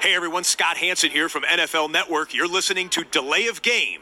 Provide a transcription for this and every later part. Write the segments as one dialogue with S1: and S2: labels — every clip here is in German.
S1: Hey everyone, Scott Hansen here from NFL Network. You're listening to Delay of Game.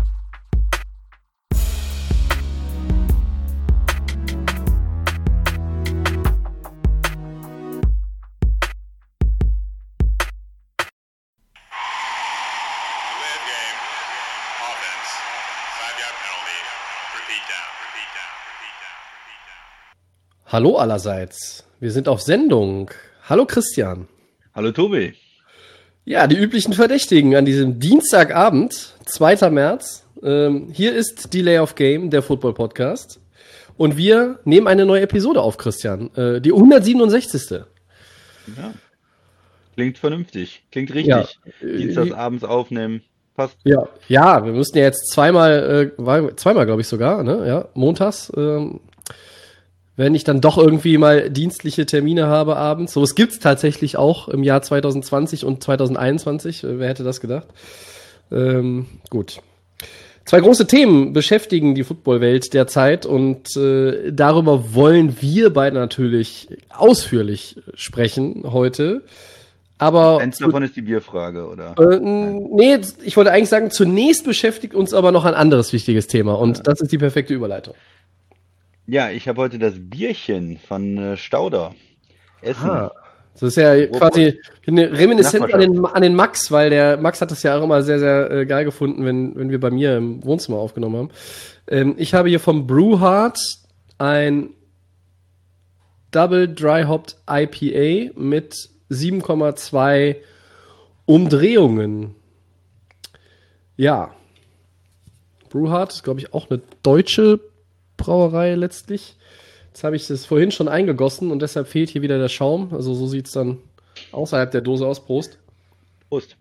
S2: Hallo allerseits, wir sind auf Sendung. Hallo Christian.
S3: Hallo Tobi.
S2: Ja, die üblichen Verdächtigen an diesem Dienstagabend, 2. März. Hier ist Delay of Game, der Football-Podcast. Und wir nehmen eine neue Episode auf, Christian. Die 167.
S3: Ja, klingt vernünftig, klingt richtig. Ja, Dienstagsabends aufnehmen, passt.
S2: Ja, wir müssten ja jetzt zweimal, glaube ich sogar, ne? Ja, montags. Wenn ich dann doch irgendwie mal dienstliche Termine habe abends. So, es gibt's tatsächlich auch im Jahr 2020 und 2021. Wer hätte das gedacht? Gut. 2 große Themen beschäftigen die Footballwelt derzeit und darüber wollen wir beide natürlich ausführlich sprechen heute. Aber
S3: eins davon ist die Bierfrage, oder?
S2: Nee, ich wollte eigentlich sagen, zunächst beschäftigt uns aber noch ein anderes wichtiges Thema und das ist die perfekte Überleitung.
S3: Ja, ich habe heute das Bierchen von Stauder. Essen.
S2: Das ist ja quasi eine Reminiszenz an den Max, weil der Max hat das ja auch immer sehr, sehr geil gefunden, wenn wir bei mir im Wohnzimmer aufgenommen haben. Ich habe hier vom Brewheart ein Double Dry Hopped IPA mit 7,2 Umdrehungen. Ja. Brewheart ist, glaube ich, auch eine deutsche Brauerei letztlich. Jetzt habe ich das vorhin schon eingegossen und deshalb fehlt hier wieder der Schaum. Also so sieht es dann außerhalb der Dose aus. Prost.
S3: Prost.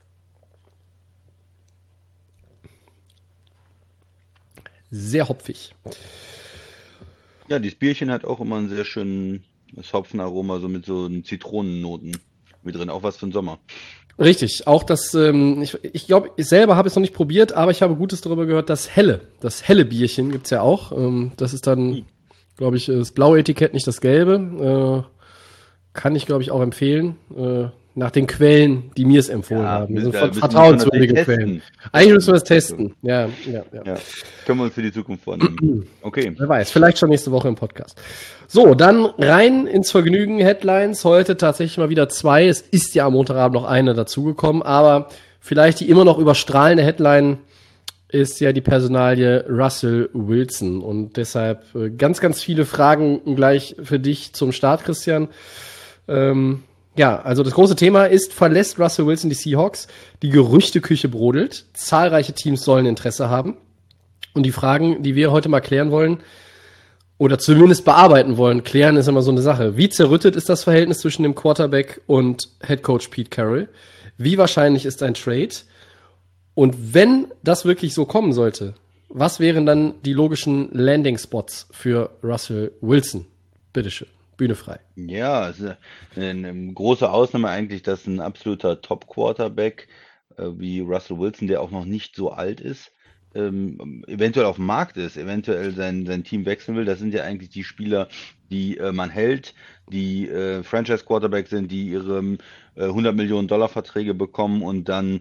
S2: Sehr hopfig.
S3: Ja, dieses Bierchen hat auch immer ein sehr schönes Hopfenaroma, so mit so Zitronennoten mit drin. Auch was für den Sommer.
S2: Richtig, auch das, ich glaube, ich selber habe es noch nicht probiert, aber ich habe Gutes darüber gehört, das helle Bierchen gibt's ja auch. Das ist dann, glaube ich, das blaue Etikett, nicht das gelbe. Kann ich, glaube ich, auch empfehlen. Nach den Quellen, die mir es empfohlen haben. Das sind vertrauenswürdige Quellen. Eigentlich müssen wir das testen. Ja.
S3: Können wir uns für die Zukunft vornehmen. Okay.
S2: Wer weiß, vielleicht schon nächste Woche im Podcast. So, dann rein ins Vergnügen. Headlines. Heute tatsächlich mal wieder 2. Es ist ja am Montagabend noch eine dazugekommen, aber vielleicht die immer noch überstrahlende Headline ist ja die Personalie Russell Wilson. Und deshalb ganz, ganz viele Fragen gleich für dich zum Start, Christian. Ja, also das große Thema ist, verlässt Russell Wilson die Seahawks? Die Gerüchteküche brodelt. Zahlreiche Teams sollen Interesse haben. Und die Fragen, die wir heute mal klären wollen, oder zumindest bearbeiten wollen, klären ist immer so eine Sache. Wie zerrüttet ist das Verhältnis zwischen dem Quarterback und Headcoach Pete Carroll? Wie wahrscheinlich ist ein Trade? Und wenn das wirklich so kommen sollte, was wären dann die logischen Landing-Spots für Russell Wilson? Bitteschön. Bühne frei.
S3: Ja, es ist eine große Ausnahme eigentlich, dass ein absoluter Top-Quarterback wie Russell Wilson, der auch noch nicht so alt ist, eventuell auf dem Markt ist, eventuell sein Team wechseln will. Das sind ja eigentlich die Spieler, die man hält, die Franchise-Quarterback sind, die ihre $100 Millionen Verträge bekommen und dann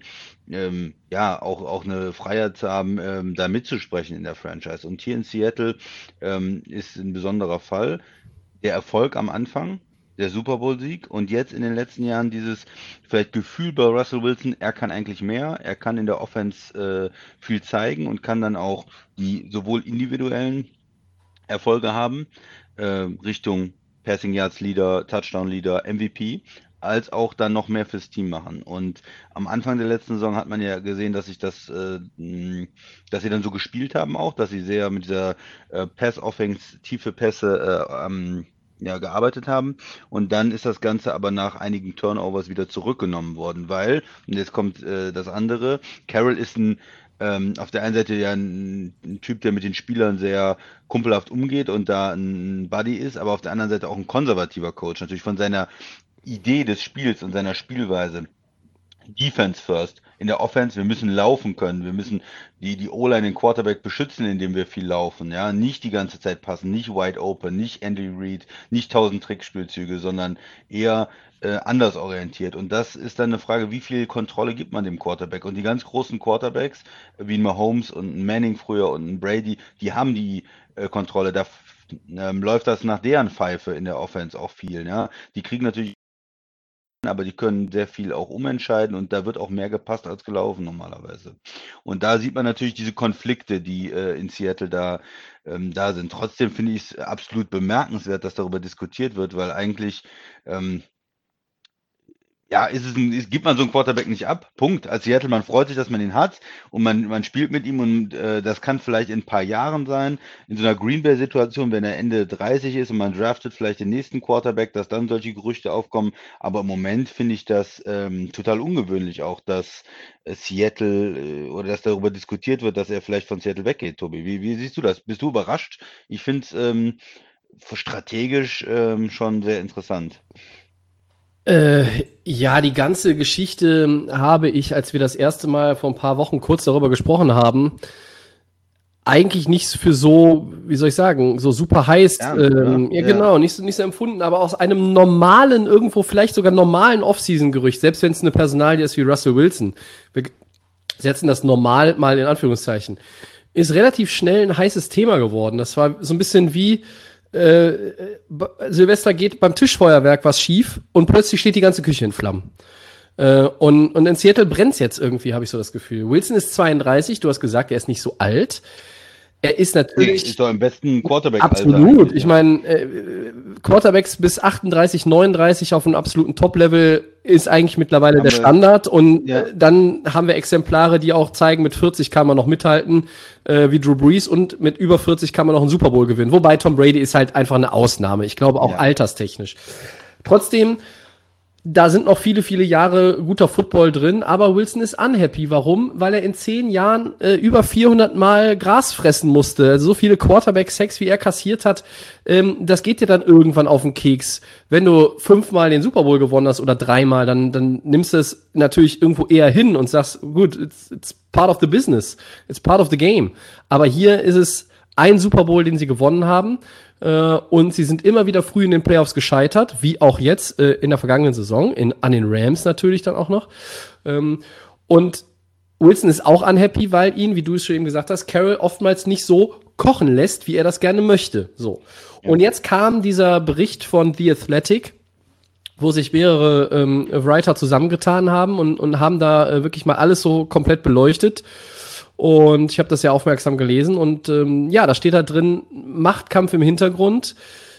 S3: auch eine Freiheit zu haben, da mitzusprechen in der Franchise. Und hier in Seattle ist ein besonderer Fall. Der Erfolg am Anfang, der Super Bowl-Sieg und jetzt in den letzten Jahren dieses vielleicht Gefühl bei Russell Wilson, er kann eigentlich mehr, er kann in der Offense viel zeigen und kann dann auch die sowohl individuellen Erfolge haben, Richtung Passing Yards Leader, Touchdown Leader, MVP, als auch dann noch mehr fürs Team machen. Und am Anfang der letzten Saison hat man ja gesehen, dass dass sie dann so gespielt haben auch, dass sie sehr mit dieser Pass-Offense, tiefe Pässe gearbeitet haben. Und dann ist das Ganze aber nach einigen Turnovers wieder zurückgenommen worden, weil, und jetzt kommt das andere, Carroll ist auf der einen Seite ja ein Typ, der mit den Spielern sehr kumpelhaft umgeht und da ein Buddy ist, aber auf der anderen Seite auch ein konservativer Coach, natürlich von seiner Idee des Spiels und seiner Spielweise Defense first. In der Offense, wir müssen laufen können. Wir müssen die O-Line, den Quarterback beschützen, indem wir viel laufen. Ja, nicht die ganze Zeit passen, nicht wide open, nicht Andy Reid, nicht 1000 Trickspielzüge, sondern eher anders orientiert. Und das ist dann eine Frage, wie viel Kontrolle gibt man dem Quarterback? Und die ganz großen Quarterbacks, wie ein Mahomes und ein Manning früher und ein Brady, die haben die Kontrolle. Da läuft das nach deren Pfeife in der Offense auch viel. Ja, die kriegen natürlich, aber die können sehr viel auch umentscheiden und da wird auch mehr gepasst als gelaufen normalerweise. Und da sieht man natürlich diese Konflikte, die in Seattle da sind. Trotzdem finde ich es absolut bemerkenswert, dass darüber diskutiert wird, weil eigentlich ja, gibt man so einen Quarterback nicht ab. Punkt. Als Seattle, man freut sich, dass man ihn hat und man spielt mit ihm und das kann vielleicht in ein paar Jahren sein. In so einer Green Bay-Situation, wenn er Ende 30 ist und man draftet vielleicht den nächsten Quarterback, dass dann solche Gerüchte aufkommen. Aber im Moment finde ich das total ungewöhnlich auch, dass Seattle oder dass darüber diskutiert wird, dass er vielleicht von Seattle weggeht, Tobi. Wie siehst du das? Bist du überrascht? Ich finde es strategisch schon sehr interessant.
S2: Ja, die ganze Geschichte habe ich, als wir das erste Mal vor ein paar Wochen kurz darüber gesprochen haben, eigentlich nicht für so, wie soll ich sagen, so super heiß, ja, genau, nicht so empfunden, aber aus einem normalen, irgendwo vielleicht sogar normalen Off-Season-Gerücht, selbst wenn es eine Personalie ist wie Russell Wilson, wir setzen das normal mal in Anführungszeichen, ist relativ schnell ein heißes Thema geworden. Das war so ein bisschen wie Silvester geht beim Tischfeuerwerk was schief und plötzlich steht die ganze Küche in Flammen. Und in Seattle brennt's jetzt irgendwie, habe ich so das Gefühl. Wilson ist 32, du hast gesagt, er ist nicht so alt. Er ist natürlich.
S3: Ist doch im besten Quarterback-Alter.
S2: Absolut. Ich meine, Quarterbacks bis 38, 39 auf einem absoluten Top-Level ist eigentlich mittlerweile der Standard. Und dann haben wir Exemplare, die auch zeigen, mit 40 kann man noch mithalten, wie Drew Brees, und mit über 40 kann man noch einen Super Bowl gewinnen. Wobei Tom Brady ist halt einfach eine Ausnahme. Ich glaube auch alterstechnisch. Trotzdem, da sind noch viele, viele Jahre guter Football drin, aber Wilson ist unhappy. Warum? Weil er in 10 Jahren über 400 Mal Gras fressen musste. Also so viele Quarterback-Sacks, wie er kassiert hat, das geht dir dann irgendwann auf den Keks. Wenn du 5-mal den Super Bowl gewonnen hast oder 3-mal, dann nimmst du es natürlich irgendwo eher hin und sagst, gut, it's part of the business, it's part of the game. Aber hier ist es ein Super Bowl, den sie gewonnen haben. Und sie sind immer wieder früh in den Playoffs gescheitert, wie auch jetzt in der vergangenen Saison, an den Rams natürlich dann auch noch. Und Wilson ist auch unhappy, weil ihn, wie du es schon eben gesagt hast, Carroll oftmals nicht so kochen lässt, wie er das gerne möchte. So. Ja. Und jetzt kam dieser Bericht von The Athletic, wo sich mehrere Writer zusammengetan haben und haben da wirklich mal alles so komplett beleuchtet. Und ich habe das ja aufmerksam gelesen und da steht da drin, Machtkampf im Hintergrund.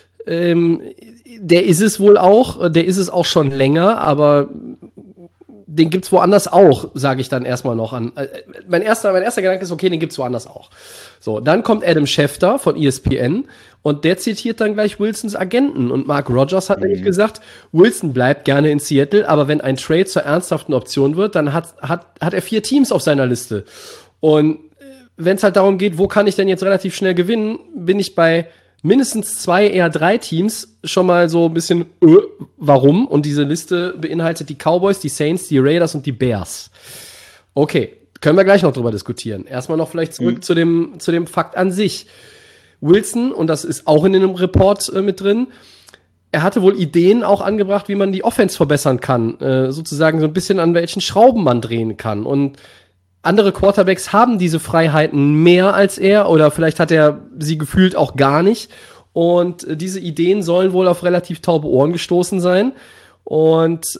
S2: Der ist es wohl auch, der ist es auch schon länger, aber den gibt's woanders auch, sage ich dann erstmal noch an. Mein erster Gedanke ist, okay, den gibt's woanders auch. So, dann kommt Adam Schefter von ESPN und der zitiert dann gleich Wilsons Agenten. Und Mark Rogers hat nämlich gesagt, Wilson bleibt gerne in Seattle, aber wenn ein Trade zur ernsthaften Option wird, dann hat er 4 Teams auf seiner Liste. Und wenn es halt darum geht, wo kann ich denn jetzt relativ schnell gewinnen, bin ich bei mindestens 2, eher 3 Teams schon mal so ein bisschen, warum? Und diese Liste beinhaltet die Cowboys, die Saints, die Raiders und die Bears. Okay, können wir gleich noch drüber diskutieren. Erstmal noch vielleicht zurück zu dem Fakt an sich. Wilson, und das ist auch in dem Report mit drin, er hatte wohl Ideen auch angebracht, wie man die Offense verbessern kann, sozusagen so ein bisschen an welchen Schrauben man drehen kann. Und andere Quarterbacks haben diese Freiheiten mehr als er, oder vielleicht hat er sie gefühlt auch gar nicht. Und diese Ideen sollen wohl auf relativ taube Ohren gestoßen sein. Und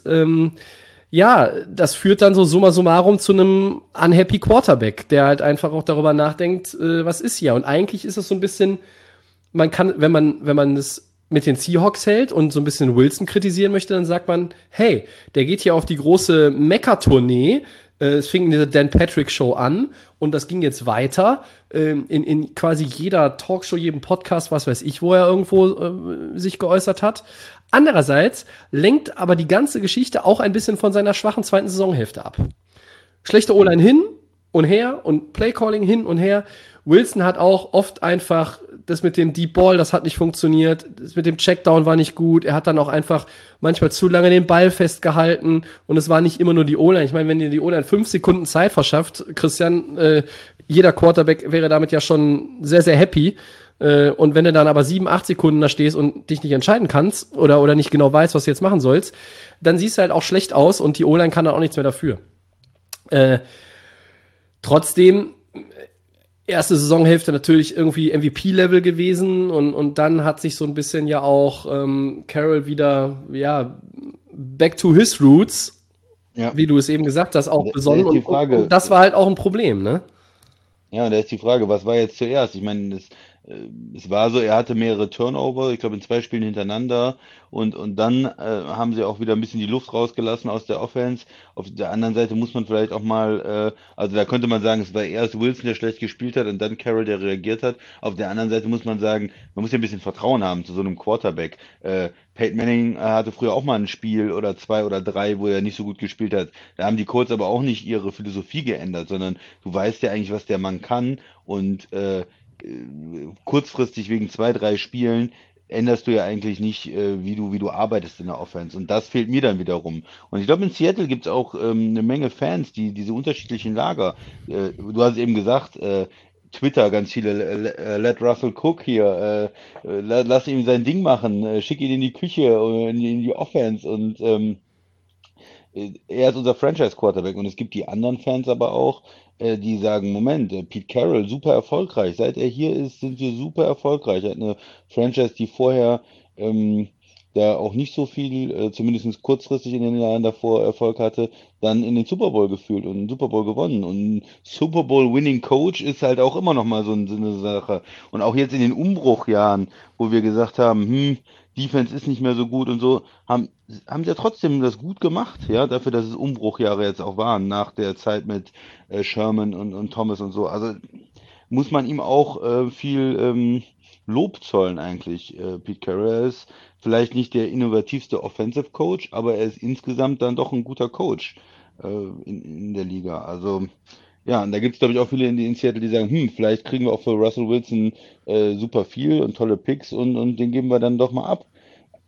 S2: das führt dann so summa summarum zu einem unhappy Quarterback, der halt einfach auch darüber nachdenkt, was ist hier. Und eigentlich ist es so ein bisschen, man kann, wenn man es mit den Seahawks hält und so ein bisschen Wilson kritisieren möchte, dann sagt man, hey, der geht hier auf die große Mecca-Tournee. Es fing in dieser Dan Patrick Show an und das ging jetzt weiter in quasi jeder Talkshow, jedem Podcast, was weiß ich, wo er irgendwo sich geäußert hat. Andererseits lenkt aber die ganze Geschichte auch ein bisschen von seiner schwachen zweiten Saisonhälfte ab. Schlechte O-Line hin und her und Playcalling hin und her. Wilson hat auch oft einfach das mit dem Deep Ball, das hat nicht funktioniert. Das mit dem Checkdown war nicht gut. Er hat dann auch einfach manchmal zu lange den Ball festgehalten. Und es war nicht immer nur die O-Line. Ich meine, wenn dir die O-Line 5 Sekunden Zeit verschafft, Christian, jeder Quarterback wäre damit ja schon sehr, sehr happy. Und wenn du dann aber 7, 8 Sekunden da stehst und dich nicht entscheiden kannst oder nicht genau weißt, was du jetzt machen sollst, dann siehst du halt auch schlecht aus und die O-Line kann dann auch nichts mehr dafür. Trotzdem, erste Saisonhälfte natürlich irgendwie MVP-Level gewesen und dann hat sich so ein bisschen ja auch Carroll wieder, ja, back to his roots, wie du es eben gesagt hast, auch besonnen. Und das war halt auch ein Problem, ne?
S3: Ja, und da ist die Frage, was war jetzt zuerst? Ich meine, es war so, er hatte mehrere Turnover, ich glaube in 2 Spielen hintereinander und dann haben sie auch wieder ein bisschen die Luft rausgelassen aus der Offense. Auf der anderen Seite muss man vielleicht auch mal, also da könnte man sagen, es war erst Wilson, der schlecht gespielt hat und dann Carroll, der reagiert hat. Auf der anderen Seite muss man sagen, man muss ja ein bisschen Vertrauen haben zu so einem Quarterback. Peyton Manning hatte früher auch mal ein Spiel oder 2 oder 3, wo er nicht so gut gespielt hat. Da haben die Colts aber auch nicht ihre Philosophie geändert, sondern du weißt ja eigentlich, was der Mann kann und kurzfristig wegen 2, 3 Spielen änderst du ja eigentlich nicht, wie du arbeitest in der Offense. Und das fehlt mir dann wiederum. Und ich glaube, in Seattle gibt es auch eine Menge Fans, die diese unterschiedlichen Lager, du hast eben gesagt, Twitter ganz viele, let Russell Cook hier, lass ihm sein Ding machen, schick ihn in die Küche, in die Offense und er ist unser Franchise-Quarterback und es gibt die anderen Fans aber auch, die sagen, Moment, Pete Carroll, super erfolgreich. Seit er hier ist, sind wir super erfolgreich. Er hat eine Franchise, die vorher da auch nicht so viel, zumindest kurzfristig in den Jahren davor Erfolg hatte, dann in den Super Bowl geführt und einen Super Bowl gewonnen. Und ein Super Bowl-Winning Coach ist halt auch immer noch mal so eine Sache. Und auch jetzt in den Umbruchjahren, wo wir gesagt haben, Defense ist nicht mehr so gut und so, haben sie ja trotzdem das gut gemacht, ja, dafür, dass es Umbruchjahre jetzt auch waren, nach der Zeit mit Sherman und Thomas und so. Also muss man ihm auch viel Lob zollen eigentlich, Pete Carroll. Er ist vielleicht nicht der innovativste Offensive Coach, aber er ist insgesamt dann doch ein guter Coach in der Liga. Also ja, und da gibt es, glaube ich, auch viele in Seattle, die sagen, vielleicht kriegen wir auch für Russell Wilson super viel und tolle Picks und den geben wir dann doch mal ab.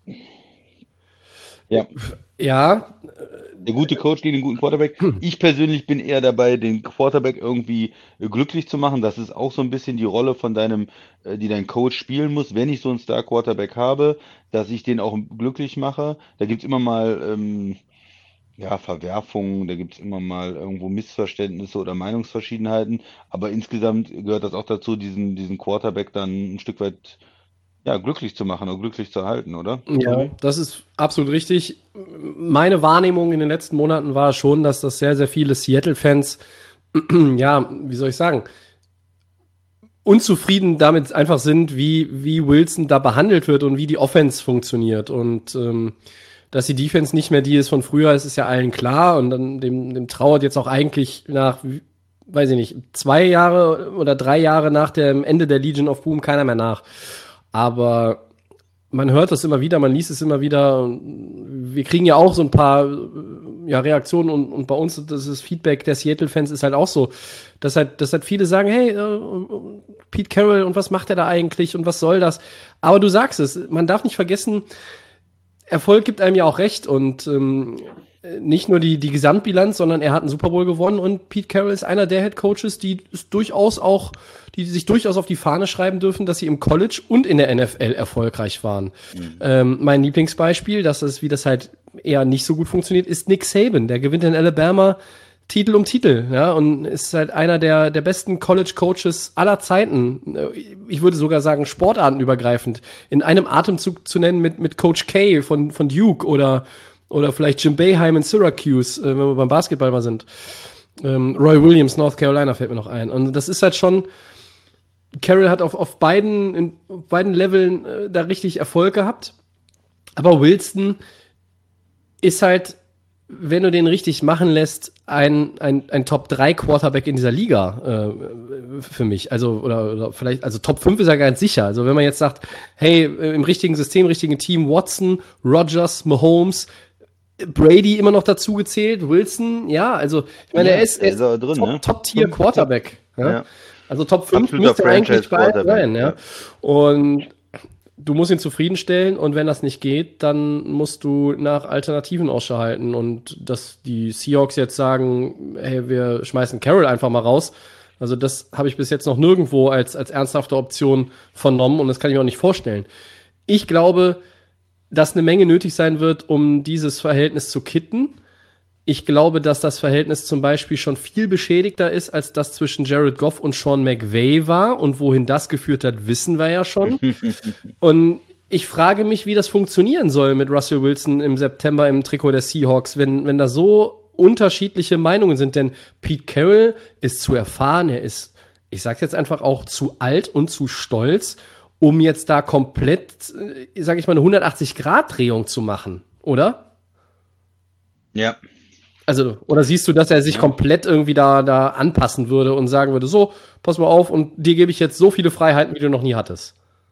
S3: Ja.
S2: Ja.
S3: Der gute Coach gegen den guten Quarterback. Ich persönlich bin eher dabei, den Quarterback irgendwie glücklich zu machen. Das ist auch so ein bisschen die Rolle von die dein Coach spielen muss. Wenn ich so einen Star-Quarterback habe, dass ich den auch glücklich mache. Da gibt es immer mal Verwerfungen, da gibt es immer mal irgendwo Missverständnisse oder Meinungsverschiedenheiten. Aber insgesamt gehört das auch dazu, diesen Quarterback dann ein Stück weit glücklich zu machen oder glücklich zu halten, oder?
S2: Ja, das ist absolut richtig. Meine Wahrnehmung in den letzten Monaten war schon, dass das sehr, sehr viele Seattle-Fans, ja, wie soll ich sagen, unzufrieden damit einfach sind, wie Wilson da behandelt wird und wie die Offense funktioniert. Und dass die Defense nicht mehr die ist von früher, ist ja allen klar. Und dann dem trauert jetzt auch eigentlich nach, weiß ich nicht, 2 Jahre oder 3 Jahre nach dem Ende der Legion of Boom keiner mehr nach. Aber man hört das immer wieder, man liest es immer wieder. Wir kriegen ja auch so ein paar Reaktionen und bei uns das Feedback der Seattle-Fans ist halt auch so, dass halt viele sagen, hey, Pete Carroll und was macht er da eigentlich und was soll das? Aber du sagst es, man darf nicht vergessen, Erfolg gibt einem ja auch recht und nicht nur die Gesamtbilanz, sondern er hat einen Super Bowl gewonnen und Pete Carroll ist einer der Head Coaches, die sich durchaus auf die Fahne schreiben dürfen, dass sie im College und in der NFL erfolgreich waren. Mein Lieblingsbeispiel, wie das halt eher nicht so gut funktioniert, ist Nick Saban. Der gewinnt in Alabama Titel um Titel, ja, und ist halt einer der besten College Coaches aller Zeiten. Ich würde sogar sagen, sportartenübergreifend. In einem Atemzug zu nennen mit Coach K von Duke oder vielleicht Jim Boeheim in Syracuse, wenn wir beim Basketball mal sind. Roy Williams, North Carolina fällt mir noch ein. Und das ist halt schon, Carroll hat auf beiden Leveln da richtig Erfolg gehabt. Aber Wilson ist halt, wenn du den richtig machen lässt, ein Top-3 Quarterback in dieser Liga für mich. Also, oder vielleicht, also Top 5 ist ja ganz sicher. Also wenn man jetzt sagt, hey, im richtigen System, richtigen Team, Watson, Rodgers, Mahomes, Brady immer noch dazu gezählt, Wilson, ja, also ich meine, er ist
S3: drin,
S2: Top-Tier-Quarterback. Ja. Also Top 5
S3: Absoluter
S2: müsste eigentlich bei
S3: Franchise-Quarterback,
S2: sein, ja.
S3: ja.
S2: Und du musst ihn zufriedenstellen und wenn das nicht geht, dann musst du nach Alternativen Ausschau halten. Und dass die Seahawks jetzt sagen, hey, wir schmeißen Carroll einfach mal raus, also das habe ich bis jetzt noch nirgendwo als ernsthafte Option vernommen und das kann ich mir auch nicht vorstellen. Ich glaube, dass eine Menge nötig sein wird, um dieses Verhältnis zu kitten. Ich glaube, dass das Verhältnis zum Beispiel schon viel beschädigter ist, als das zwischen Jared Goff und Sean McVay war. Und wohin das geführt hat, wissen wir ja schon. Und ich frage mich, wie das funktionieren soll mit Russell Wilson im September im Trikot der Seahawks, wenn da so unterschiedliche Meinungen sind. Denn Pete Carroll ist zu erfahren, er ist, ich sage jetzt einfach auch zu alt und zu stolz, um jetzt da komplett, sage ich mal, eine 180-Grad-Drehung zu machen, oder?
S3: Ja.
S2: Also, oder siehst du, dass er sich
S3: Ja.
S2: komplett irgendwie da anpassen würde und sagen würde, so, pass mal auf und dir gebe ich jetzt so viele Freiheiten, wie du noch nie hattest?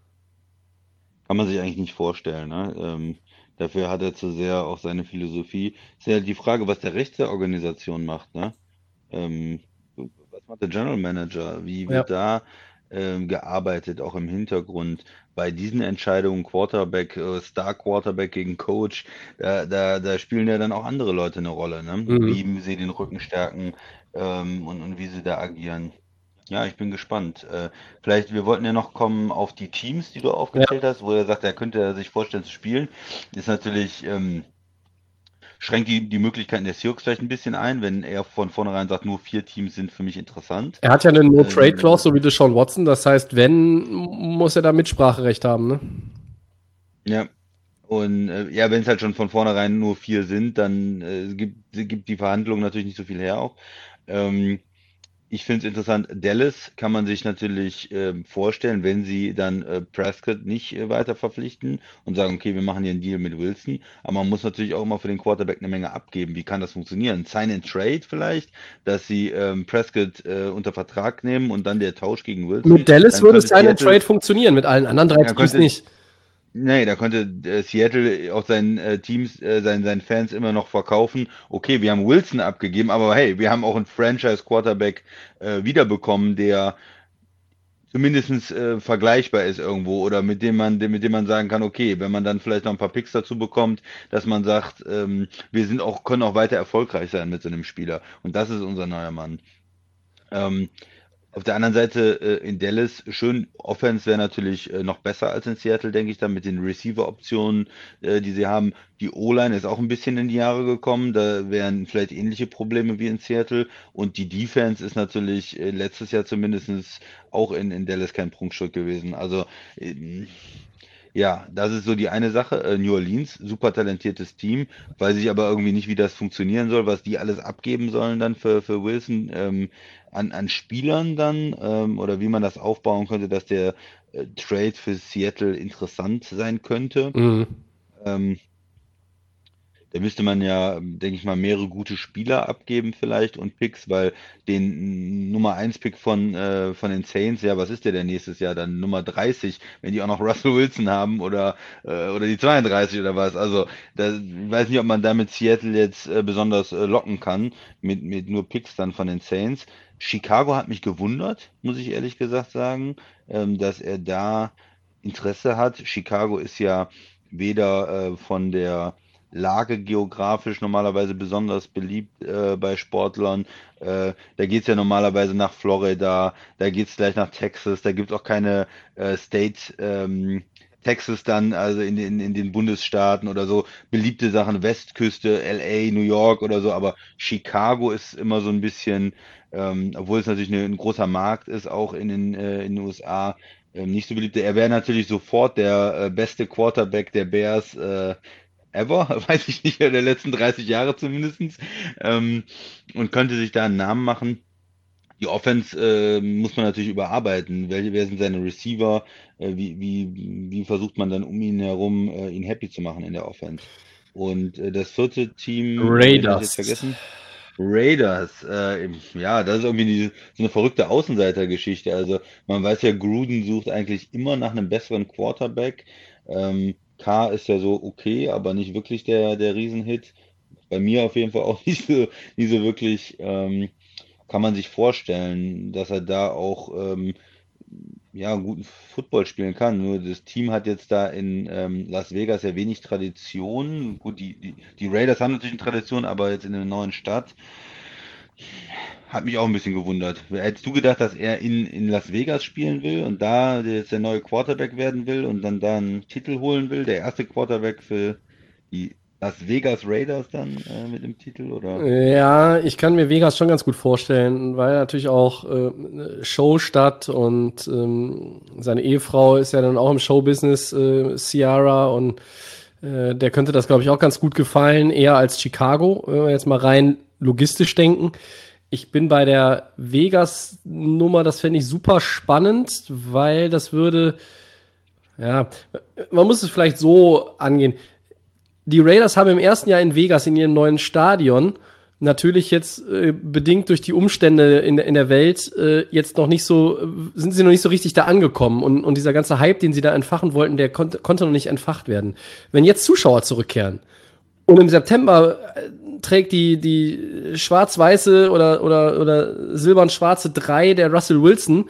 S3: Kann man sich eigentlich nicht vorstellen, ne? Dafür hat er zu sehr auch seine Philosophie. Ist ja die Frage, was der Rest der Organisation macht, ne? Ähm, Was macht der General Manager? Wie
S2: Ja.
S3: wird da gearbeitet, auch im Hintergrund? Bei diesen Entscheidungen, Quarterback, Star Quarterback gegen Coach, da spielen ja dann auch andere Leute eine Rolle, ne?
S2: Mhm.
S3: Wie sie den Rücken stärken und wie sie da agieren. Ja, ich bin gespannt. Vielleicht, wir wollten ja noch kommen auf die Teams, die du
S2: Ja.
S3: aufgezählt hast, wo er sagt, er könnte sich vorstellen zu spielen. Ist natürlich, schränkt die Möglichkeiten der Seahawks vielleicht ein bisschen ein, wenn er von vornherein sagt, nur 4 Teams sind für mich interessant.
S2: Er hat ja eine No-Trade-Clause,
S3: Ähm,
S2: so wie Deshaun Watson. Das heißt, wenn, muss er da Mitspracherecht haben, ne?
S3: ja, und ja, wenn es halt schon von vornherein nur 4 sind, dann gibt die Verhandlung natürlich nicht so viel her auch. Ähm, Ich finde es interessant, Dallas kann man sich natürlich vorstellen, wenn sie dann Prescott nicht weiter verpflichten und sagen, okay, wir machen hier einen Deal mit Wilson, aber man muss natürlich auch immer für den Quarterback eine Menge abgeben. Wie kann das funktionieren? Sign and Trade vielleicht, dass sie Prescott unter Vertrag nehmen und dann der Tausch gegen Wilson,
S2: Mit Dallas
S3: dann
S2: würde
S3: könnte
S2: Sign and
S3: Seattle,
S2: Trade funktionieren, mit allen anderen 3
S3: dann
S2: Teams
S3: könnte
S2: nicht.
S3: Nee, da konnte Seattle auch seinen Teams, seinen Fans immer noch verkaufen. Okay, wir haben Wilson abgegeben, aber hey, wir haben auch einen Franchise-Quarterback wiederbekommen, der zumindest vergleichbar ist irgendwo oder mit dem man sagen kann, okay, wenn man dann vielleicht noch ein paar Picks dazu bekommt, dass man sagt, können auch weiter erfolgreich sein mit so einem Spieler. Und das ist unser neuer Mann. Ähm, auf der anderen Seite in Dallas schön, Offense wäre natürlich noch besser als in Seattle, denke ich, dann mit den Receiver-Optionen, die sie haben. Die O-Line ist auch ein bisschen in die Jahre gekommen, da wären vielleicht ähnliche Probleme wie in Seattle. Und die Defense ist natürlich letztes Jahr zumindest auch in Dallas kein Prunkstück gewesen. Also ja, das ist so die eine Sache. New Orleans, super talentiertes Team, weiß ich aber irgendwie nicht, wie das funktionieren soll, was die alles abgeben sollen dann für Wilson an Spielern dann oder wie man das aufbauen könnte, dass der Trade für Seattle interessant sein könnte.
S2: Mhm.
S3: Ähm, Da müsste man ja, denke ich mal, mehrere gute Spieler abgeben vielleicht und Picks, weil den Nummer 1 Pick von den Saints, ja, was ist der denn nächstes Jahr? Dann Nummer 30, wenn die auch noch Russell Wilson haben oder die 32 oder was. Also, ich weiß nicht, ob man damit Seattle jetzt besonders locken kann, mit nur Picks dann von den Saints. Chicago hat mich gewundert, muss ich ehrlich gesagt sagen, dass er da Interesse hat. Chicago ist ja weder von der Lage geografisch normalerweise besonders beliebt bei Sportlern. Da geht es ja normalerweise nach Florida, da geht es gleich nach Texas, da gibt es auch keine State, Texas dann, also in den Bundesstaaten oder so, beliebte Sachen, Westküste, LA, New York oder so, aber Chicago ist immer so ein bisschen, obwohl es natürlich ein großer Markt ist, auch in den USA, nicht so beliebt. Er wäre natürlich sofort der beste Quarterback der Bears ever, weiß ich nicht, der letzten 30 Jahre zumindestens, und könnte sich da einen Namen machen. Die Offense muss man natürlich überarbeiten. Wer sind seine Receiver? Wie versucht man dann um ihn herum, ihn happy zu machen in der Offense? Und das vierte Team, welches habe ich jetzt
S2: Raiders.
S3: vergessen? Raiders, ja, das ist irgendwie so eine verrückte Außenseitergeschichte. Also man weiß ja, Gruden sucht eigentlich immer nach einem besseren Quarterback. Carr ist ja so okay, aber nicht wirklich der Riesenhit. Bei mir auf jeden Fall auch nicht so wirklich. kann man sich vorstellen, dass er da auch ja, guten Football spielen kann. Nur das Team hat jetzt da in Las Vegas ja wenig Tradition. Gut, die Raiders haben natürlich eine Tradition, aber jetzt in einer neuen Stadt hat mich auch ein bisschen gewundert. Hättest du gedacht, dass er in Las Vegas spielen will und da jetzt der neue Quarterback werden will und dann da einen Titel holen will? Der erste Quarterback für die Las Vegas Raiders dann mit dem Titel, oder?
S2: Ja, ich kann mir Vegas schon ganz gut vorstellen, weil natürlich auch Show statt und seine Ehefrau ist ja dann auch im Showbusiness, Ciara, und der könnte das, glaube ich, auch ganz gut gefallen, eher als Chicago, wenn wir jetzt mal rein logistisch denken. Ich bin bei der Vegas-Nummer, das fände ich super spannend, weil das würde, ja, man muss es vielleicht so angehen. Die Raiders haben im ersten Jahr in Vegas in ihrem neuen Stadion natürlich jetzt bedingt durch die Umstände in der Welt jetzt noch nicht so, sind sie noch nicht so richtig da angekommen, und dieser ganze Hype, den sie da entfachen wollten, der konnte noch nicht entfacht werden. Wenn jetzt Zuschauer zurückkehren und im September trägt die schwarz-weiße oder silbern-schwarze 3 der Russell Wilson,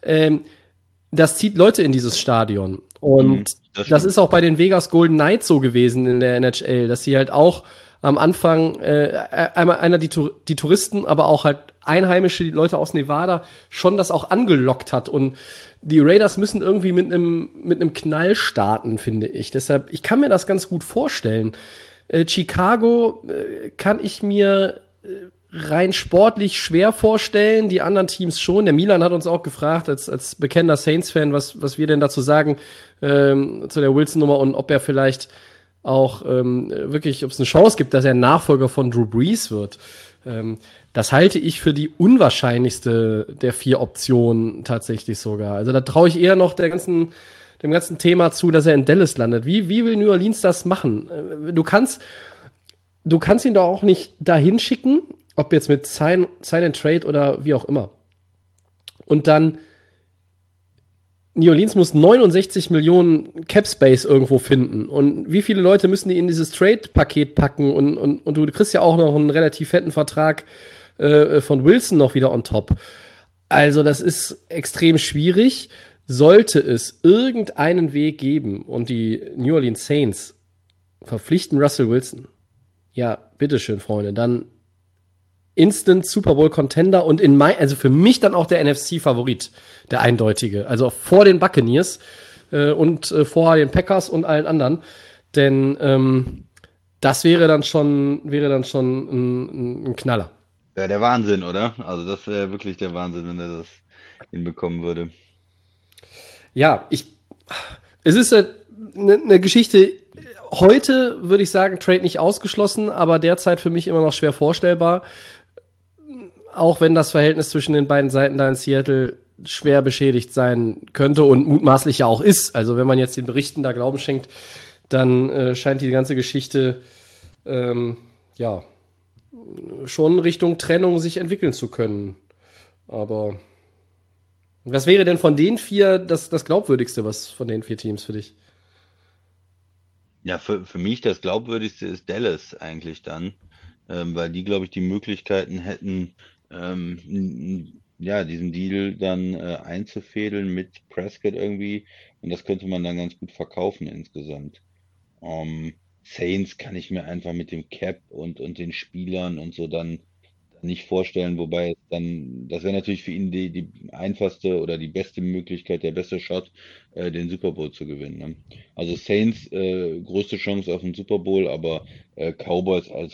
S2: das zieht Leute in dieses Stadion. Und das ist auch bei den Vegas Golden Knights so gewesen in der NHL, dass sie halt auch am Anfang einmal die Touristen, aber auch halt Einheimische, die Leute aus Nevada, schon das auch angelockt hat. Und die Raiders müssen irgendwie mit einem Knall starten, finde ich. Deshalb, ich kann mir das ganz gut vorstellen. Chicago kann ich mir rein sportlich schwer vorstellen, die anderen Teams schon. Der Milan hat uns auch gefragt, als bekennender Saints-Fan, was wir denn dazu sagen zu der Wilson-Nummer und ob er vielleicht auch wirklich, ob es eine Chance gibt, dass er Nachfolger von Drew Brees wird. Das halte ich für die unwahrscheinlichste der 4 Optionen tatsächlich sogar. Also da traue ich eher noch dem ganzen Thema zu, dass er in Dallas landet. Wie will New Orleans das machen? Du kannst ihn doch auch nicht dahin schicken, ob jetzt mit Sign and Trade oder wie auch immer. Und dann New Orleans muss 69 Millionen Cap Space irgendwo finden. Und wie viele Leute müssen die in dieses Trade-Paket packen? Und du kriegst ja auch noch einen relativ fetten Vertrag von Wilson noch wieder on top. Also das ist extrem schwierig. Sollte es irgendeinen Weg geben und die New Orleans Saints verpflichten Russell Wilson, ja, bitteschön, Freunde, dann Instant Super Bowl Contender und also für mich dann auch der NFC-Favorit, der eindeutige. Also vor den Buccaneers und vor den Packers und allen anderen. Denn das wäre dann schon ein Knaller.
S3: Ja, der Wahnsinn, oder? Also das wäre wirklich der Wahnsinn, wenn er das hinbekommen würde.
S2: Ja, es ist eine Geschichte. Heute würde ich sagen, Trade nicht ausgeschlossen, aber derzeit für mich immer noch schwer vorstellbar. Auch wenn das Verhältnis zwischen den beiden Seiten da in Seattle schwer beschädigt sein könnte und mutmaßlich ja auch ist. Also wenn man jetzt den Berichten da Glauben schenkt, dann scheint die ganze Geschichte ja schon Richtung Trennung sich entwickeln zu können. Aber was wäre denn von den 4 das Glaubwürdigste, was von den 4 Teams für dich?
S3: Ja, für mich das Glaubwürdigste ist Dallas eigentlich dann, weil die, glaube ich, die Möglichkeiten hätten, ja, diesen Deal dann einzufädeln mit Prescott irgendwie, und das könnte man dann ganz gut verkaufen insgesamt. Saints kann ich mir einfach mit dem Cap und den Spielern und so dann nicht vorstellen, wobei dann, das wäre natürlich für ihn die einfachste oder die beste Möglichkeit, der beste Shot, den Super Bowl zu gewinnen. Ne? Also Saints, größte Chance auf den Super Bowl, aber Cowboys als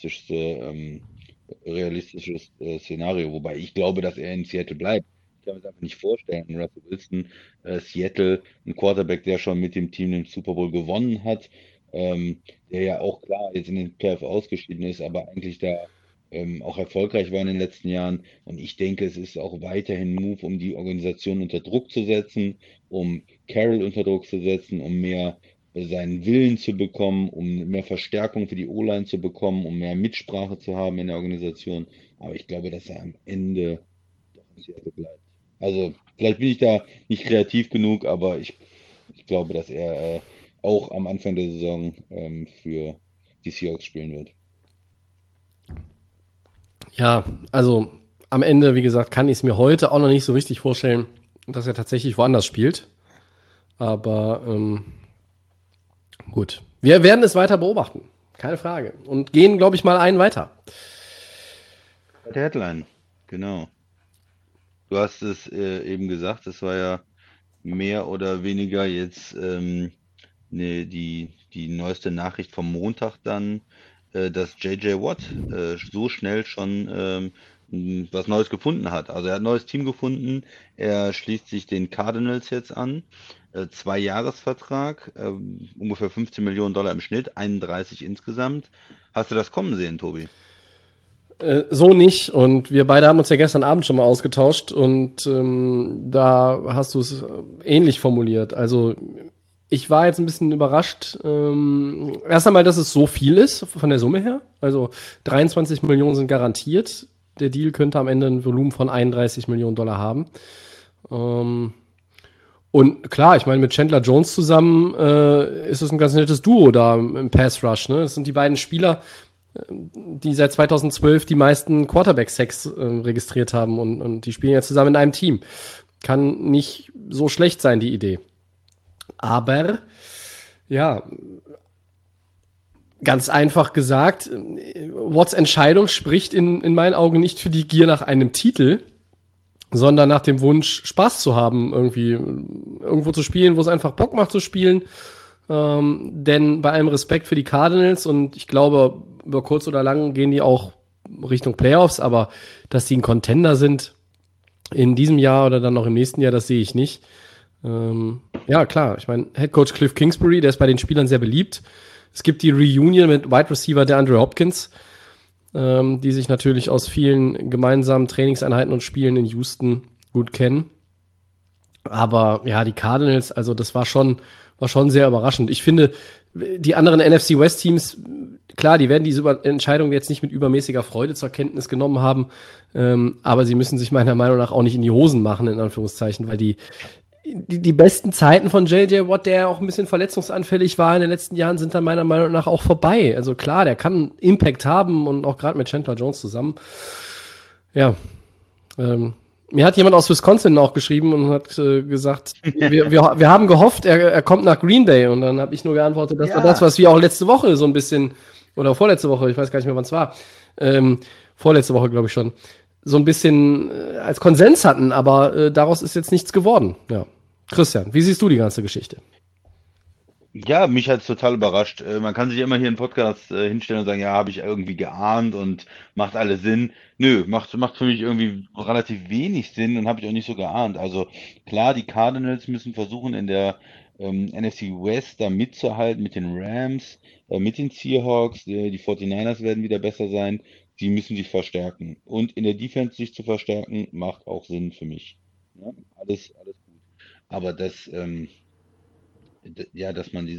S3: realistisches Szenario, wobei ich glaube, dass er in Seattle bleibt. Ich kann mir das einfach nicht vorstellen. Russell Wilson, Seattle, ein Quarterback, der schon mit dem Team den Super Bowl gewonnen hat, der ja auch klar jetzt in den Playoffs ausgeschieden ist, aber eigentlich da auch erfolgreich war in den letzten Jahren. Und ich denke, es ist auch weiterhin ein Move, um die Organisation unter Druck zu setzen, um Carroll unter Druck zu setzen, um mehr seinen Willen zu bekommen, um mehr Verstärkung für die O-Line zu bekommen, um mehr Mitsprache zu haben in der Organisation. Aber ich glaube, dass er am Ende doch in Seattle bleibt. Also vielleicht bin ich da nicht kreativ genug, aber ich glaube, dass er auch am Anfang der Saison für die Seahawks spielen wird.
S2: Ja, also am Ende, wie gesagt, kann ich es mir heute auch noch nicht so richtig vorstellen, dass er tatsächlich woanders spielt. Aber gut. Wir werden es weiter beobachten. Keine Frage. Und gehen, glaube ich, mal einen weiter.
S3: Der Headline, genau. Du hast es eben gesagt, es war ja mehr oder weniger jetzt die neueste Nachricht vom Montag dann, dass JJ Watt so schnell schon was Neues gefunden hat. Also er hat ein neues Team gefunden, er schließt sich den Cardinals jetzt an. 2-Jahres-Vertrag, ungefähr 15 Millionen Dollar im Schnitt, 31 insgesamt. Hast du das kommen sehen, Tobi?
S2: So nicht. Und wir beide haben uns ja gestern Abend schon mal ausgetauscht und da hast du es ähnlich formuliert. Also ich war jetzt ein bisschen überrascht. Erst einmal, dass es so viel ist von der Summe her. Also 23 Millionen sind garantiert. Der Deal könnte am Ende ein Volumen von 31 Millionen Dollar haben. Und klar, ich meine, mit Chandler Jones zusammen ist es ein ganz nettes Duo da im Pass Rush. Ne? Das sind die beiden Spieler, die seit 2012 die meisten Quarterback-Sacks registriert haben und die spielen ja zusammen in einem Team. Kann nicht so schlecht sein, die Idee. Aber, ja, ganz einfach gesagt, Watts Entscheidung spricht in meinen Augen nicht für die Gier nach einem Titel, sondern nach dem Wunsch, Spaß zu haben, irgendwie irgendwo zu spielen, wo es einfach Bock macht zu spielen. Denn bei allem Respekt für die Cardinals und ich glaube, über kurz oder lang gehen die auch Richtung Playoffs, aber dass die ein Contender sind in diesem Jahr oder dann noch im nächsten Jahr, das sehe ich nicht. Ja, klar, ich meine, Head Coach Cliff Kingsbury, der ist bei den Spielern sehr beliebt. Es gibt die Reunion mit Wide Receiver der Andrew Hopkins, die sich natürlich aus vielen gemeinsamen Trainingseinheiten und Spielen in Houston gut kennen. Aber ja, die Cardinals, also das war schon sehr überraschend. Ich finde, die anderen NFC West Teams, klar, die werden diese Entscheidung jetzt nicht mit übermäßiger Freude zur Kenntnis genommen haben, aber sie müssen sich meiner Meinung nach auch nicht in die Hosen machen, in Anführungszeichen, weil die besten Zeiten von JJ Watt, der auch ein bisschen verletzungsanfällig war in den letzten Jahren, sind dann meiner Meinung nach auch vorbei. Also klar, der kann Impact haben und auch gerade mit Chandler Jones zusammen. Ja, mir hat jemand aus Wisconsin auch geschrieben und hat gesagt, wir haben gehofft, er kommt nach Green Bay. Und dann habe ich nur geantwortet, das war das, was wir auch letzte Woche so ein bisschen, oder vorletzte Woche, ich weiß gar nicht mehr, wann es war, vorletzte Woche, glaube ich schon, so ein bisschen als Konsens hatten, aber daraus ist jetzt nichts geworden. Ja. Christian, wie siehst du die ganze Geschichte?
S3: Ja, mich hat's total überrascht. Man kann sich immer hier im Podcast hinstellen und sagen, ja, habe ich irgendwie geahnt und macht alles Sinn. Nö, macht für mich irgendwie relativ wenig Sinn und habe ich auch nicht so geahnt. Also klar, die Cardinals müssen versuchen, in der NFC West da mitzuhalten mit den Rams, mit den Seahawks. Die 49ers werden wieder besser sein. Die müssen sich verstärken. Und in der Defense sich zu verstärken, macht auch Sinn für mich. Ja, alles gut. Aber ja, dass man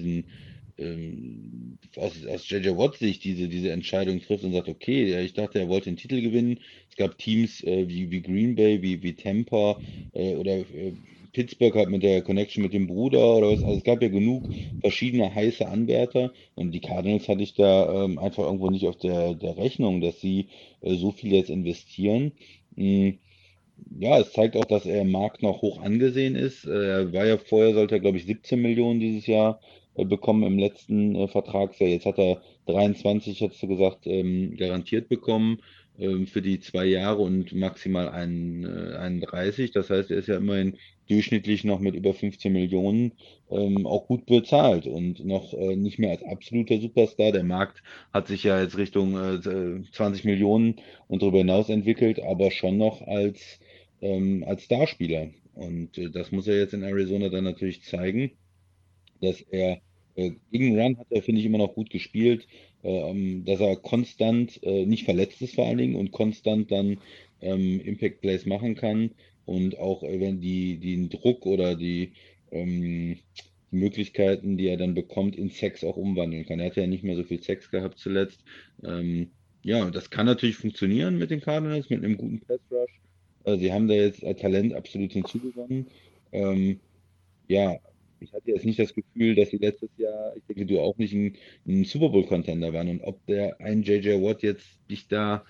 S3: aus J.J. Watt Sicht diese Entscheidung trifft und sagt, okay, ja, ich dachte, er wollte den Titel gewinnen. Es gab Teams wie Green Bay, wie Tampa oder Pittsburgh hat mit der Connection mit dem Bruder oder was. Also es gab ja genug verschiedene heiße Anwärter und die Cardinals hatte ich da einfach irgendwo nicht auf der Rechnung, dass sie so viel jetzt investieren. Mm, ja, es zeigt auch, dass er im Markt noch hoch angesehen ist. Er war ja vorher, sollte er, glaube ich, 17 Millionen dieses Jahr bekommen im letzten Vertragsjahr. Jetzt hat er 23, hast du gesagt, garantiert bekommen für die 2 Jahre und maximal 31. Das heißt, er ist ja immerhin durchschnittlich noch mit über 15 Millionen auch gut bezahlt und noch nicht mehr als absoluter Superstar. Der Markt hat sich ja jetzt Richtung 20 Millionen und darüber hinaus entwickelt, aber schon noch als Starspieler. Und das muss er jetzt in Arizona dann natürlich zeigen, dass er gegen Run hat er, finde ich, immer noch gut gespielt, dass er konstant, nicht verletzt ist vor allen Dingen und konstant dann Impact Plays machen kann und auch wenn den Druck oder die Möglichkeiten, die er dann bekommt, in Sex auch umwandeln kann. Er hat ja nicht mehr so viel Sex gehabt zuletzt. Ja, das kann natürlich funktionieren mit den Cardinals, mit einem guten Pass Rush. Sie haben da jetzt Talent absolut hinzugewonnen. Ähm, ja, ich hatte jetzt nicht das Gefühl, dass sie letztes Jahr, ich denke du auch nicht, ein Super Bowl-Contender waren. Und ob der ein JJ Watt jetzt dich da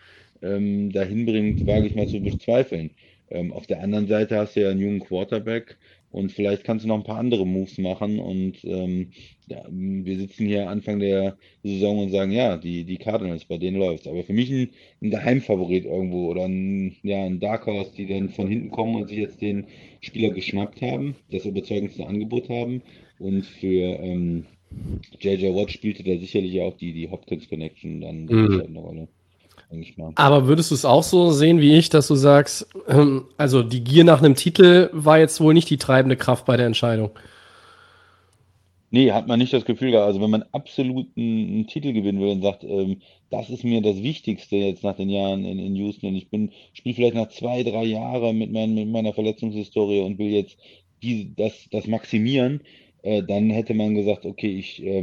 S3: dahin bringt, wage ich mal zu bezweifeln. Auf der anderen Seite hast du ja einen jungen Quarterback und vielleicht kannst du noch ein paar andere Moves machen und ja, wir sitzen hier Anfang der Saison und sagen, ja, die Cardinals, bei denen läuft's. Aber für mich ein Geheimfavorit irgendwo oder ein Dark Horse, die dann von hinten kommen und sich jetzt den Spieler geschnappt haben, das überzeugendste Angebot haben. Und für J.J. Watt spielte da sicherlich auch die Hopkins Connection dann eine entscheidende Rolle, denke ich mal.
S2: Aber würdest du es auch so sehen wie ich, dass du sagst, also die Gier nach einem Titel war jetzt wohl nicht die treibende Kraft bei der Entscheidung?
S3: Nee, hat man nicht das Gefühl gehabt. Also wenn man absolut einen Titel gewinnen will und sagt, das ist mir das Wichtigste jetzt nach den Jahren in Houston und spiele vielleicht nach 2, 3 Jahren mit meiner Verletzungshistorie und will jetzt das maximieren, dann hätte man gesagt, okay,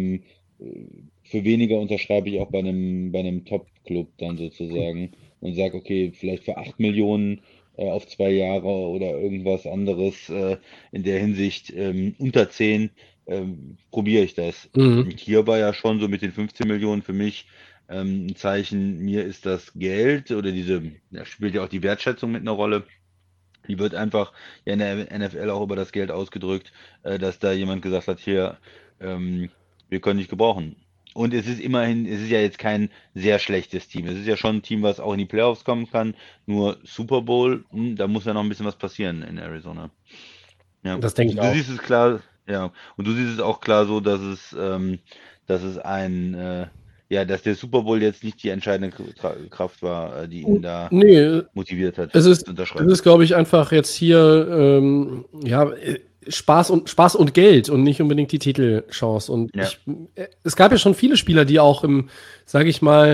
S3: für weniger unterschreibe ich auch bei einem Top-Club dann sozusagen und sage, okay, vielleicht für 8 Millionen auf 2 Jahre oder irgendwas anderes in der Hinsicht unter 10 probiere ich das.
S2: Mhm.
S3: Und hier war ja schon so mit den 15 Millionen für mich ein Zeichen, mir ist das Geld oder da spielt ja auch die Wertschätzung mit einer Rolle. Die wird einfach ja in der NFL auch über das Geld ausgedrückt, dass da jemand gesagt hat, hier, wir können dich gebrauchen. Und es ist ja jetzt kein sehr schlechtes Team. Es ist ja schon ein Team, was auch in die Playoffs kommen kann. Nur Super Bowl, da muss ja noch ein bisschen was passieren in Arizona. Ja,
S2: Das denke ich
S3: du
S2: auch.
S3: siehst es klar, ja, und du siehst es auch klar so, dass es ja, dass der Super Bowl jetzt nicht die entscheidende Kraft war, die ihn da
S2: Nee,
S3: motiviert hat,
S2: es ist,
S3: zu
S2: es
S3: unterschreiben.
S2: ist, glaube ich, einfach jetzt hier ja, Spaß und Geld und nicht unbedingt die Titelchance. Und
S3: Ja,
S2: es gab ja schon viele Spieler, die auch im, sage ich mal,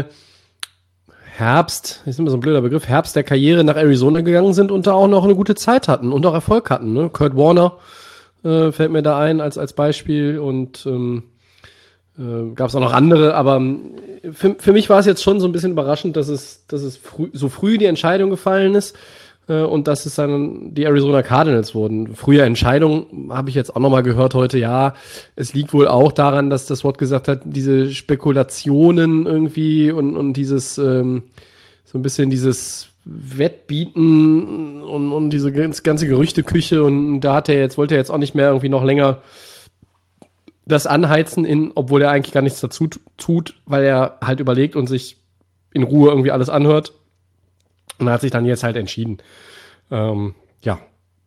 S2: Herbst, ist immer so ein blöder Begriff, Herbst der Karriere nach Arizona gegangen sind und da auch noch eine gute Zeit hatten und auch Erfolg hatten. Ne? Kurt Warner fällt mir da ein als Beispiel und gab es auch noch andere, aber für mich war es jetzt schon so ein bisschen überraschend, dass es so früh die Entscheidung gefallen ist und dass es dann die Arizona Cardinals wurden. Frühe Entscheidung habe ich jetzt auch nochmal gehört heute, ja, es liegt wohl auch daran, dass das Wort gesagt hat, diese Spekulationen irgendwie und dieses so ein bisschen dieses Wettbieten und diese ganze Gerüchteküche und da wollte er jetzt auch nicht mehr irgendwie noch länger das Anheizen obwohl er eigentlich gar nichts dazu tut, weil er halt überlegt und sich in Ruhe irgendwie alles anhört. Und er hat sich dann jetzt halt entschieden. Ja.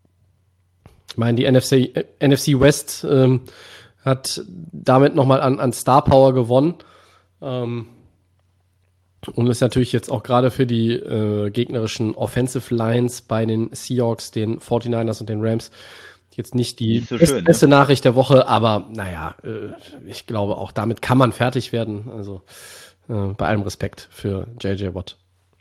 S2: Ich meine, die NFC West hat damit nochmal an Star Power gewonnen. Und ist natürlich jetzt auch gerade für die gegnerischen Offensive Lines bei den Seahawks, den 49ers und den Rams jetzt nicht die
S3: nicht so schön, ne?
S2: beste Nachricht der Woche, aber naja, ich glaube auch damit kann man fertig werden. Also bei allem Respekt für J.J. Watt.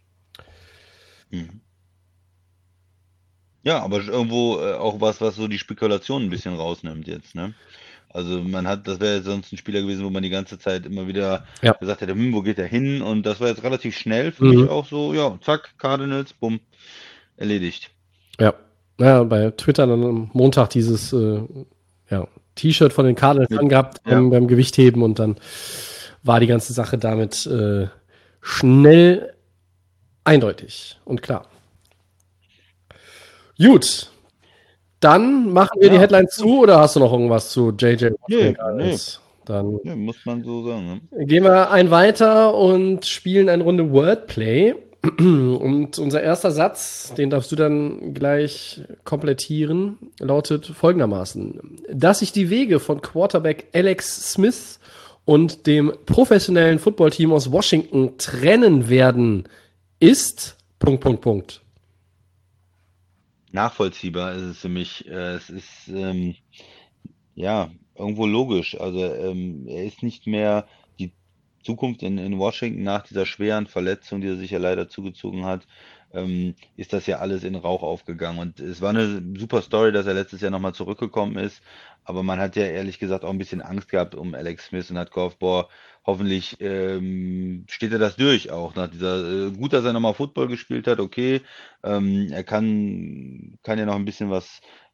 S3: Mhm. Ja, aber irgendwo auch was so die Spekulation ein bisschen rausnimmt jetzt, ne? Also das wäre jetzt sonst ein Spieler gewesen, wo man die ganze Zeit immer wieder
S2: Ja.
S3: gesagt hätte, wo geht der hin? Und das war jetzt relativ schnell für mich
S2: Mhm.
S3: auch so, ja, zack, Cardinals, bumm, erledigt.
S2: Ja. Ja, bei Twitter dann am Montag dieses ja, T-Shirt von den Cardinals angehabt
S3: Ja.
S2: beim Gewichtheben und dann war die ganze Sache damit schnell eindeutig und klar. Gut, dann machen wir die
S3: Ja,
S2: Headlines zu oder hast du noch irgendwas zu JJ Watt von
S3: nee,
S2: den Cardinals? Dann
S3: nee, muss man so sagen, ne?
S2: gehen wir ein weiter und spielen eine Runde Wordplay. Und unser erster Satz, den darfst du dann gleich komplettieren, lautet folgendermaßen. Dass sich die Wege von Quarterback Alex Smith und dem professionellen Footballteam aus Washington trennen werden, ist Punkt.
S3: Nachvollziehbar ist es für mich. Es ist ja irgendwo logisch. Also er ist nicht mehr die Zukunft in Washington nach dieser schweren Verletzung, die er sich ja leider zugezogen hat, ist das ja alles in Rauch aufgegangen. Und es war eine super Story, dass er letztes Jahr nochmal zurückgekommen ist. Aber man hat ja ehrlich gesagt auch ein bisschen Angst gehabt um Alex Smith und hat gehofft, boah, hoffentlich steht er das durch auch nach gut, dass er nochmal Football gespielt hat, okay. Er kann ja noch ein bisschen was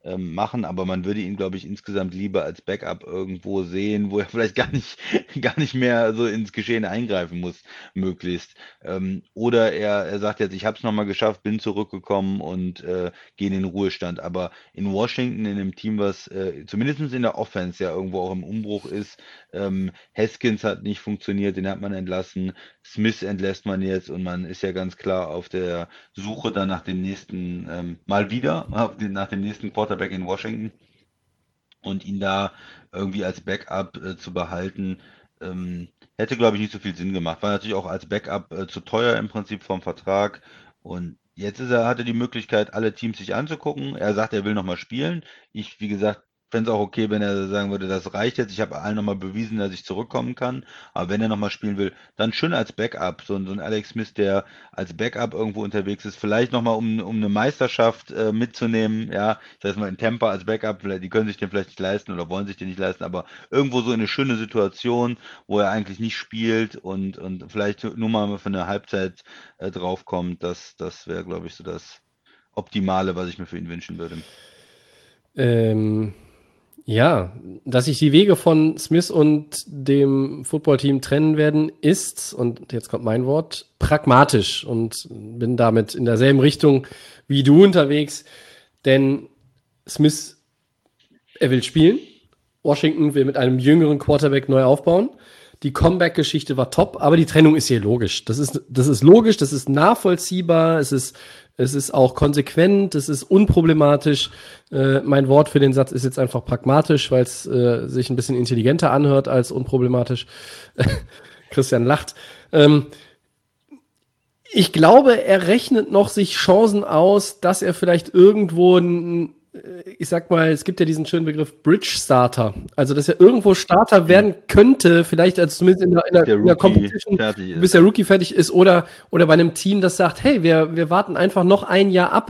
S3: machen, aber man würde ihn, glaube ich, insgesamt lieber als Backup irgendwo sehen, wo er vielleicht gar nicht mehr so ins Geschehen eingreifen muss, möglichst. Oder er sagt jetzt, ich habe es nochmal geschafft, bin zurückgekommen und gehe in den Ruhestand. Aber in Washington, in einem Team, was zumindest in der Offense ja irgendwo auch im Umbruch ist, Haskins hat nicht funktioniert, den hat man entlassen, Smith entlässt man jetzt und man ist ja ganz klar auf der Suche dann nach dem nächsten, nach dem nächsten Quarterback in Washington und ihn da irgendwie als Backup zu behalten, hätte, glaube ich, nicht so viel Sinn gemacht. War natürlich auch als Backup zu teuer im Prinzip vom Vertrag und jetzt hat er die Möglichkeit, alle Teams sich anzugucken. Er sagt, er will nochmal spielen. Ich, wie gesagt, fände es auch okay, wenn er sagen würde, das reicht jetzt. Ich habe allen nochmal bewiesen, dass ich zurückkommen kann. Aber wenn er nochmal spielen will, dann schön als Backup. So ein Alex Smith, der als Backup irgendwo unterwegs ist. Vielleicht nochmal, um eine Meisterschaft mitzunehmen. Ja, das heißt mal in Tampa als Backup. Die können sich den vielleicht nicht leisten oder wollen sich den nicht leisten. Aber irgendwo so in eine schöne Situation, wo er eigentlich nicht spielt und vielleicht nur mal für eine Halbzeit draufkommt. Das wäre, glaube ich, so das Optimale, was ich mir für ihn wünschen würde.
S2: Ja, dass sich die Wege von Smith und dem Footballteam trennen werden, ist, und jetzt kommt mein Wort, pragmatisch und bin damit in derselben Richtung wie du unterwegs, denn Smith, er will spielen, Washington will mit einem jüngeren Quarterback neu aufbauen, die Comeback-Geschichte war top, aber die Trennung ist hier logisch. Das ist logisch, das ist nachvollziehbar, es ist auch konsequent, es ist unproblematisch. Mein Wort für den Satz ist jetzt einfach pragmatisch, weil es sich ein bisschen intelligenter anhört als unproblematisch. Christian lacht. Ich glaube, er rechnet noch sich Chancen aus, dass er vielleicht irgendwo ich sag mal, es gibt ja diesen schönen Begriff Bridge Starter. Also, dass er irgendwo Starter werden könnte, vielleicht als zumindest in der Competition, bis der Rookie fertig ist, oder bei einem Team, das sagt, hey, wir warten einfach noch ein Jahr ab,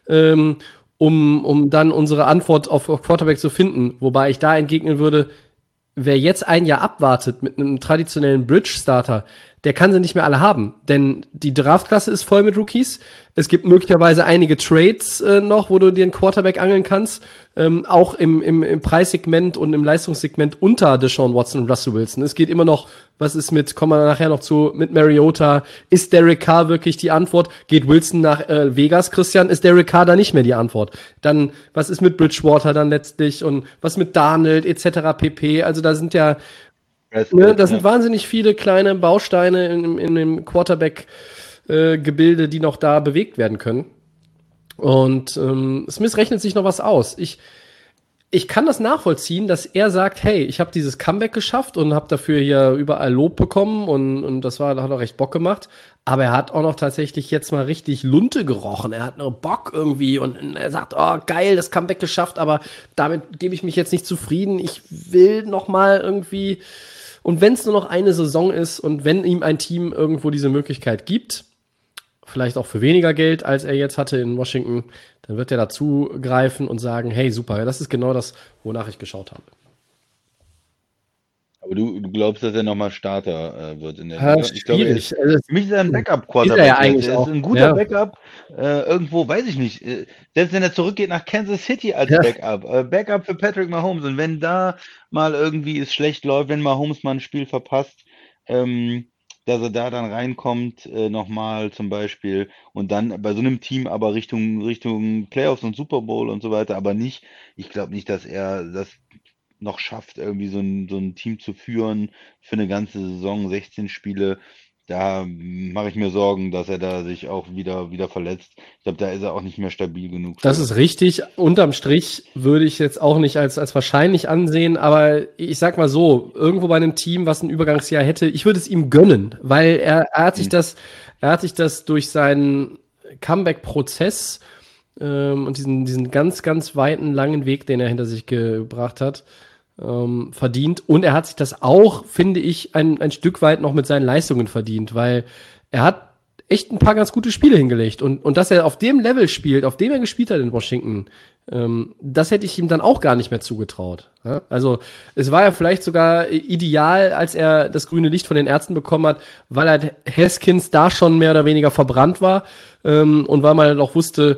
S2: um dann unsere Antwort auf Quarterback zu finden. Wobei ich da entgegnen würde, wer jetzt ein Jahr abwartet mit einem traditionellen Bridge Starter, der kann sie nicht mehr alle haben, denn die Draftklasse ist voll mit Rookies. Es gibt möglicherweise einige Trades noch, wo du dir einen Quarterback angeln kannst, auch im Preissegment und im Leistungssegment unter Deshaun Watson und Russell Wilson. Es geht immer noch, was ist kommen wir nachher noch zu, mit Mariota? Ist Derek Carr wirklich die Antwort? Geht Wilson nach Vegas, Christian? Ist Derek Carr da nicht mehr die Antwort? Dann, was ist mit Bridgewater dann letztlich und was mit Darnold etc. pp. Also da sind ja da sind wahnsinnig viele kleine Bausteine in dem Quarterback-Gebilde, die noch da bewegt werden können. Und Smith rechnet sich noch was aus. Ich kann das nachvollziehen, dass er sagt, hey, ich habe dieses Comeback geschafft und habe dafür hier überall Lob bekommen und das hat auch recht Bock gemacht. Aber er hat auch noch tatsächlich jetzt mal richtig Lunte gerochen. Er hat noch Bock irgendwie und er sagt, oh geil, das Comeback geschafft, aber damit gebe ich mich jetzt nicht zufrieden. Ich will noch mal irgendwie. Und wenn es nur noch eine Saison ist und wenn ihm ein Team irgendwo diese Möglichkeit gibt, vielleicht auch für weniger Geld, als er jetzt hatte in Washington, dann wird er dazu greifen und sagen, hey, super, das ist genau das, wonach ich geschaut habe.
S3: Aber du glaubst, dass er nochmal Starter wird in der
S2: Liga? Ich glaube,
S3: für mich ist er ein Backup-Quarterback.
S2: Ist er ja eigentlich
S3: er ist ein guter Backup. Irgendwo, weiß ich nicht. Selbst wenn er zurückgeht nach Kansas City als Backup. Backup für Patrick Mahomes. Und wenn da mal irgendwie es schlecht läuft, wenn Mahomes mal ein Spiel verpasst, dass er da dann reinkommt, nochmal zum Beispiel. Und dann bei so einem Team aber Richtung Playoffs und Super Bowl und so weiter. Aber nicht, ich glaube nicht, dass er das noch schafft, irgendwie so ein Team zu führen für eine ganze Saison, 16 Spiele. Da mache ich mir Sorgen, dass er da sich auch wieder verletzt. Ich glaube, da ist er auch nicht mehr stabil genug.
S2: Das ist richtig. Unterm Strich würde ich jetzt auch nicht als wahrscheinlich ansehen, aber ich sag mal so, irgendwo bei einem Team, was ein Übergangsjahr hätte, ich würde es ihm gönnen, weil er hat sich das durch seinen Comeback-Prozess und diesen ganz, ganz weiten, langen Weg, den er hinter sich gebracht hat, verdient. Und er hat sich das auch, finde ich, ein Stück weit noch mit seinen Leistungen verdient, weil er hat echt ein paar ganz gute Spiele hingelegt. Und dass er auf dem Level spielt, auf dem er gespielt hat in Washington, das hätte ich ihm dann auch gar nicht mehr zugetraut. Ja? Also es war ja vielleicht sogar ideal, als er das grüne Licht von den Ärzten bekommen hat, weil halt Haskins da schon mehr oder weniger verbrannt war. und weil man auch wusste,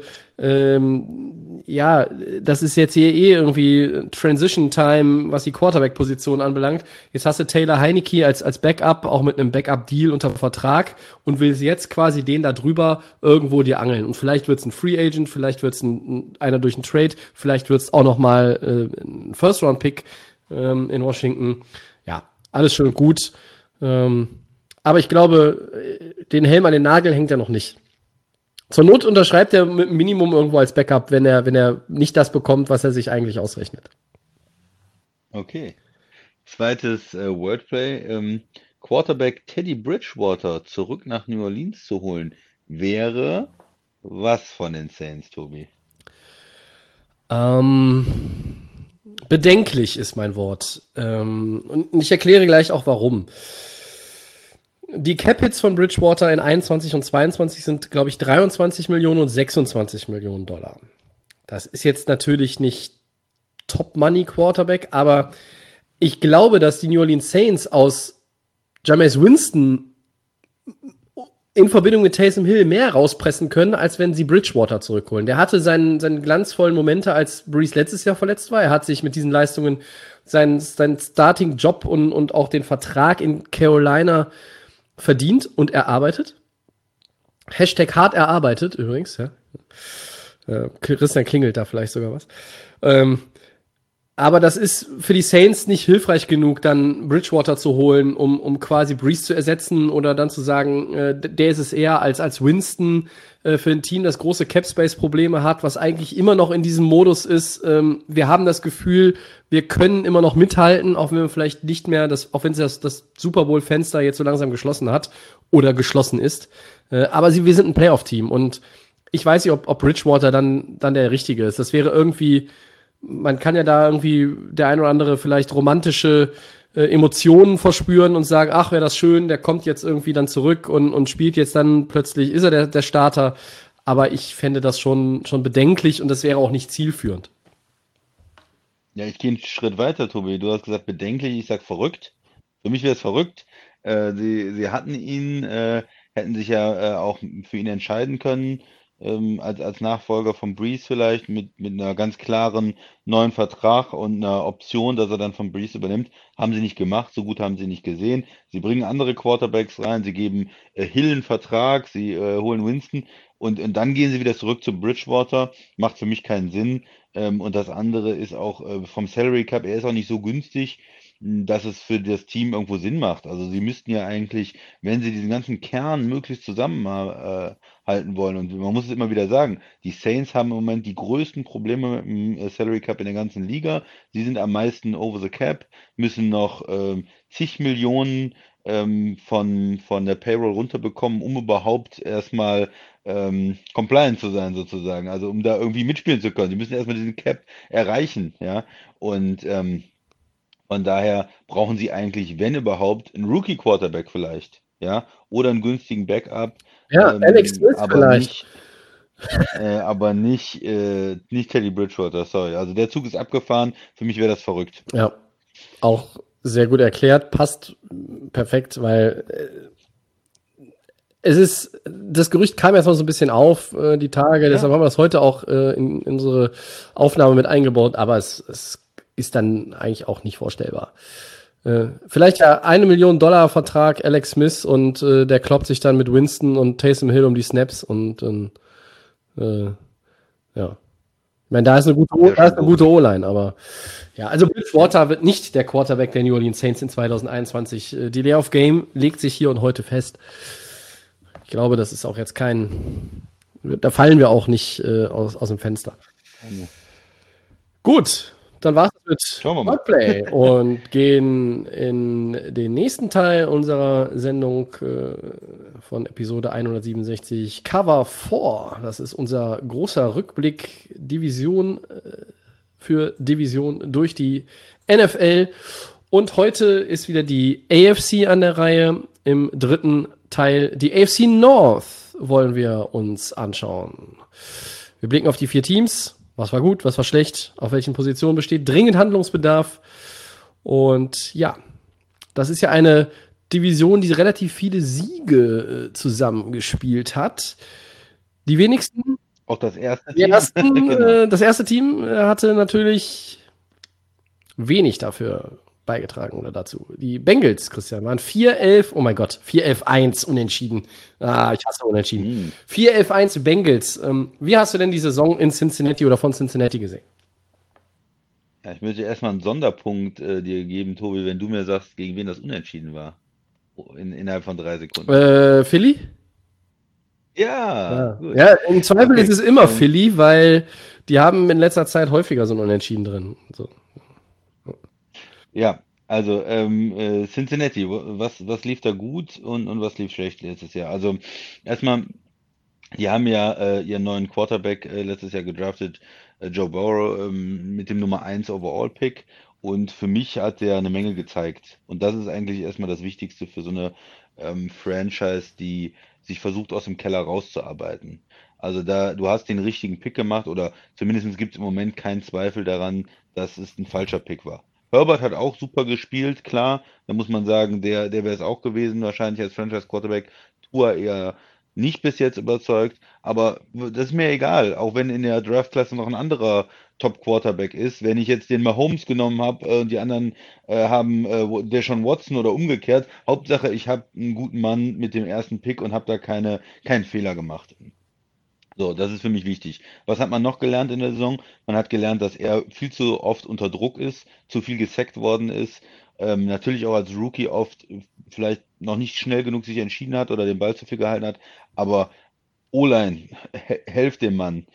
S2: ja, das ist jetzt hier irgendwie Transition Time, was die Quarterback-Position anbelangt. Jetzt hast du Taylor Heinicke als Backup, auch mit einem Backup-Deal unter Vertrag und willst jetzt quasi den da drüber irgendwo dir angeln. Und vielleicht wird's ein Free Agent, vielleicht wird's einer durch einen Trade, vielleicht wird's auch noch mal ein First-Round-Pick in Washington. Ja, alles schön und gut. Aber ich glaube, den Helm an den Nagel hängt er noch nicht. Zur Not unterschreibt er mit einem Minimum irgendwo als Backup, wenn er nicht das bekommt, was er sich eigentlich ausrechnet.
S3: Okay. Zweites Wordplay. Quarterback Teddy Bridgewater zurück nach New Orleans zu holen, wäre was von den Saints, Tobi?
S2: Bedenklich ist mein Wort. Und ich erkläre gleich auch warum. Die Cap-Hits von Bridgewater in 21 und 22 sind, glaube ich, 23 Millionen und 26 Millionen Dollar. Das ist jetzt natürlich nicht Top-Money-Quarterback, aber ich glaube, dass die New Orleans Saints aus Jameis Winston in Verbindung mit Taysom Hill mehr rauspressen können, als wenn sie Bridgewater zurückholen. Der hatte seinen glanzvollen Momente, als Brees letztes Jahr verletzt war. Er hat sich mit diesen Leistungen seinen Starting-Job und auch den Vertrag in Carolina verdient und erarbeitet. Hashtag hart erarbeitet übrigens. Ja. Christian klingelt da vielleicht sogar was. Aber das ist für die Saints nicht hilfreich genug, dann Bridgewater zu holen, um quasi Brees zu ersetzen oder dann zu sagen, der ist es eher als Winston für ein Team, das große Cap-Space-Probleme hat, was eigentlich immer noch in diesem Modus ist. Wir haben das Gefühl, wir können immer noch mithalten, auch wenn wir vielleicht nicht mehr, auch wenn das Super Bowl-Fenster jetzt so langsam geschlossen hat oder geschlossen ist. Aber wir sind ein Playoff-Team und ich weiß nicht, ob Bridgewater dann der Richtige ist. Das wäre irgendwie, man kann ja da irgendwie der ein oder andere vielleicht romantische Emotionen verspüren und sagen, ach, wäre das schön, der kommt jetzt irgendwie dann zurück und spielt jetzt dann plötzlich, ist er der Starter. Aber ich fände das schon bedenklich und das wäre auch nicht zielführend.
S3: Ja, ich gehe einen Schritt weiter, Tobi. Du hast gesagt bedenklich, ich sag verrückt. Für mich wäre es verrückt. Sie hatten ihn, hätten sich ja auch für ihn entscheiden können, als Nachfolger von Brees vielleicht, mit einer ganz klaren neuen Vertrag und einer Option, dass er dann von Brees übernimmt. Haben sie nicht gemacht, so gut haben sie nicht gesehen. Sie bringen andere Quarterbacks rein, sie geben Hill einen Vertrag, sie holen Winston und dann gehen sie wieder zurück zu Bridgewater. Macht für mich keinen Sinn. Und das andere ist auch vom Salary Cap, er ist auch nicht so günstig, dass es für das Team irgendwo Sinn macht. Also sie müssten ja eigentlich, wenn sie diesen ganzen Kern möglichst zusammenhalten wollen, und man muss es immer wieder sagen, die Saints haben im Moment die größten Probleme mit dem Salary Cap in der ganzen Liga. Sie sind am meisten over the cap, müssen noch zig Millionen von der Payroll runterbekommen, um überhaupt erstmal compliant zu sein sozusagen, also um da irgendwie mitspielen zu können. Die müssen erstmal diesen Cap erreichen, ja, und von daher brauchen sie eigentlich, wenn überhaupt, einen Rookie-Quarterback vielleicht, ja, oder einen günstigen Backup,
S2: Ja, Alex Smith
S3: aber
S2: vielleicht.
S3: nicht Teddy Bridgewater, sorry. Also der Zug ist abgefahren, für mich wäre das verrückt.
S2: Ja, auch sehr gut erklärt, passt perfekt, weil das Gerücht kam erst mal so ein bisschen auf, die Tage, deshalb haben wir das heute auch in unsere Aufnahme mit eingebaut, aber es ist dann eigentlich auch nicht vorstellbar. Vielleicht ja $1 Million Vertrag Alex Smith und der kloppt sich dann mit Winston und Taysom Hill um die Snaps und ja. Ich meine, da ist eine gute O-Line, aber ja, also Bridgewater wird nicht der Quarterback der New Orleans Saints in 2021. Die Delay of Game legt sich hier und heute fest. Ich glaube, das ist auch jetzt da fallen wir auch nicht aus dem Fenster. Gut, dann war's mit Wordplay und gehen in den nächsten Teil unserer Sendung von Episode 167, Cover 4. Das ist unser großer Rückblick für Division durch die NFL. Und heute ist wieder die AFC an der Reihe. Im dritten Teil die AFC North wollen wir uns anschauen. Wir blicken auf die 4 Teams. Was war gut, was war schlecht, auf welchen Positionen besteht dringend Handlungsbedarf. Und ja, das ist ja eine Division, die relativ viele Siege zusammengespielt hat. Die wenigsten,
S3: Auch das erste
S2: die
S3: Team?
S2: ersten,
S3: Genau.
S2: das erste Team hatte natürlich wenig dafür beigetragen oder dazu. Die Bengals, Christian, waren 4-11, oh mein Gott, 4-11-1 unentschieden. Ah, ich hasse unentschieden.
S3: Hm.
S2: 4-11-1 Bengals. Wie hast du denn die Saison in Cincinnati oder von Cincinnati gesehen?
S3: Ja, ich möchte erstmal einen Sonderpunkt dir geben, Tobi, wenn du mir sagst, gegen wen das unentschieden war. Innerhalb von 3 Sekunden.
S2: Philly?
S3: Ja,
S2: Ja.
S3: gut.
S2: Ja, im Zweifel ist
S3: Okay.
S2: es immer Philly, weil die haben in letzter Zeit häufiger so ein Unentschieden drin. So.
S3: Ja, also Cincinnati, was lief da gut und was lief schlecht letztes Jahr? Also erstmal, die haben ja ihren neuen Quarterback letztes Jahr gedraftet, Joe Burrow, mit dem Nummer 1 Overall-Pick. Und für mich hat der eine Menge gezeigt. Und das ist eigentlich erstmal das Wichtigste für so eine Franchise, die sich versucht, aus dem Keller rauszuarbeiten. Also du hast den richtigen Pick gemacht, oder zumindest gibt es im Moment keinen Zweifel daran, dass es ein falscher Pick war. Herbert hat auch super gespielt, klar. Da muss man sagen, der wäre es auch gewesen, wahrscheinlich als Franchise-Quarterback. Tua eher nicht bis jetzt überzeugt, aber das ist mir egal, auch wenn in der Draftklasse noch ein anderer Top-Quarterback ist. Wenn ich jetzt den Mahomes genommen habe und die anderen haben Deshaun Watson oder umgekehrt, Hauptsache ich habe einen guten Mann mit dem ersten Pick und habe da keinen Fehler gemacht. So, das ist für mich wichtig. Was hat man noch gelernt in der Saison? Man hat gelernt, dass er viel zu oft unter Druck ist, zu viel gesackt worden ist, natürlich auch als Rookie oft vielleicht noch nicht schnell genug sich entschieden hat oder den Ball zu viel gehalten hat, aber O-Line, helft dem Mann,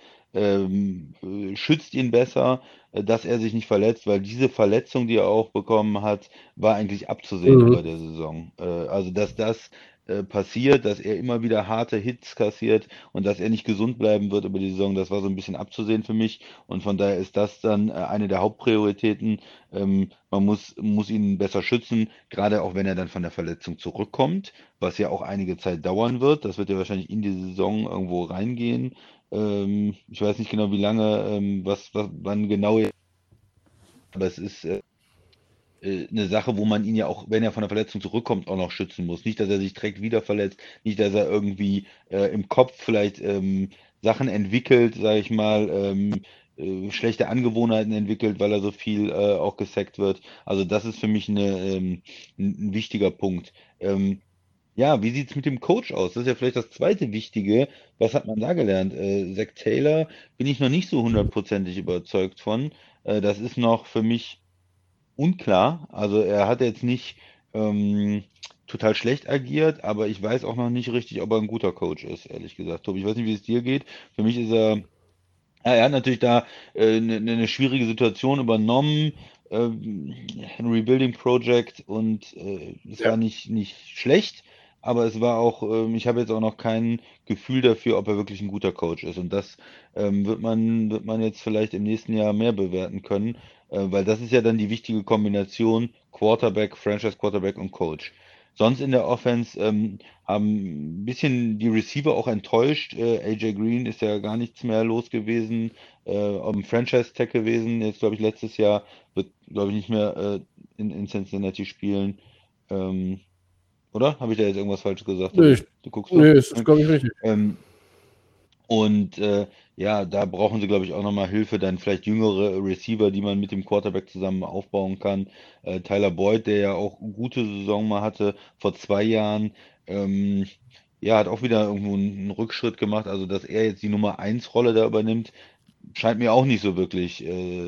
S3: schützt ihn besser, dass er sich nicht verletzt, weil diese Verletzung, die er auch bekommen hat, war eigentlich abzusehen
S2: Mhm.
S3: über der Saison. Also, dass das passiert, dass er immer wieder harte Hits kassiert und dass er nicht gesund bleiben wird über die Saison, das war so ein bisschen abzusehen für mich. Und von daher ist das dann eine der Hauptprioritäten. Man muss ihn besser schützen, gerade auch wenn er dann von der Verletzung zurückkommt, was ja auch einige Zeit dauern wird. Das wird ja wahrscheinlich in die Saison irgendwo reingehen. Ich weiß nicht genau, wie lange, wann genau, aber es ist eine Sache, wo man ihn ja auch, wenn er von der Verletzung zurückkommt, auch noch schützen muss. Nicht, dass er sich direkt wieder verletzt, nicht, dass er irgendwie im Kopf vielleicht Sachen entwickelt, sage ich mal, schlechte Angewohnheiten entwickelt, weil er so viel auch gesackt wird. Also das ist für mich ein wichtiger Punkt. Ja, wie sieht's mit dem Coach aus? Das ist ja vielleicht das zweite Wichtige. Was hat man da gelernt? Zach Taylor bin ich noch nicht so hundertprozentig überzeugt von. Das ist noch für mich unklar. Also er hat jetzt nicht ähm, total schlecht agiert, aber ich weiß auch noch nicht richtig, ob er ein guter Coach ist, ehrlich gesagt. Tobi, ich weiß nicht, wie es dir geht. Für mich ist er, ja, er hat natürlich da eine schwierige Situation übernommen, ein Rebuilding Project, und es
S2: Ja.
S3: war nicht schlecht, aber es war auch, ich habe jetzt auch noch kein Gefühl dafür, ob er wirklich ein guter Coach ist. Und das wird man jetzt vielleicht im nächsten Jahr mehr bewerten können, weil das ist ja dann die wichtige Kombination Quarterback, Franchise Quarterback und Coach. Sonst in der Offense haben ein bisschen die Receiver auch enttäuscht. AJ Green ist ja gar nichts mehr los gewesen, auf dem Franchise-Tag gewesen. Jetzt, glaube ich, letztes Jahr wird, glaube ich, nicht mehr in Cincinnati spielen. Ähm, oder? Habe ich da jetzt irgendwas Falsches gesagt,
S2: Nö,
S3: Tobi? Du guckst so?
S2: nö, ist das, glaube ich, richtig.
S3: Ähm, und ja, da brauchen sie, glaube ich, auch nochmal Hilfe, dann vielleicht jüngere Receiver, die man mit dem Quarterback zusammen aufbauen kann. Tyler Boyd, der ja auch eine gute Saison mal hatte vor 2 Jahren, ähm, ja, hat auch wieder irgendwo einen Rückschritt gemacht. Also, dass er jetzt die Nummer 1 Rolle da übernimmt, scheint mir auch nicht so wirklich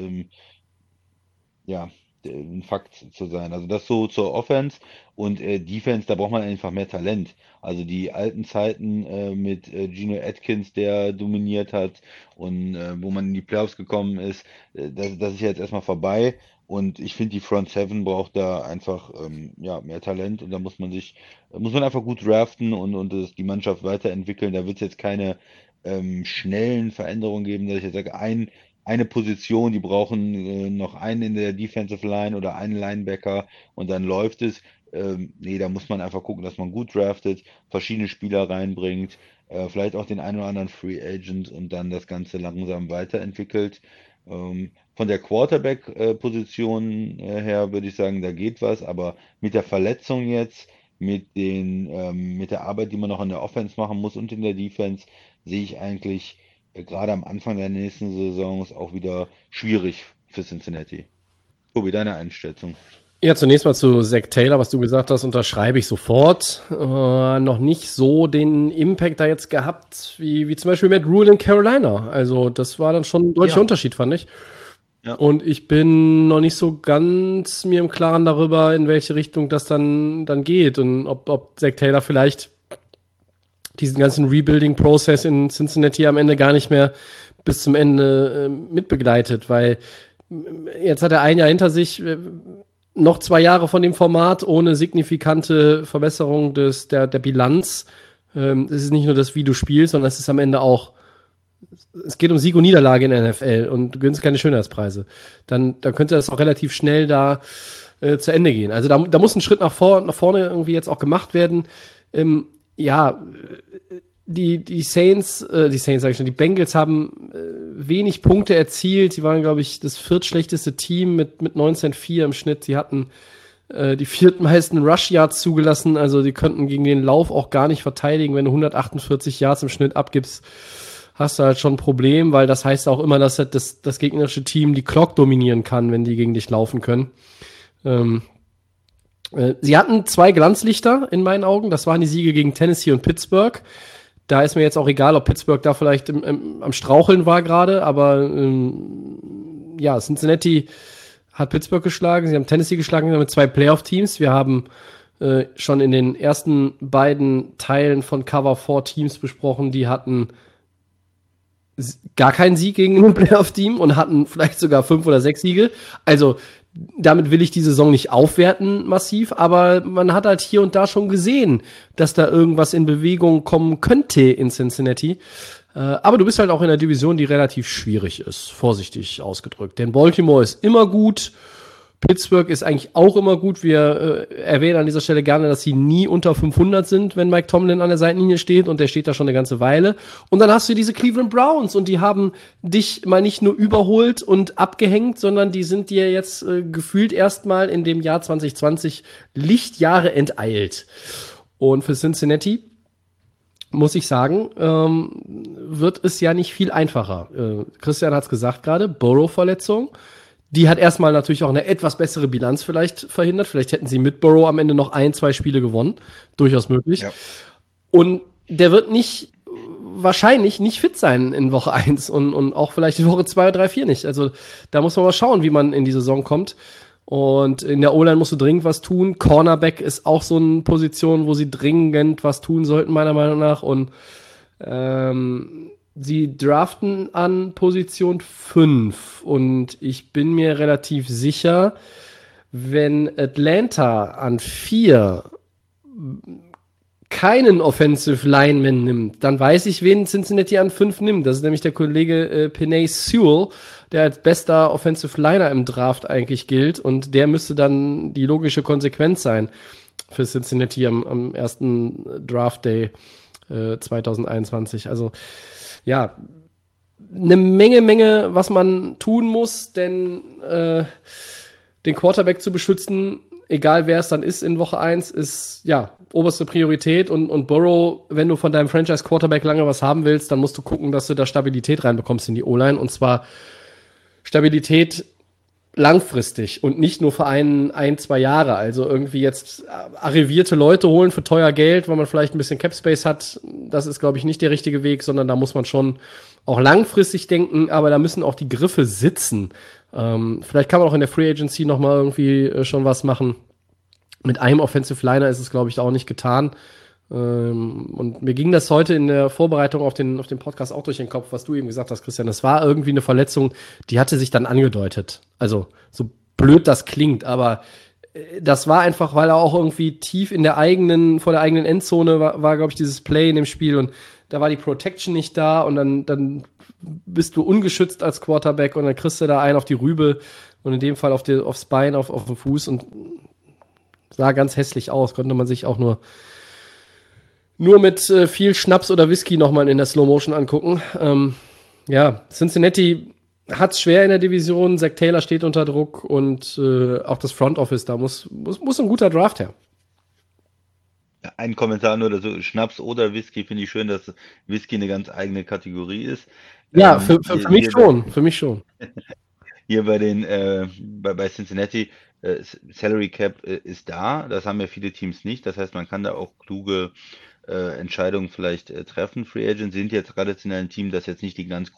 S3: ja, ein Fakt zu sein. Also das so zur Offense, und Defense, da braucht man einfach mehr Talent. Also die alten Zeiten mit Geno Atkins, der dominiert hat und wo man in die Playoffs gekommen ist, das ist ja jetzt erstmal vorbei. Und ich finde, die Front Seven braucht da einfach ja, mehr Talent, und da muss man einfach gut draften und die Mannschaft weiterentwickeln. Da wird es jetzt keine schnellen Veränderungen geben, dass ich jetzt sage, eine Position, die brauchen noch einen in der Defensive Line oder einen Linebacker, und dann läuft es. Nee, da muss man einfach gucken, dass man gut draftet, verschiedene Spieler reinbringt, vielleicht auch den einen oder anderen Free Agent, und dann das Ganze langsam weiterentwickelt. Von der Quarterback-Position her würde ich sagen, da geht was, aber mit der Verletzung jetzt, mit der Arbeit, die man noch in der Offense machen muss und in der Defense, sehe ich eigentlich gerade am Anfang der nächsten Saisons auch wieder schwierig für Cincinnati. Tobi, deine Einschätzung?
S2: Ja, zunächst mal zu Zach Taylor, was du gesagt hast, unterschreibe ich sofort. Noch nicht so den Impact da jetzt gehabt, wie zum Beispiel Matt Rhule in Carolina. Also das war dann schon ein deutlicher Unterschied, fand ich.
S3: Ja.
S2: Und ich bin noch nicht so ganz mir im Klaren darüber, in welche Richtung das dann geht und ob Zach Taylor vielleicht diesen ganzen Rebuilding-Prozess in Cincinnati am Ende gar nicht mehr bis zum Ende mitbegleitet, weil jetzt hat er ein Jahr hinter sich, noch 2 Jahre von dem Format ohne signifikante Verbesserung der Bilanz. Es ist nicht nur das, wie du spielst, sondern es ist am Ende auch, es geht um Sieg und Niederlage in der NFL und du gewinnst keine Schönheitspreise. Dann könnte das auch relativ schnell da zu Ende gehen. Also da muss ein Schritt nach vorne irgendwie jetzt auch gemacht werden. Die Saints sage ich schon, die Bengals haben wenig Punkte erzielt. Sie waren, glaube ich, das viertschlechteste Team mit 19,4 im Schnitt. Sie hatten die viertmeisten Rush-Yards zugelassen. Also die könnten gegen den Lauf auch gar nicht verteidigen. Wenn du 148 Yards im Schnitt abgibst, hast du halt schon ein Problem, weil das heißt auch immer, dass das gegnerische Team die Clock dominieren kann, wenn die gegen dich laufen können. Sie hatten 2 Glanzlichter in meinen Augen. Das waren die Siege gegen Tennessee und Pittsburgh. Da ist mir jetzt auch egal, ob Pittsburgh da vielleicht am Straucheln war gerade, aber Cincinnati hat Pittsburgh geschlagen, sie haben Tennessee geschlagen mit 2 Playoff-Teams. Wir haben schon in den ersten beiden Teilen von Cover 4 Teams besprochen, die hatten gar keinen Sieg gegen ein Playoff-Team und hatten vielleicht sogar 5 oder 6 Siege. Also damit will ich die Saison nicht aufwerten massiv, aber man hat halt hier und da schon gesehen, dass da irgendwas in Bewegung kommen könnte in Cincinnati. Aber du bist halt auch in einer Division, die relativ schwierig ist, vorsichtig ausgedrückt. Denn Baltimore ist immer gut, Pittsburgh ist eigentlich auch immer gut. Wir erwähnen an dieser Stelle gerne, dass sie nie unter 500 sind, wenn Mike Tomlin an der Seitenlinie steht, und der steht da schon eine ganze Weile. Und dann hast du diese Cleveland Browns und die haben dich mal nicht nur überholt und abgehängt, sondern die sind dir jetzt gefühlt erstmal in dem Jahr 2020 Lichtjahre enteilt. Und für Cincinnati, muss ich sagen, wird es ja nicht viel einfacher. Christian hat es gesagt gerade, Burrow-Verletzung. Die hat erstmal natürlich auch eine etwas bessere Bilanz vielleicht verhindert. Vielleicht hätten sie mit Burrow am Ende noch 1, 2 Spiele gewonnen. Durchaus möglich. Ja. Und der wird wahrscheinlich nicht fit sein in Woche 1 und auch vielleicht in Woche 2, 3, 4 nicht. Also da muss man mal schauen, wie man in die Saison kommt. Und in der O-Line musst du dringend was tun. Cornerback ist auch so eine Position, wo sie dringend was tun sollten, meiner Meinung nach. Und sie draften an Position 5 und ich bin mir relativ sicher, wenn Atlanta an 4 keinen Offensive Lineman nimmt, dann weiß ich, wen Cincinnati an 5 nimmt. Das ist nämlich der Kollege Penei Sewell, der als bester Offensive Liner im Draft eigentlich gilt, und der müsste dann die logische Konsequenz sein für Cincinnati am ersten Draft Day 2021. Also ja, eine Menge, was man tun muss, denn den Quarterback zu beschützen, egal wer es dann ist in Woche 1, ist ja oberste Priorität. Und Burrow, wenn du von deinem Franchise-Quarterback lange was haben willst, dann musst du gucken, dass du da Stabilität reinbekommst in die O-Line, und zwar Stabilität langfristig und nicht nur für 1, 2 Jahre. Also irgendwie jetzt arrivierte Leute holen für teuer Geld, weil man vielleicht ein bisschen Cap-Space hat. Das ist, glaube ich, nicht der richtige Weg, sondern da muss man schon auch langfristig denken, aber da müssen auch die Griffe sitzen. Vielleicht kann man auch in der Free Agency noch mal irgendwie schon was machen. Mit einem Offensive Liner ist es, glaube ich, auch nicht getan. Und mir ging das heute in der Vorbereitung auf den Podcast auch durch den Kopf, was du eben gesagt hast, Christian. Das war irgendwie eine Verletzung, die hatte sich dann angedeutet. Also so blöd das klingt, aber das war einfach, weil er auch irgendwie tief vor der eigenen Endzone war, glaube ich, dieses Play in dem Spiel, und da war die Protection nicht da, und dann bist du ungeschützt als Quarterback und dann kriegst du da einen auf die Rübe und in dem Fall aufs Bein, auf den Fuß, und sah ganz hässlich aus. Konnte man sich auch nur mit viel Schnaps oder Whisky nochmal in der Slow Motion angucken. Cincinnati hat's schwer in der Division. Zach Taylor steht unter Druck, und auch das Front Office, da muss ein guter Draft her.
S3: Ein Kommentar nur dazu, Schnaps oder Whisky, finde ich schön, dass Whisky eine ganz eigene Kategorie ist.
S2: Ja, für mich
S3: Hier
S2: schon, für mich schon.
S3: bei bei Cincinnati, Salary Cap ist da, das haben ja viele Teams nicht. Das heißt, man kann da auch kluge Entscheidungen vielleicht treffen. Free Agents sind jetzt traditionell ein Team, das jetzt nicht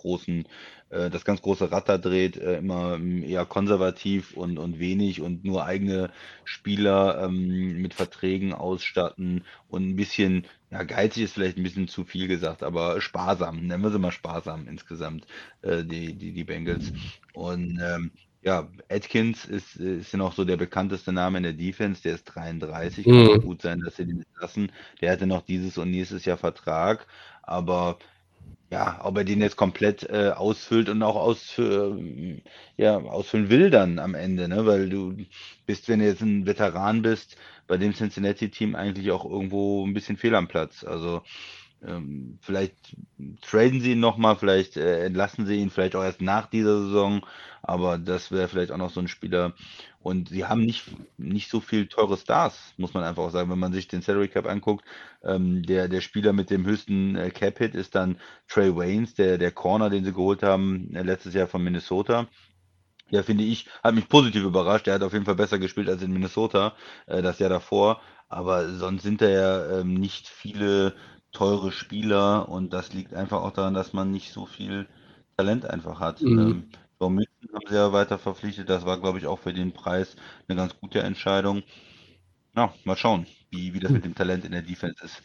S3: das ganz große Rad da dreht, immer eher konservativ und wenig und nur eigene Spieler mit Verträgen ausstatten und ein bisschen, ja, geizig ist vielleicht ein bisschen zu viel gesagt, aber sparsam, nennen wir sie mal sparsam insgesamt, die Bengals. Und ja, Atkins ist ja noch so der bekannteste Name in der Defense, der ist 33, kann auch
S2: Mhm.
S3: gut sein, dass sie den lassen. Der hatte noch dieses und nächstes Jahr Vertrag, aber ja, ob er den jetzt komplett ausfüllt und auch ja, ausfüllen will dann am Ende, ne? Weil du bist, wenn du jetzt ein Veteran bist, bei dem Cincinnati-Team eigentlich auch irgendwo ein bisschen fehl am Platz. Also vielleicht traden sie ihn nochmal, vielleicht entlassen sie ihn, vielleicht auch erst nach dieser Saison, aber das wäre vielleicht auch noch so ein Spieler. Und sie haben nicht so viel teure Stars, muss man einfach auch sagen. Wenn man sich den Salary Cap anguckt, der Spieler mit dem höchsten Cap-Hit ist dann Trey Waynes, der Corner, den sie geholt haben letztes Jahr von Minnesota. Ja, finde ich, hat mich positiv überrascht. Er hat auf jeden Fall besser gespielt als in Minnesota, das Jahr davor. Aber sonst sind da ja nicht viele teure Spieler und das liegt einfach auch daran, dass man nicht so viel Talent einfach hat.
S2: Mhm.
S3: Joe Mixon haben sie ja weiter verpflichtet. Das war, glaube ich, auch für den Preis eine ganz gute Entscheidung. Ja, mal schauen, wie das mit dem Talent in der Defense ist.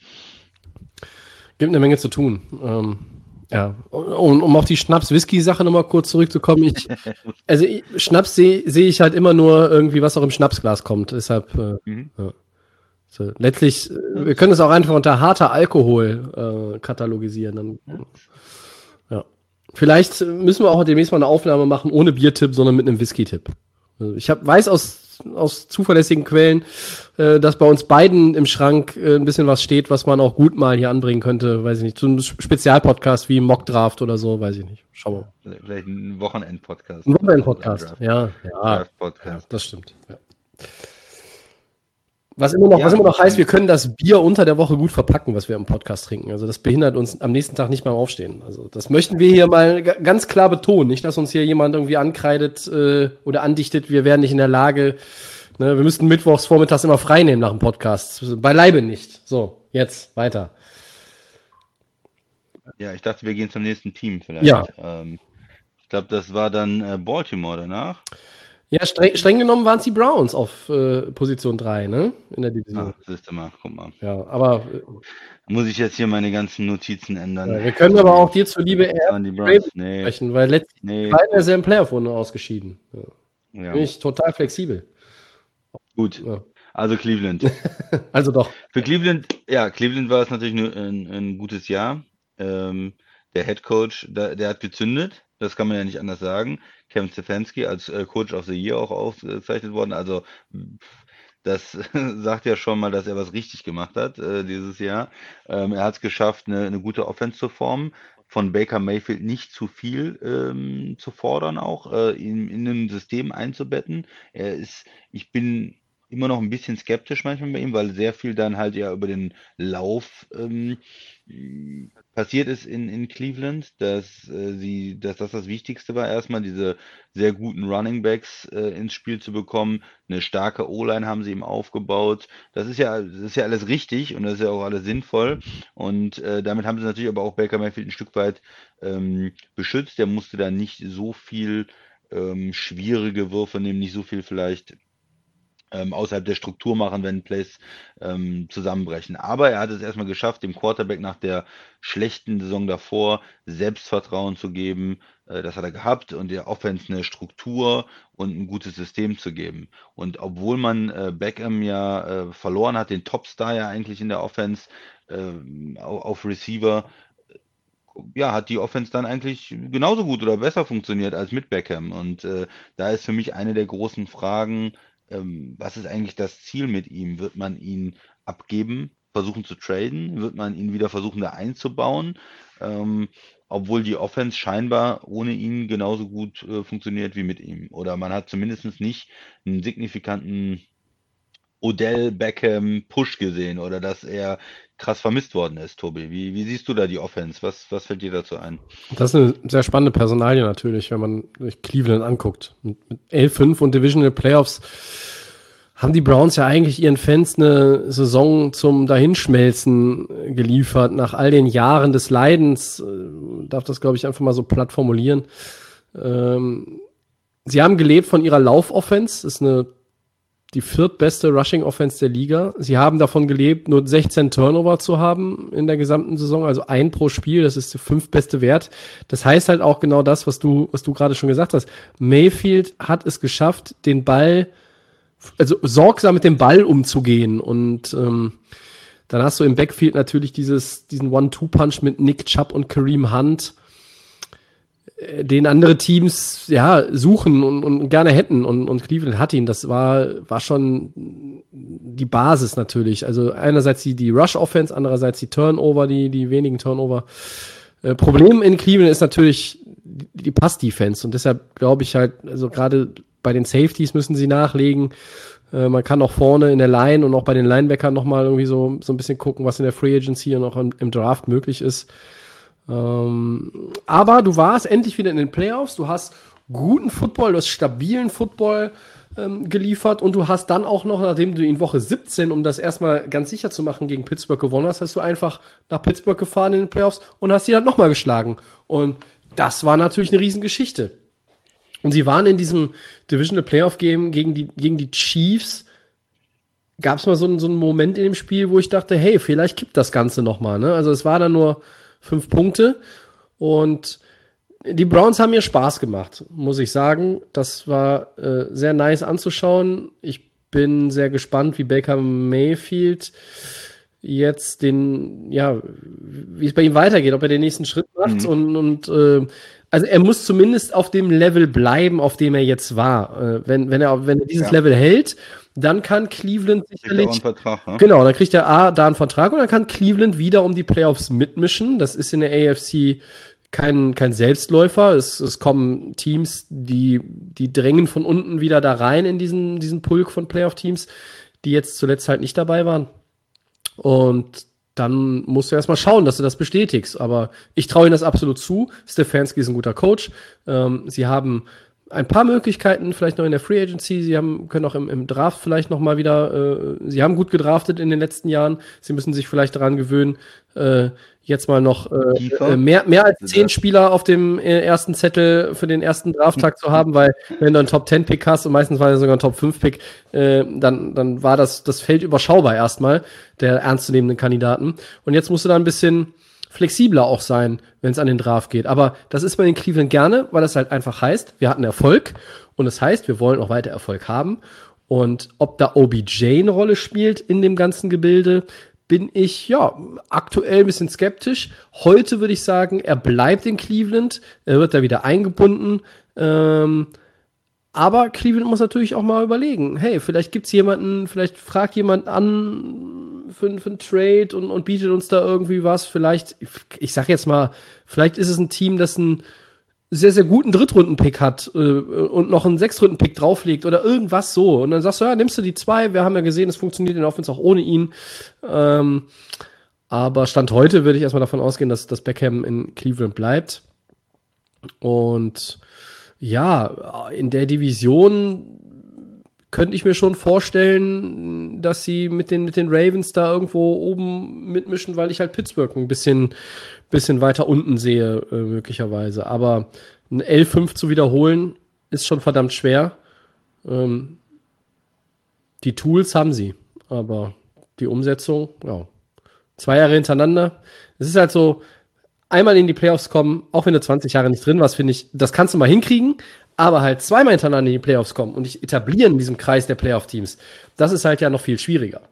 S2: Gibt eine Menge zu tun. Ja, und um auf die Schnaps-Whisky-Sache nochmal kurz zurückzukommen, Schnaps seh ich halt immer nur irgendwie, was auch im Schnapsglas kommt. Deshalb,
S3: Mhm.
S2: ja. So, letztlich,
S3: Ja,
S2: wir können es auch einfach unter harter Alkohol katalogisieren. Dann,
S3: ja.
S2: ja. Vielleicht müssen wir auch demnächst mal eine Aufnahme machen ohne Biertipp, sondern mit einem Whisky-Tipp. Also weiß aus zuverlässigen Quellen, dass bei uns beiden im Schrank ein bisschen was steht, was man auch gut mal hier anbringen könnte. Weiß ich nicht, so ein Spezialpodcast wie Mockdraft oder so, weiß ich nicht. Schauen wir mal.
S3: Vielleicht ein Wochenend-Podcast
S2: Ein
S3: oder so, ein
S2: Wochenend-Podcast, ja, ja, ja,
S3: Draft-Podcast.
S2: das stimmt. Ja. Was immer noch heißt, wir können das Bier unter der Woche gut verpacken, was wir im Podcast trinken. Also das behindert uns am nächsten Tag nicht beim Aufstehen. Also das möchten wir hier mal ganz klar betonen. Nicht, dass uns hier jemand irgendwie ankreidet oder andichtet, wir wären nicht in der Lage. Ne, wir müssten mittwochs vormittags immer frei nehmen nach dem Podcast. Beileibe nicht. So, jetzt weiter.
S3: Ja, ich dachte, wir gehen zum nächsten Team
S2: Ja.
S3: vielleicht. Ich glaube, das war dann Baltimore danach.
S2: Ja, streng genommen waren es die Browns auf Position 3, ne? In der Division.
S3: Siehst du mal, guck mal.
S2: Ja, aber
S3: Muss ich jetzt hier meine ganzen Notizen ändern?
S2: wir können aber auch dir zuliebe
S3: Das waren die Browns. Nee,
S2: sprechen, weil letztlich
S3: nee,
S2: beide in derselben Playoff-Runde ausgeschieden. Ja.
S3: ja,
S2: Bin ich total flexibel.
S3: gut.
S2: Ja.
S3: Also Cleveland.
S2: Also doch.
S3: Für Cleveland, ja, Cleveland war es natürlich nur ein gutes Jahr. Der Head Coach, der hat gezündet, das kann man ja nicht anders sagen. Kevin Stefanski als Coach of the Year auch ausgezeichnet worden. Also das sagt ja schon mal, dass er was richtig gemacht hat dieses Jahr. Er hat es geschafft, eine gute Offense zu formen. Von Baker Mayfield nicht zu viel zu fordern, auch ihn in ein System einzubetten. Ich bin immer noch ein bisschen skeptisch manchmal bei ihm, weil sehr viel dann halt ja über den Lauf passiert ist in Cleveland, dass das Wichtigste war, erstmal diese sehr guten Running Backs ins Spiel zu bekommen. Eine starke O-Line haben sie ihm aufgebaut. Das ist ja alles richtig und das ist ja auch alles sinnvoll. Und damit haben sie natürlich aber auch Baker Mayfield ein Stück weit beschützt. Der musste da nicht so viel schwierige Würfe nehmen, nicht so viel vielleicht außerhalb der Struktur machen, wenn Plays zusammenbrechen. Aber er hat es erstmal geschafft, dem Quarterback nach der schlechten Saison davor Selbstvertrauen zu geben. Das hat er gehabt und der Offense eine Struktur und ein gutes System zu geben. Und obwohl man Beckham ja verloren hat, den Topstar ja eigentlich in der Offense auf Receiver, ja, hat die Offense dann eigentlich genauso gut oder besser funktioniert als mit Beckham. Und da ist für mich eine der großen Fragen, was ist eigentlich das Ziel mit ihm? Wird man ihn abgeben, versuchen zu traden? Wird man ihn wieder versuchen, da einzubauen? Ähm, obwohl die Offense scheinbar ohne ihn genauso gut funktioniert wie mit ihm. Oder man hat zumindest nicht einen signifikanten Odell Beckham Push gesehen oder dass er krass vermisst worden ist, Tobi. Wie siehst du da die Offense? Was fällt dir dazu ein?
S2: Das ist eine sehr spannende Personalie natürlich, wenn man sich Cleveland anguckt. Mit 11-5 und Divisional Playoffs haben die Browns ja eigentlich ihren Fans eine Saison zum Dahinschmelzen geliefert. Nach all den Jahren des Leidens, darf das, glaube ich, einfach mal so platt formulieren. Sie haben gelebt von ihrer Laufoffense, das ist die viertbeste Rushing-Offense der Liga. Sie haben davon gelebt, nur 16 Turnover zu haben in der gesamten Saison, also 1 pro Spiel, das ist der 5. Wert. Das heißt halt auch genau das, was du gerade schon gesagt hast. Mayfield hat es geschafft, den Ball, also sorgsam mit dem Ball umzugehen und dann hast du im Backfield natürlich diesen One-Two-Punch mit Nick Chubb und Kareem Hunt, den andere Teams ja suchen und gerne hätten und Cleveland hat ihn. Das war schon die Basis natürlich. Also einerseits die Rush-Offense, andererseits die Turnover, die wenigen Turnover. Problem in Cleveland ist natürlich die Pass-Defense und deshalb glaube ich halt, also gerade bei den Safeties müssen sie nachlegen. Man kann auch vorne in der Line und auch bei den Linebackern nochmal irgendwie so ein bisschen gucken, was in der Free Agency und auch im Draft möglich ist. Aber du warst endlich wieder in den Playoffs, du hast guten Football, du hast stabilen Football geliefert und du hast dann auch noch, nachdem du in Woche 17, um das erstmal ganz sicher zu machen, gegen Pittsburgh gewonnen hast du einfach nach Pittsburgh gefahren in den Playoffs und hast sie dann nochmal geschlagen. Und das war natürlich eine Riesengeschichte. Und sie waren in diesem Divisional Playoff Game gegen die Chiefs. Gab es mal so einen Moment in dem Spiel, wo ich dachte, hey, vielleicht kippt das Ganze nochmal. Ne? Also es war dann nur 5 Punkte und die Browns haben mir Spaß gemacht, muss ich sagen. Das war sehr nice anzuschauen. Ich bin sehr gespannt, wie Baker Mayfield jetzt wie es bei ihm weitergeht, ob er den nächsten Schritt macht also er muss zumindest auf dem Level bleiben, auf dem er jetzt war. Wenn er dieses Level hält, dann kann Cleveland sicherlich.
S3: Vertrag, ne?
S2: Genau, dann kriegt er da einen Vertrag und dann kann Cleveland wieder um die Playoffs mitmischen. Das ist in der AFC kein Selbstläufer. Es kommen Teams, die drängen von unten wieder da rein in diesen Pulk von Playoff-Teams, die jetzt zuletzt halt nicht dabei waren. Und dann musst du erstmal schauen, dass du das bestätigst. Aber ich traue ihnen das absolut zu. Stefanski ist ein guter Coach. Sie haben ein paar Möglichkeiten, vielleicht noch in der Free Agency. Sie können auch im Draft vielleicht noch mal wieder, sie haben gut gedraftet in den letzten Jahren. Sie müssen sich vielleicht daran gewöhnen, jetzt mal noch mehr als 10 Spieler auf dem ersten Zettel für den ersten Drafttag zu haben, weil wenn du einen Top-10-Pick hast und meistens war er sogar ein Top-5-Pick, dann war das Feld überschaubar erstmal, der ernstzunehmenden Kandidaten. Und jetzt musst du da ein bisschen flexibler auch sein, wenn es an den Draft geht. Aber das ist bei den Cleveland gerne, weil das halt einfach heißt, wir hatten Erfolg und das heißt, wir wollen auch weiter Erfolg haben. Und ob da OBJ eine Rolle spielt in dem ganzen Gebilde, bin ich aktuell ein bisschen skeptisch. Heute würde ich sagen, er bleibt in Cleveland, er wird da wieder eingebunden. Aber Cleveland muss natürlich auch mal überlegen, hey, vielleicht gibt's jemanden, vielleicht fragt jemand an für einen Trade und bietet uns da irgendwie was. Vielleicht, ich sag jetzt mal, vielleicht ist es ein Team, das einen sehr, sehr guten Drittrunden-Pick hat und noch einen Sechstrunden-Pick drauflegt oder irgendwas so. Und dann sagst du, ja, nimmst du die 2, wir haben ja gesehen, es funktioniert in der Offense auch ohne ihn. Aber Stand heute würde ich erstmal davon ausgehen, dass Beckham in Cleveland bleibt. Und ja, in der Division könnte ich mir schon vorstellen, dass sie mit den Ravens da irgendwo oben mitmischen, weil ich halt Pittsburgh ein bisschen weiter unten sehe, möglicherweise. Aber ein L5 zu wiederholen, ist schon verdammt schwer. Die Tools haben sie, aber die Umsetzung, 2 Jahre hintereinander. Es ist halt so, einmal in die Playoffs kommen, auch wenn du 20 Jahre nicht drin warst, finde ich, das kannst du mal hinkriegen, aber halt 2-mal hintereinander in die Playoffs kommen und dich etablieren in diesem Kreis der Playoff-Teams, das ist halt ja noch viel schwieriger.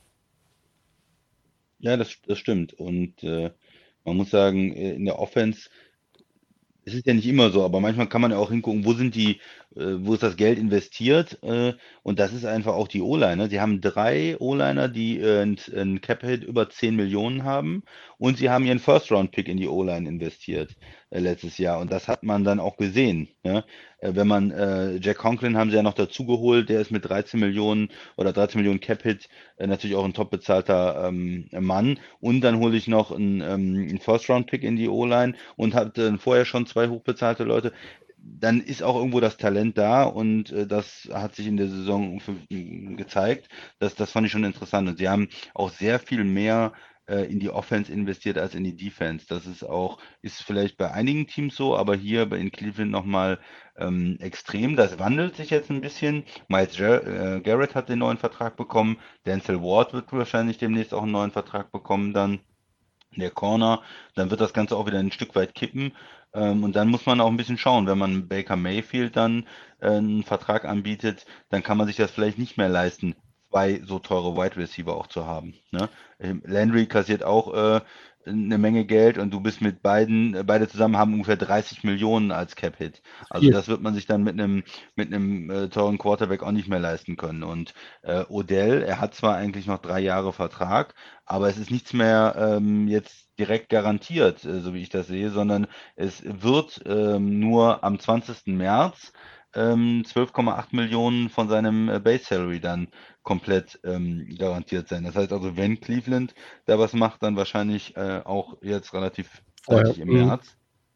S3: Ja, das stimmt. Und man muss sagen, in der Offense, es ist ja nicht immer so, aber manchmal kann man ja auch hingucken, wo sind die wo ist das Geld investiert? Und das ist einfach auch die O-Line. Ne? Sie haben 3 O-Liner, die ein Cap-Hit über 10 Millionen haben und sie haben ihren First-Round-Pick in die O-Line investiert letztes Jahr. Und das hat man dann auch gesehen. Ne? Wenn man Jack Conklin haben sie ja noch dazu geholt, der ist mit 13 Millionen oder 13 Millionen Cap-Hit natürlich auch ein top bezahlter Mann. Und dann hole ich noch einen First-Round-Pick in die O-Line und hatte vorher schon 2 hochbezahlte Leute. Dann ist auch irgendwo das Talent da und das hat sich in der Saison gezeigt. Das fand ich schon interessant. Und sie haben auch sehr viel mehr in die Offense investiert als in die Defense. Das ist vielleicht bei einigen Teams so, aber hier in Cleveland nochmal extrem. Das wandelt sich jetzt ein bisschen. Myles Garrett hat den neuen Vertrag bekommen. Denzel Ward wird wahrscheinlich demnächst auch einen neuen Vertrag bekommen dann. Der Corner, dann wird das Ganze auch wieder ein Stück weit kippen. Und dann muss man auch ein bisschen schauen, wenn man Baker Mayfield dann einen Vertrag anbietet, dann kann man sich das vielleicht nicht mehr leisten, 2 so teure Wide Receiver auch zu haben. Ne? Landry kassiert auch eine Menge Geld und du bist mit beide zusammen haben ungefähr 30 Millionen als Cap-Hit. Also
S2: Viel.
S3: das wird man sich dann mit einem teuren Quarterback auch nicht mehr leisten können. Und Odell, er hat zwar eigentlich noch 3 Jahre Vertrag, aber es ist nichts mehr jetzt direkt garantiert, so wie ich das sehe, sondern es wird nur am 20. März 12,8 Millionen von seinem Base Salary dann komplett garantiert sein. Das heißt also, wenn Cleveland da was macht, dann wahrscheinlich auch jetzt relativ
S2: Vorher.
S3: zeitig im März.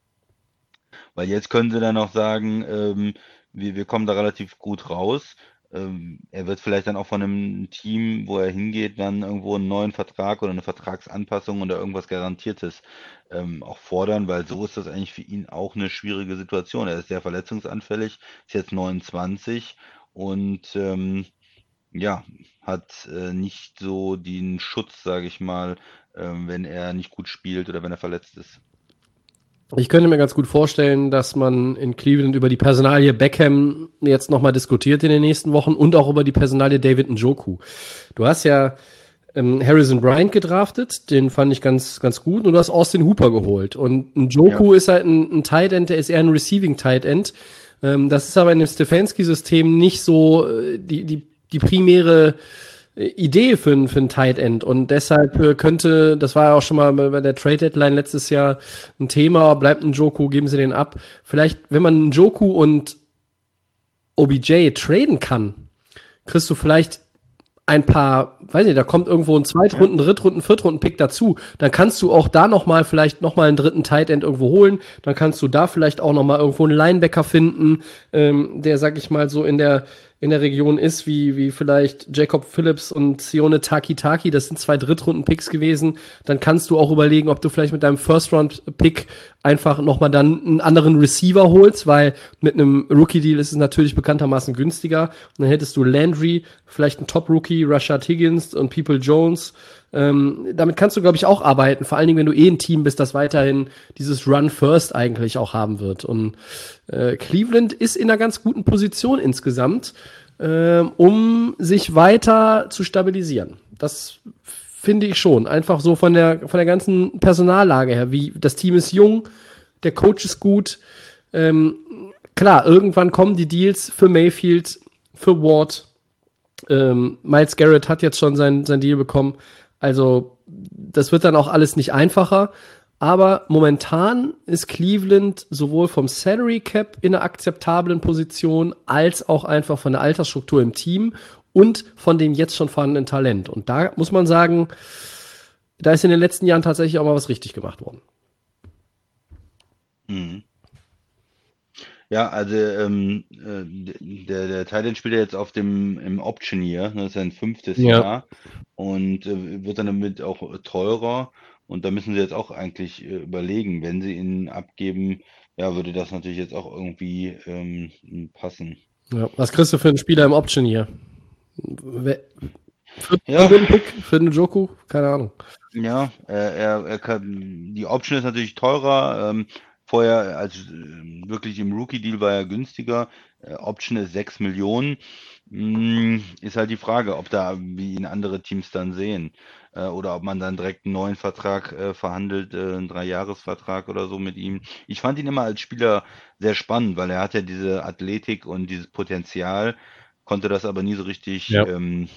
S3: Weil jetzt können sie dann auch sagen, wir kommen da relativ gut raus. Er wird vielleicht dann auch von einem Team, wo er hingeht, dann irgendwo einen neuen Vertrag oder eine Vertragsanpassung oder irgendwas Garantiertes auch fordern, weil so ist das eigentlich für ihn auch eine schwierige Situation. Er ist sehr verletzungsanfällig, ist jetzt 29 und ja, hat nicht so den Schutz, sage ich mal, wenn er nicht gut spielt oder wenn er verletzt ist.
S2: Ich könnte mir ganz gut vorstellen, dass man in Cleveland über die Personalie Beckham jetzt nochmal diskutiert in den nächsten Wochen und auch über die Personalie David Njoku. Du hast ja Harrison Bryant gedraftet, den fand ich ganz, ganz gut, und du hast Austin Hooper geholt. Und Njoku ist halt ein Tight End, der ist eher ein Receiving Tight End. Das ist aber in dem Stefanski-System nicht so die primäre Idee für ein Tight End, und deshalb könnte, das war ja auch schon mal bei der Trade Deadline letztes Jahr ein Thema, bleibt ein Njoku, geben sie den ab. Vielleicht, wenn man Njoku und OBJ traden kann, kriegst du vielleicht ein paar, weiß nicht, da kommt irgendwo ein Zweitrunden-, Drittrunden-, Viertrunden-Pick dazu, dann kannst du auch da vielleicht nochmal einen dritten Tight End irgendwo holen, dann kannst du da vielleicht auch nochmal irgendwo einen Linebacker finden, der, sag ich mal, so in der Region ist, wie vielleicht Jacob Phillips und Sione Takitaki, das sind 2 Drittrunden-Picks gewesen, dann kannst du auch überlegen, ob du vielleicht mit deinem First-Round-Pick einfach nochmal dann einen anderen Receiver holst, weil mit einem Rookie-Deal ist es natürlich bekanntermaßen günstiger, und dann hättest du Landry, vielleicht einen Top-Rookie, Rashad Higgins und People Jones. Damit kannst du, glaube ich, auch arbeiten, vor allen Dingen, wenn du ein Team bist, das weiterhin dieses Run-First eigentlich auch haben wird. Und Cleveland ist in einer ganz guten Position insgesamt, um sich weiter zu stabilisieren. Das finde ich schon. Einfach so von der ganzen Personallage her. Wie das Team ist jung, der Coach ist gut. Klar, irgendwann kommen die Deals für Mayfield, für Ward. Myles Garrett hat jetzt schon sein Deal bekommen. Also das wird dann auch alles nicht einfacher. Aber momentan ist Cleveland sowohl vom Salary Cap in einer akzeptablen Position, als auch einfach von der Altersstruktur im Team und von dem jetzt schon vorhandenen Talent. Und da muss man sagen, da ist in den letzten Jahren tatsächlich auch mal was richtig gemacht worden.
S3: Mhm. Ja, also der Thailand spielt ja jetzt im Option Year, das ist sein 5. Jahr und wird dann damit auch teurer, und da müssen sie jetzt auch eigentlich überlegen, wenn sie ihn abgeben, ja, würde das natürlich jetzt auch irgendwie passen.
S2: Ja, was kriegst du für einen Spieler im Option Year?
S3: Ja.
S2: Pick für einen Njoku? Keine Ahnung.
S3: Ja, er kann, die Option ist natürlich teurer. Vorher, wirklich im Rookie-Deal war er günstiger. Option ist 6 Millionen. Ist halt die Frage, ob da wie ihn andere Teams dann sehen. Oder ob man dann direkt einen neuen Vertrag verhandelt, einen 3-Jahres-Vertrag oder so mit ihm. Ich fand ihn immer als Spieler sehr spannend, weil er hat ja diese Athletik und dieses Potenzial, konnte das aber nie so richtig
S2: Ja.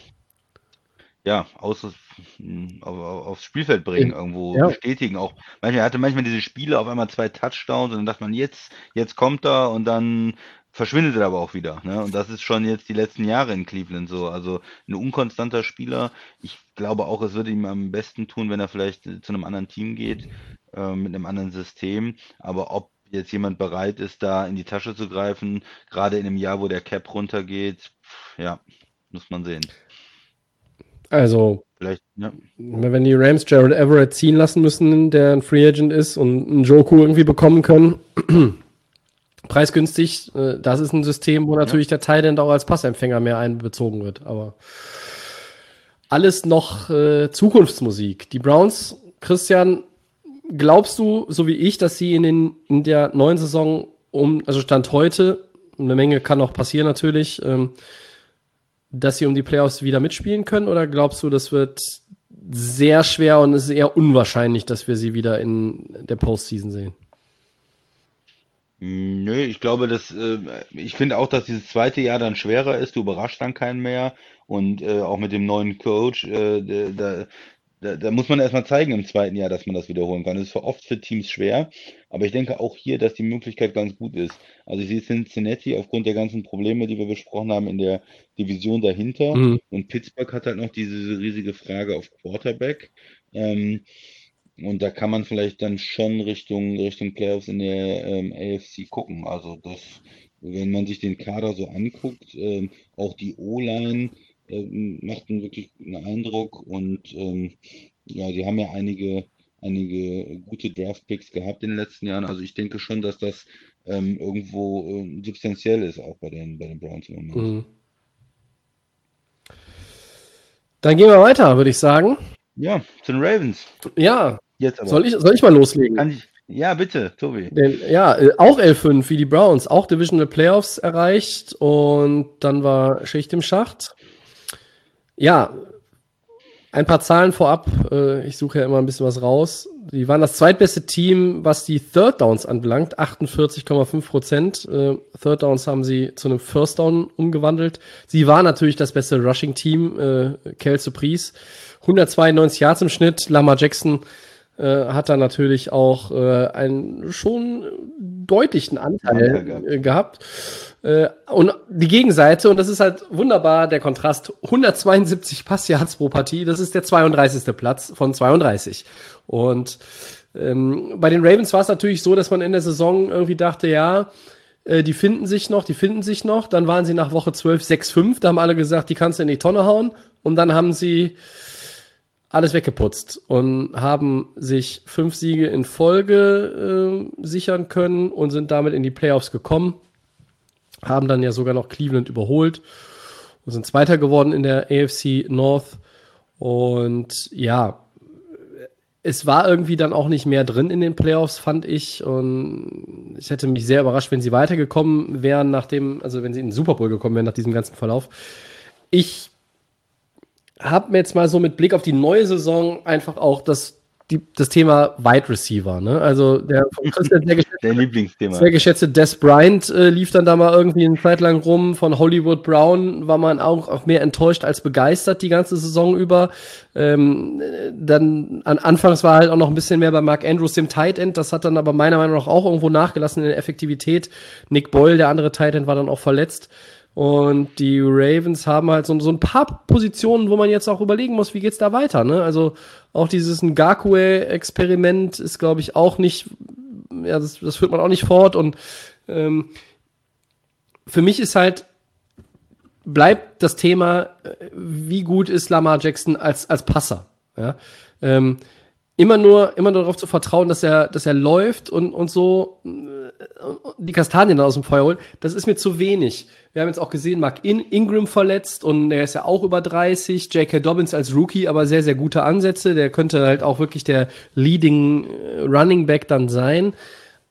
S3: aufs Spielfeld bringen, irgendwo
S2: Ja.
S3: bestätigen. Auch er hatte manchmal diese Spiele, auf einmal 2 Touchdowns und dann dachte man, jetzt kommt er und dann verschwindet er aber auch wieder. Ne? Und das ist schon jetzt die letzten Jahre in Cleveland so. Also ein unkonstanter Spieler. Ich glaube auch, es würde ihm am besten tun, wenn er vielleicht zu einem anderen Team geht, mit einem anderen System. Aber ob jetzt jemand bereit ist, da in die Tasche zu greifen, gerade in einem Jahr, wo der Cap runtergeht, ja, muss man sehen.
S2: Also,
S3: Vielleicht, ja.
S2: wenn die Rams Gerald Everett ziehen lassen müssen, der ein Free Agent ist und einen Joku irgendwie bekommen können, preisgünstig, das ist ein System, wo natürlich der Tight End auch als Passempfänger mehr einbezogen wird. Aber alles noch Zukunftsmusik. Die Browns, Christian, glaubst du, so wie ich, dass sie in der neuen Saison also Stand heute, eine Menge kann noch passieren natürlich, dass sie um die Playoffs wieder mitspielen können? Oder glaubst du, das wird sehr schwer und es ist eher unwahrscheinlich, dass wir sie wieder in der Postseason sehen?
S3: Nö, ich glaube, ich finde auch, dass dieses zweite Jahr dann schwerer ist. Du überraschst dann keinen mehr. Und auch mit dem neuen Coach, da muss man erstmal zeigen im zweiten Jahr, dass man das wiederholen kann. Das ist oft für Teams schwer, aber ich denke auch hier, dass die Möglichkeit ganz gut ist. Also ich sehe Cincinnati aufgrund der ganzen Probleme, die wir besprochen haben in der Division dahinter. Und Pittsburgh hat halt noch diese riesige Frage auf Quarterback. Und da kann man vielleicht dann schon Richtung Playoffs in der AFC gucken. Also wenn man sich den Kader so anguckt, auch die O-Line macht wirklich einen Eindruck und die haben ja einige gute Draft-Picks gehabt in den letzten Jahren. Also ich denke schon, dass das irgendwo substanziell ist, auch bei den Browns im Moment.
S2: Dann gehen wir weiter, würde ich sagen.
S3: Ja, zu den Ravens.
S2: Ja,
S3: jetzt aber.
S2: Soll ich mal loslegen?
S3: Ja, bitte, Tobi.
S2: Auch L5 wie die Browns, auch Divisional Playoffs erreicht und dann war Schicht im Schacht. Ja, ein paar Zahlen vorab. Ich suche ja immer ein bisschen was raus. Die waren das zweitbeste Team, was die Third Downs anbelangt, 48,5%. Third Downs haben sie zu einem First Down umgewandelt. Sie waren natürlich das beste Rushing-Team, Kelsey Priest. 192 Yards im Schnitt. Lamar Jackson hat da natürlich auch einen schon deutlichen Anteil gehabt. Und die Gegenseite, und das ist halt wunderbar, der Kontrast, 172 Passyards pro Partie, das ist der 32. Platz von 32. Und bei den Ravens war es natürlich so, dass man in der Saison irgendwie dachte, ja, die finden sich noch. Dann waren sie nach Woche 12 6-5, da haben alle gesagt, die kannst du in die Tonne hauen. Und dann haben sie alles weggeputzt und haben sich 5 Siege in Folge sichern können und sind damit in die Playoffs gekommen. Haben dann ja sogar noch Cleveland überholt und sind Zweiter geworden in der AFC North. Und ja, es war irgendwie dann auch nicht mehr drin in den Playoffs, fand ich. Und ich hätte mich sehr überrascht, wenn sie weitergekommen wären, wenn sie in den Super Bowl gekommen wären nach diesem ganzen Verlauf. Ich habe mir jetzt mal so mit Blick auf die neue Saison einfach auch das Thema Wide Receiver, ne? Also der von Christian
S3: der Lieblingsthema.
S2: Sehr geschätzte Des Bryant lief dann da mal irgendwie eine Zeit lang rum. Von Hollywood Brown war man auch mehr enttäuscht als begeistert die ganze Saison über. Dann anfangs war halt auch noch ein bisschen mehr bei Mark Andrews, dem Tight End. Das hat dann aber meiner Meinung nach auch irgendwo nachgelassen in der Effektivität. Nick Boyle, der andere Tight End, war dann auch verletzt. Und die Ravens haben halt so ein paar Positionen, wo man jetzt auch überlegen muss, wie geht's da weiter, ne? Also auch dieses Ngakoue-Experiment ist, glaube ich, auch nicht, ja, das führt man auch nicht fort. Und für mich ist halt, bleibt das Thema, wie gut ist Lamar Jackson als Passer, ja? Immer nur darauf zu vertrauen, dass er läuft und so die Kastanien aus dem Feuer holt, das ist mir zu wenig. Wir haben jetzt auch gesehen, Mark Ingram verletzt und der ist ja auch über 30. J.K. Dobbins als Rookie, aber sehr, sehr gute Ansätze. Der könnte halt auch wirklich der Leading Running Back dann sein.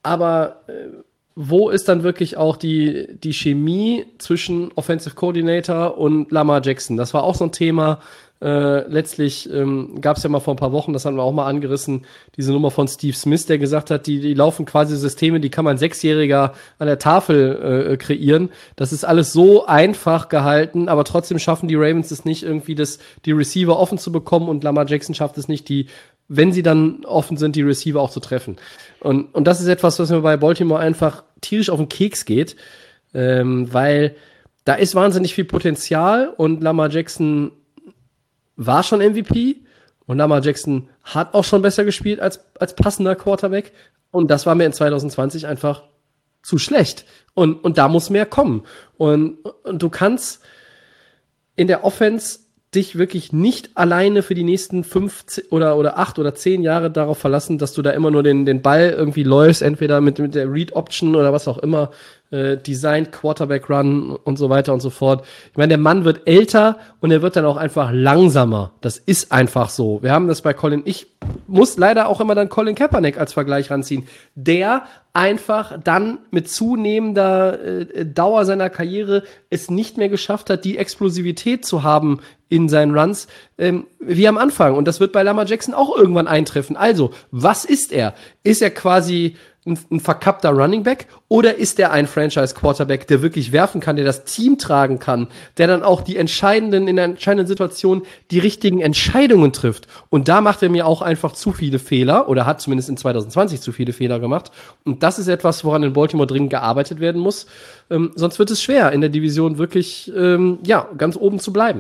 S2: aber wo ist dann wirklich auch die Chemie zwischen Offensive Coordinator und Lamar Jackson? Das war auch so ein Thema. Letztlich gab es ja mal vor ein paar Wochen, das haben wir auch mal angerissen, diese Nummer von Steve Smith, der gesagt hat, die laufen quasi Systeme, die kann man 6-Jähriger an der Tafel kreieren. Das ist alles so einfach gehalten, aber trotzdem schaffen die Ravens es nicht, irgendwie die Receiver offen zu bekommen, und Lamar Jackson schafft es nicht, wenn sie dann offen sind, die Receiver auch zu treffen. Und das ist etwas, was mir bei Baltimore einfach tierisch auf den Keks geht, weil da ist wahnsinnig viel Potenzial, und Lamar Jackson war schon MVP, und Lamar Jackson hat auch schon besser gespielt als passender Quarterback, und das war mir in 2020 einfach zu schlecht, und da muss mehr kommen, und du kannst in der Offense dich wirklich nicht alleine für die nächsten 5 oder 8 oder 10 Jahre darauf verlassen, dass du da immer nur den Ball irgendwie läufst, entweder mit der Read Option oder was auch immer, Designed Quarterback Run und so weiter und so fort. Ich meine, der Mann wird älter, und er wird dann auch einfach langsamer. Das ist einfach so. Wir haben das bei ich muss leider auch immer dann Colin Kaepernick als Vergleich ranziehen, der einfach dann mit zunehmender Dauer seiner Karriere es nicht mehr geschafft hat, die Explosivität zu haben in seinen Runs, wie am Anfang. Und das wird bei Lamar Jackson auch irgendwann eintreffen. Also, was ist er? Ist er quasi ein verkappter Running Back, oder ist er ein Franchise-Quarterback, der wirklich werfen kann, der das Team tragen kann, der dann auch in der entscheidenden Situation die richtigen Entscheidungen trifft? Und da macht er mir auch einfach zu viele Fehler, oder hat zumindest in 2020 zu viele Fehler gemacht. Und das ist etwas, woran in Baltimore dringend gearbeitet werden muss. Sonst wird es schwer, in der Division wirklich ganz oben zu bleiben.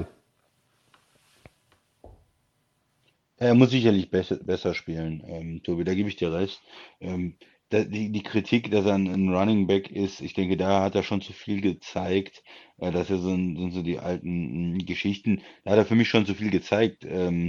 S3: Er muss sicherlich besser spielen, Tobi, da gebe ich dir recht. Die Kritik, dass er ein Running Back ist, ich denke, da hat er schon zu viel gezeigt. Das sind so die alten Geschichten. Da hat er für mich schon zu viel gezeigt,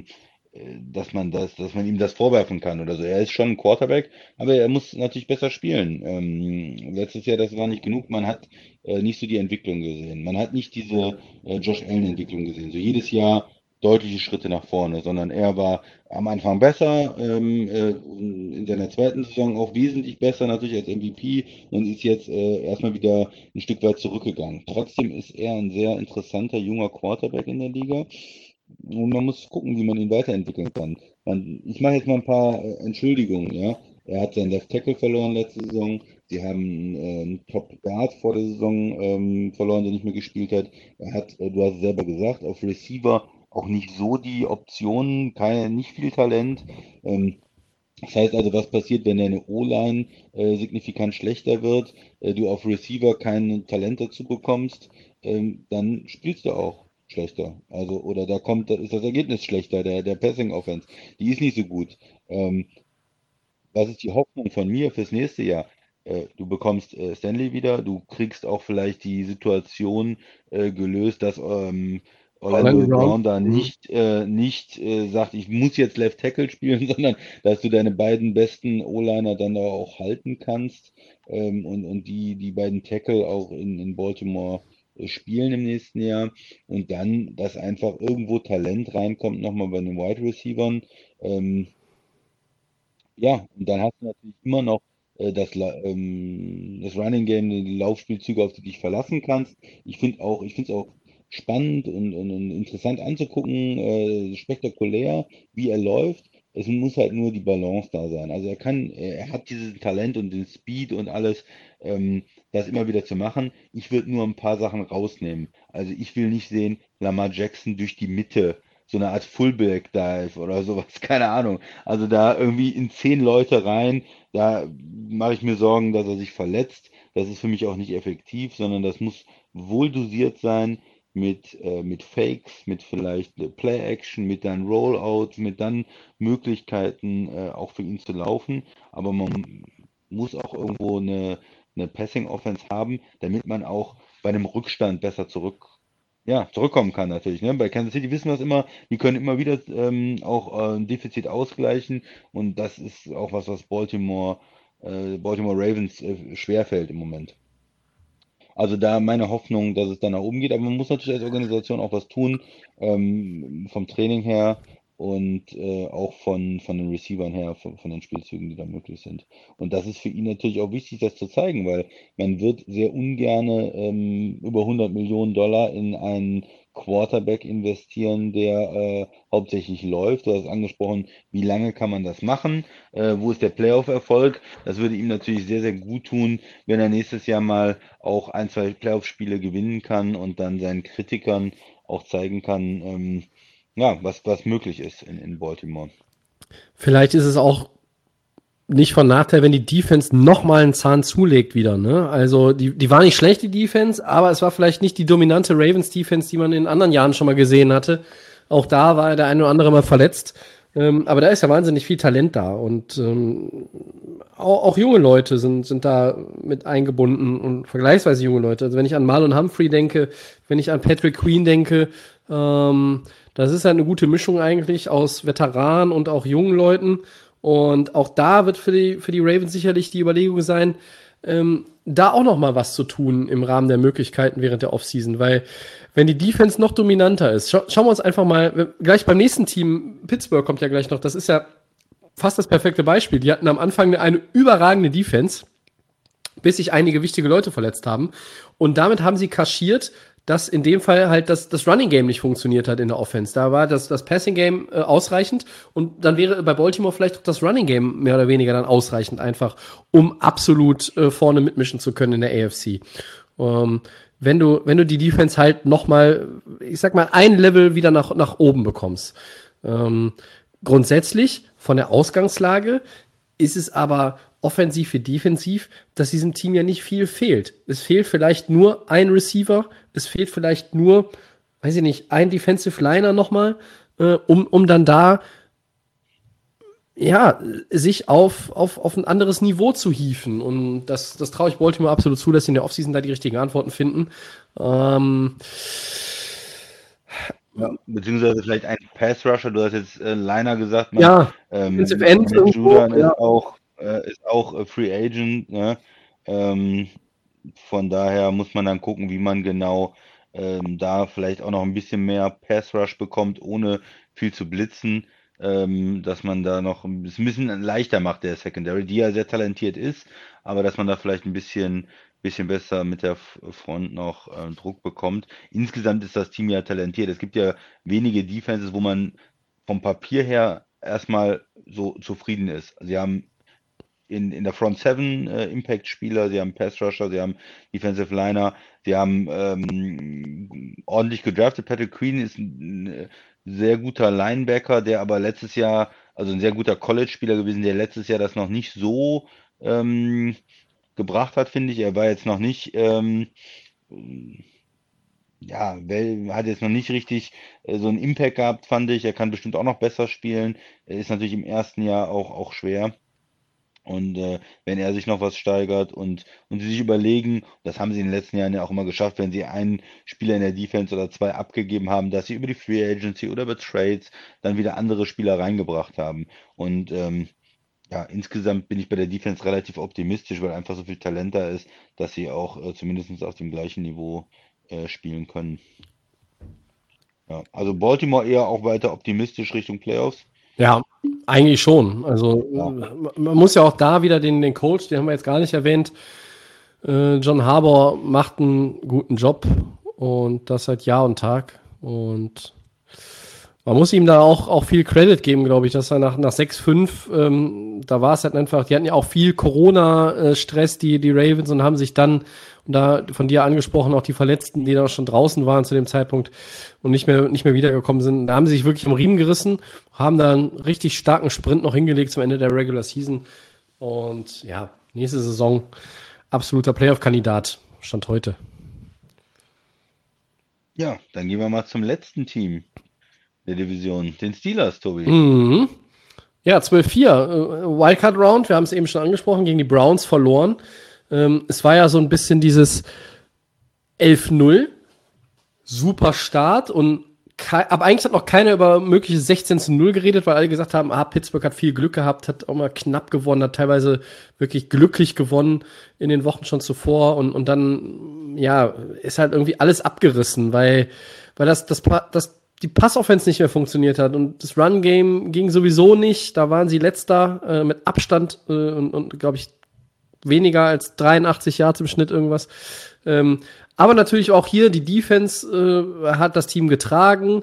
S3: dass man ihm das vorwerfen kann oder so. Er ist schon ein Quarterback, aber er muss natürlich besser spielen. Letztes Jahr, das war nicht genug. Man hat nicht so die Entwicklung gesehen. Man hat nicht diese Josh Allen-Entwicklung gesehen. So jedes Jahr deutliche Schritte nach vorne, sondern er war am Anfang besser, in seiner zweiten Saison auch wesentlich besser natürlich als MVP, und ist jetzt erstmal wieder ein Stück weit zurückgegangen. Trotzdem ist er ein sehr interessanter junger Quarterback in der Liga, und man muss gucken, wie man ihn weiterentwickeln kann. Ich mache jetzt mal ein paar Entschuldigungen, ja. Er hat seinen Left Tackle verloren letzte Saison. Sie haben einen Top Guard vor der Saison verloren, der nicht mehr gespielt hat. Er hat, du hast es selber gesagt, auf Receiver auch nicht so die Optionen, nicht viel Talent. Das heißt also, was passiert, wenn deine O-Line signifikant schlechter wird, du auf Receiver kein Talent dazu bekommst, dann spielst du auch schlechter. Also, oder da ist das Ergebnis schlechter, der Passing Offense. Die ist nicht so gut. Ähm, Was ist die Hoffnung von mir fürs nächste Jahr? Du bekommst Stanley wieder, du kriegst auch vielleicht die Situation gelöst, dass
S2: Orlando
S3: Orlando
S2: Brown.
S3: Brown da nicht sagt, ich muss jetzt Left Tackle spielen, sondern dass du deine beiden besten O-Liner dann da auch halten kannst, und die beiden Tackle auch in Baltimore spielen im nächsten Jahr, und dann, dass einfach irgendwo Talent reinkommt, nochmal bei den Wide Receivern. Ähm, ja, und dann hast du natürlich immer noch das Running Game, die Laufspielzüge, auf die du dich verlassen kannst. Ich finde es auch spannend und interessant anzugucken, spektakulär, wie er läuft. Es muss halt nur die Balance da sein. Also er hat dieses Talent und den Speed und alles, das immer wieder zu machen. Ich würde nur ein paar Sachen rausnehmen. Also ich will nicht sehen, Lamar Jackson durch die Mitte, so eine Art Fullback Dive oder sowas, keine Ahnung. Also da irgendwie in 10 Leute rein, da mache ich mir Sorgen, dass er sich verletzt. Das ist für mich auch nicht effektiv, sondern das muss wohl dosiert sein mit Fakes, mit vielleicht Play-Action, mit dann Rollouts, mit dann Möglichkeiten auch für ihn zu laufen. Aber man muss auch irgendwo eine Passing-Offense haben, damit man auch bei einem Rückstand besser zurückkommen kann natürlich. Ne? Bei Kansas City wissen wir es immer, die können immer wieder auch ein Defizit ausgleichen, und das ist auch was Baltimore Ravens schwerfällt im Moment. Also da meine Hoffnung, dass es dann nach oben geht, aber man muss natürlich als Organisation auch was tun, vom Training her. und auch von den Receivern her, von den Spielzügen, die da möglich sind. Und das ist für ihn natürlich auch wichtig, das zu zeigen, weil man wird sehr ungerne über 100 Millionen Dollar in einen Quarterback investieren, der hauptsächlich läuft. Du hast angesprochen, wie lange kann man das machen? Wo ist der Playoff-Erfolg? Das würde ihm natürlich sehr, sehr gut tun, wenn er nächstes Jahr mal auch ein, zwei Playoff-Spiele gewinnen kann und dann seinen Kritikern auch zeigen kann, ja, was möglich ist in Baltimore.
S2: Vielleicht ist es auch nicht von Nachteil, wenn die Defense noch mal einen Zahn zulegt wieder, ne? Also die war nicht schlecht, die Defense, aber es war vielleicht nicht die dominante Ravens-Defense, die man in anderen Jahren schon mal gesehen hatte. Auch da war der eine oder andere mal verletzt. Aber da ist ja wahnsinnig viel Talent da und auch junge Leute sind da mit eingebunden und vergleichsweise junge Leute. Also wenn ich an Marlon Humphrey denke, wenn ich an Patrick Queen denke, das ist halt eine gute Mischung eigentlich aus Veteranen und auch jungen Leuten. Und auch da wird für die Ravens sicherlich die Überlegung sein, da auch noch mal was zu tun im Rahmen der Möglichkeiten während der Offseason, weil wenn die Defense noch dominanter ist, schauen wir uns einfach mal, gleich beim nächsten Team, Pittsburgh kommt ja gleich noch, das ist ja fast das perfekte Beispiel. Die hatten am Anfang eine überragende Defense, bis sich einige wichtige Leute verletzt haben. Und damit haben sie kaschiert, dass in dem Fall halt das Running Game nicht funktioniert hat in der Offense. Da war das Passing Game ausreichend und dann wäre bei Baltimore vielleicht auch das Running Game mehr oder weniger dann ausreichend einfach, um absolut vorne mitmischen zu können in der AFC. Wenn du die Defense halt nochmal, ich sag mal, ein Level wieder nach oben bekommst. Grundsätzlich von der Ausgangslage ist es aber offensiv wie defensiv, dass diesem Team ja nicht viel fehlt. Es fehlt vielleicht nur ein Receiver, es fehlt vielleicht nur, weiß ich nicht, ein Defensive Liner nochmal, um dann da ja, sich auf ein anderes Niveau zu hieven. Und das traue ich Baltimore absolut zu, dass sie in der Offseason da die richtigen Antworten finden.
S3: Ja, beziehungsweise vielleicht ein Pass-Rusher, du hast jetzt Liner gesagt,
S2: ja, Defensive End
S3: Judon ist auch Free Agent, ne? Von daher muss man dann gucken, wie man genau da vielleicht auch noch ein bisschen mehr Pass-Rush bekommt, ohne viel zu blitzen, dass man da noch ein bisschen leichter macht, der Secondary, die ja sehr talentiert ist, aber dass man da vielleicht ein bisschen besser mit der Front noch Druck bekommt. Insgesamt ist das Team ja talentiert. Es gibt ja wenige Defenses, wo man vom Papier her erstmal so zufrieden ist. Sie haben in der Front 7 Impact-Spieler, sie haben Pass-Rusher, sie haben Defensive Liner, sie haben ordentlich gedraftet. Patrick Queen ist ein sehr guter Linebacker, der aber letztes Jahr, also ein sehr guter College-Spieler gewesen, der letztes Jahr das noch nicht so gebracht hat, finde ich. Er war jetzt noch nicht, hat jetzt noch nicht richtig so einen Impact gehabt, fand ich. Er kann bestimmt auch noch besser spielen. Er ist natürlich im ersten Jahr auch schwer. Und wenn er sich noch was steigert und sie sich überlegen, das haben sie in den letzten Jahren ja auch immer geschafft, wenn sie einen Spieler in der Defense oder zwei abgegeben haben, dass sie über die Free Agency oder über Trades dann wieder andere Spieler reingebracht haben. Und ja, insgesamt bin ich bei der Defense relativ optimistisch, weil einfach so viel Talent da ist, dass sie auch zumindest auf dem gleichen Niveau spielen können. Ja, also Baltimore eher auch weiter optimistisch Richtung Playoffs.
S2: Ja, eigentlich schon. Also man muss ja auch da wieder den Coach, den haben wir jetzt gar nicht erwähnt. John Harbaugh macht einen guten Job und das seit Jahr und Tag. Und man muss ihm da auch viel Credit geben, glaube ich, dass er nach 6-5, da war es halt einfach, die hatten ja auch viel Corona-Stress, die Ravens, und haben sich dann, und da von dir angesprochen, auch die Verletzten, die da schon draußen waren zu dem Zeitpunkt und nicht mehr wiedergekommen sind, da haben sie sich wirklich am Riemen gerissen, haben da einen richtig starken Sprint noch hingelegt zum Ende der Regular Season. Und ja, nächste Saison absoluter Playoff-Kandidat, Stand heute.
S3: Ja, dann gehen wir mal zum letzten Team der Division, den Steelers, Tobi.
S2: Mhm. Ja, 12-4, Wildcard Round, wir haben es eben schon angesprochen, gegen die Browns verloren. Es war ja so ein bisschen dieses 11-0, super Start, und aber eigentlich hat noch keiner über mögliche 16-0 geredet, weil alle gesagt haben, Pittsburgh hat viel Glück gehabt, hat auch mal knapp gewonnen, hat teilweise wirklich glücklich gewonnen in den Wochen schon zuvor, und dann, ja, ist halt irgendwie alles abgerissen, weil das die Passoffense nicht mehr funktioniert hat und das Run-Game ging sowieso nicht. Da waren sie letzter mit Abstand und glaube ich, weniger als 83 Yards im Schnitt irgendwas. Aber natürlich auch hier, die Defense hat das Team getragen.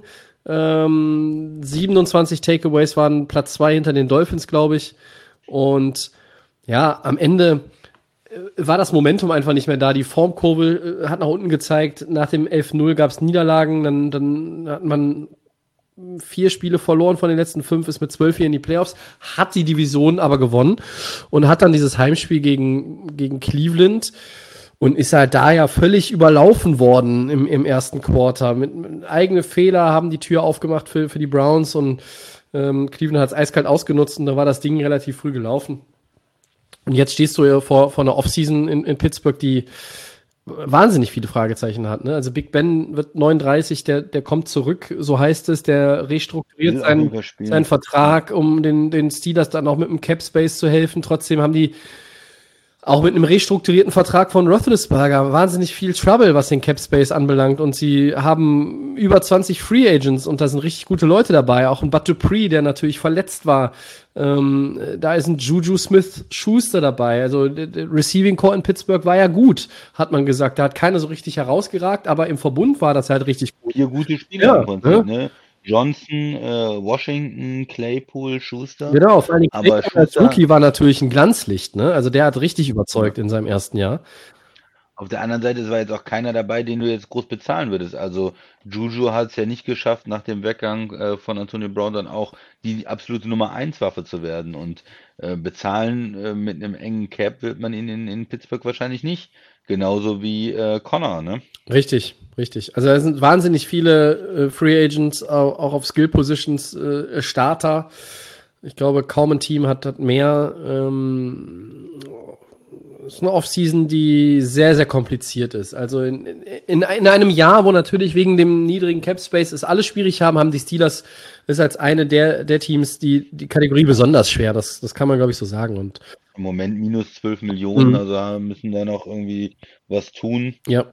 S2: 27 Takeaways waren Platz 2 hinter den Dolphins, glaube ich. Und ja, am Ende war das Momentum einfach nicht mehr da. Die Formkurve hat nach unten gezeigt. Nach dem 11-0 gab es Niederlagen. Dann hat man 4 Spiele verloren von den letzten 5, ist mit 12 hier in die Playoffs, hat die Division aber gewonnen und hat dann dieses Heimspiel gegen Cleveland und ist halt da ja völlig überlaufen worden im ersten Quarter. Mit eigene Fehler haben die Tür aufgemacht für die Browns und Cleveland hat es eiskalt ausgenutzt und da war das Ding relativ früh gelaufen. Und jetzt stehst du ja vor einer Offseason in Pittsburgh, die wahnsinnig viele Fragezeichen hat. Ne? Also Big Ben wird 39, der kommt zurück, so heißt es, der restrukturiert seinen Vertrag, um den Steelers dann auch mit dem Cap Space zu helfen. Trotzdem haben die auch mit einem restrukturierten Vertrag von Roethlisberger wahnsinnig viel Trouble, was den Cap Space anbelangt. Und sie haben über 20 Free Agents und da sind richtig gute Leute dabei. Auch ein Bud Dupree, der natürlich verletzt war. Da ist ein Juju Smith-Schuster dabei. Also der Receiving Core in Pittsburgh war ja gut, hat man gesagt. Da hat keiner so richtig herausgeragt, aber im Verbund war das halt richtig gut.
S3: 4 gute Spieler im Prinzip, ne? Johnson, Washington, Claypool, Schuster.
S2: Genau, vor allem
S3: aber
S2: Claypool als Rookie war natürlich ein Glanzlicht, ne? Also der hat richtig überzeugt in seinem ersten Jahr.
S3: Auf der anderen Seite war jetzt auch keiner dabei, den du jetzt groß bezahlen würdest. Also Juju hat es ja nicht geschafft, nach dem Weggang von Antonio Brown dann auch die absolute Nummer 1 Waffe zu werden. Und bezahlen mit einem engen Cap wird man ihn in Pittsburgh wahrscheinlich nicht. Genauso wie Connor, ne?
S2: Richtig. Also da sind wahnsinnig viele Free Agents, auch auf Skill Positions Starter. Ich glaube, kaum ein Team hat mehr. Es ist eine Offseason, die sehr, sehr kompliziert ist. Also in einem Jahr, wo natürlich wegen dem niedrigen Cap Space es alles schwierig haben die Steelers ist als eine der Teams die Kategorie besonders schwer. Das kann man, glaube ich, so sagen. Und
S3: im Moment minus 12 Millionen, also müssen da noch irgendwie was tun.
S2: Ja.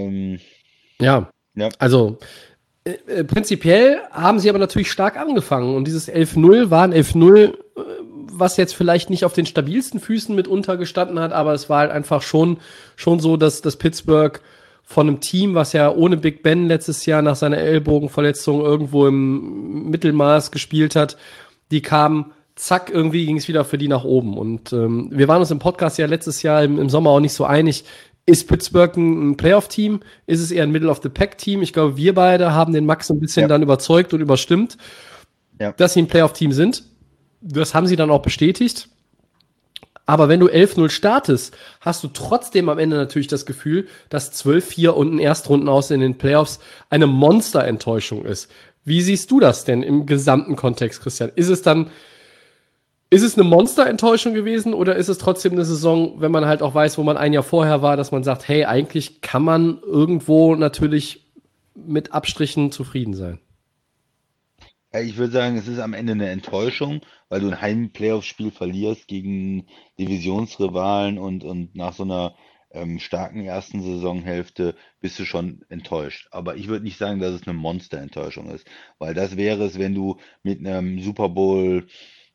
S3: Ja.
S2: Also prinzipiell haben sie aber natürlich stark angefangen und dieses 11-0 war ein 11-0, was jetzt vielleicht nicht auf den stabilsten Füßen mitunter gestanden hat, aber es war halt einfach schon so, dass Pittsburgh von einem Team, was ja ohne Big Ben letztes Jahr nach seiner Ellbogenverletzung irgendwo im Mittelmaß gespielt hat, die kamen, zack, irgendwie ging es wieder für die nach oben. Und wir waren uns im Podcast ja letztes Jahr im Sommer auch nicht so einig. Ist Pittsburgh ein Playoff-Team? Ist es eher ein Middle-of-the-Pack-Team? Ich glaube, wir beide haben den Max ein bisschen dann überzeugt und überstimmt, dass sie ein Playoff-Team sind. Das haben sie dann auch bestätigt. Aber wenn du 11-0 startest, hast du trotzdem am Ende natürlich das Gefühl, dass 12-4 und ein Erstrunden aus in den Playoffs eine Monster-Enttäuschung ist. Wie siehst du das denn im gesamten Kontext, Christian? Ist es eine Monster-Enttäuschung gewesen oder ist es trotzdem eine Saison, wenn man halt auch weiß, wo man ein Jahr vorher war, dass man sagt, hey, eigentlich kann man irgendwo natürlich mit Abstrichen zufrieden sein?
S3: Ich würde sagen, es ist am Ende eine Enttäuschung, weil du ein Heim-Playoff-Spiel verlierst gegen Divisionsrivalen und nach so einer starken ersten Saisonhälfte bist du schon enttäuscht. Aber ich würde nicht sagen, dass es eine Monster-Enttäuschung ist, weil das wäre es, wenn du mit einem Super Bowl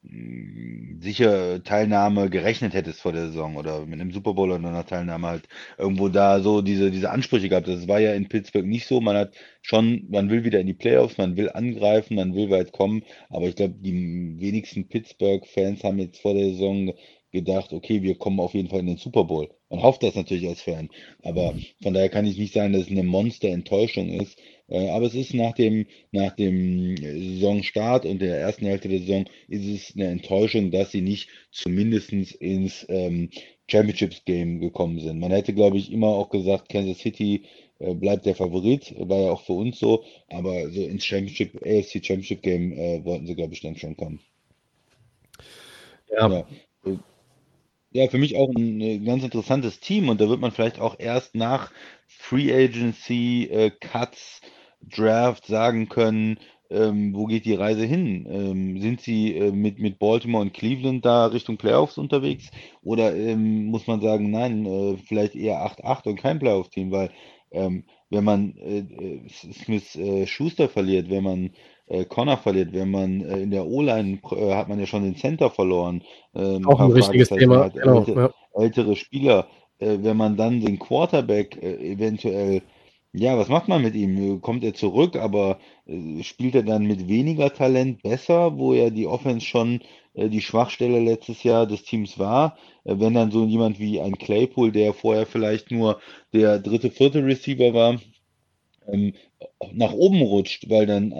S3: sicher Teilnahme gerechnet hättest vor der Saison oder mit einem Super Bowl oder einer Teilnahme halt irgendwo da so diese Ansprüche gehabt. Das war ja in Pittsburgh nicht so. Man hat schon, man will wieder in die Playoffs, man will angreifen, man will weit kommen. Aber ich glaube, die wenigsten Pittsburgh-Fans haben jetzt vor der Saison gedacht, okay, wir kommen auf jeden Fall in den Super Bowl. Man hofft das natürlich als Fan. Aber von daher kann ich nicht sagen, dass es eine Monster-Enttäuschung ist. Aber es ist nach dem Saisonstart und der ersten Hälfte der Saison ist es eine Enttäuschung, dass sie nicht zumindest ins Championships-Game gekommen sind. Man hätte, glaube ich, immer auch gesagt, Kansas City bleibt der Favorit, war ja auch für uns so, aber so ins AFC Championship Game wollten sie, glaube ich, dann schon kommen. Ja, für mich auch ein ganz interessantes Team und da wird man vielleicht auch erst nach Free Agency, Cuts, Draft sagen können, wo geht die Reise hin? Sind sie mit Baltimore und Cleveland da Richtung Playoffs unterwegs? Oder muss man sagen, nein, vielleicht eher 8-8 und kein Playoff-Team, weil Wenn man Smith Schuster verliert, wenn man Connor verliert, wenn man in der O-Line hat man ja schon den Center verloren, ein
S2: Auch ein
S3: paar
S2: wichtiges
S3: Fragezeichen, man
S2: Thema,
S3: hat
S2: genau. Ja.
S3: ältere Spieler, wenn man dann den Quarterback eventuell, ja, was macht man mit ihm? Kommt er zurück, aber spielt er dann mit weniger Talent besser, wo ja die Offense schon die Schwachstelle letztes Jahr des Teams war? Wenn dann so jemand wie ein Claypool, der vorher vielleicht nur der dritte, vierte Receiver war, ähm, nach oben rutscht, weil dann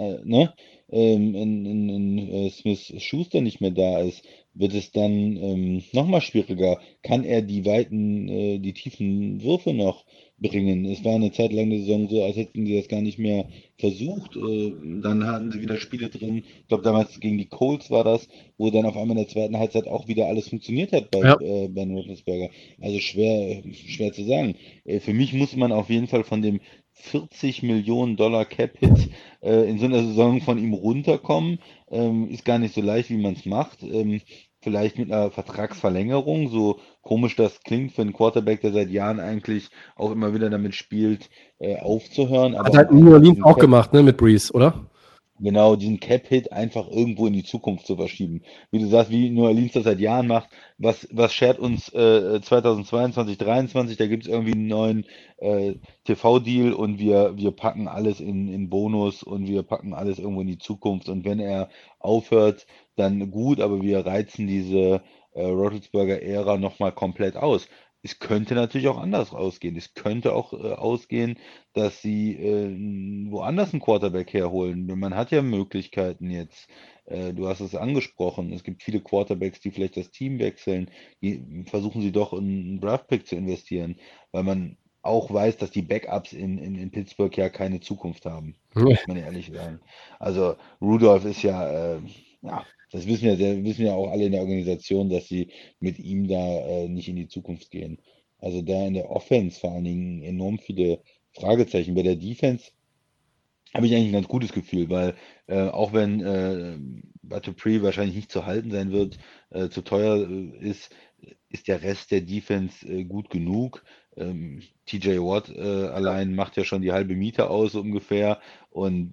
S3: Smith Schuster nicht mehr da ist, wird es dann nochmal schwieriger. Kann er die tiefen Würfe noch bringen? Es war eine Zeit lang eine Saison so, als hätten sie das gar nicht mehr versucht. Dann hatten sie wieder Spiele drin. Ich glaube, damals gegen die Colts war das, wo dann auf einmal in der zweiten Halbzeit auch wieder alles funktioniert hat bei
S2: Ja.
S3: Ben Roethlisberger. Also schwer zu sagen. Für mich muss man auf jeden Fall von dem 40 Millionen Dollar Cap-Hit in so einer Saison von ihm runterkommen. Ist gar nicht so leicht, wie man es macht. Vielleicht mit einer Vertragsverlängerung, so komisch das klingt für einen Quarterback, der seit Jahren eigentlich auch immer wieder damit spielt, aufzuhören,
S2: Hat
S3: aber
S2: halt
S3: um
S2: New
S3: einfach
S2: Orleans
S3: diesen
S2: auch gemacht, ne, mit Breeze, oder?
S3: Genau, diesen Cap-Hit einfach irgendwo in die Zukunft zu verschieben. Wie du sagst, wie New Orleans das seit Jahren macht, was schert uns 2022, 2023, da gibt es irgendwie einen neuen TV-Deal und wir packen alles in Bonus und wir packen alles irgendwo in die Zukunft. Und wenn er aufhört, dann gut, aber wir reizen diese Roethlisberger-Ära nochmal komplett aus. Es könnte natürlich auch anders ausgehen. Es könnte auch ausgehen, dass sie woanders einen Quarterback herholen. Man hat ja Möglichkeiten jetzt. Du hast es angesprochen. Es gibt viele Quarterbacks, die vielleicht das Team wechseln. Die versuchen sie doch in einen Draftpick zu investieren, weil man auch weiß, dass die Backups in Pittsburgh ja keine Zukunft haben.
S2: Ja.
S3: Muss man ja ehrlich sagen. Also Rudolph ist ja, das wissen ja auch alle in der Organisation, dass sie mit ihm da nicht in die Zukunft gehen. Also da in der Offense vor allen Dingen enorm viele Fragezeichen. Bei der Defense habe ich eigentlich ein ganz gutes Gefühl, weil auch wenn Batupri wahrscheinlich nicht zu halten sein wird, zu teuer ist der Rest der Defense gut genug. TJ Watt allein macht ja schon die halbe Miete aus so ungefähr und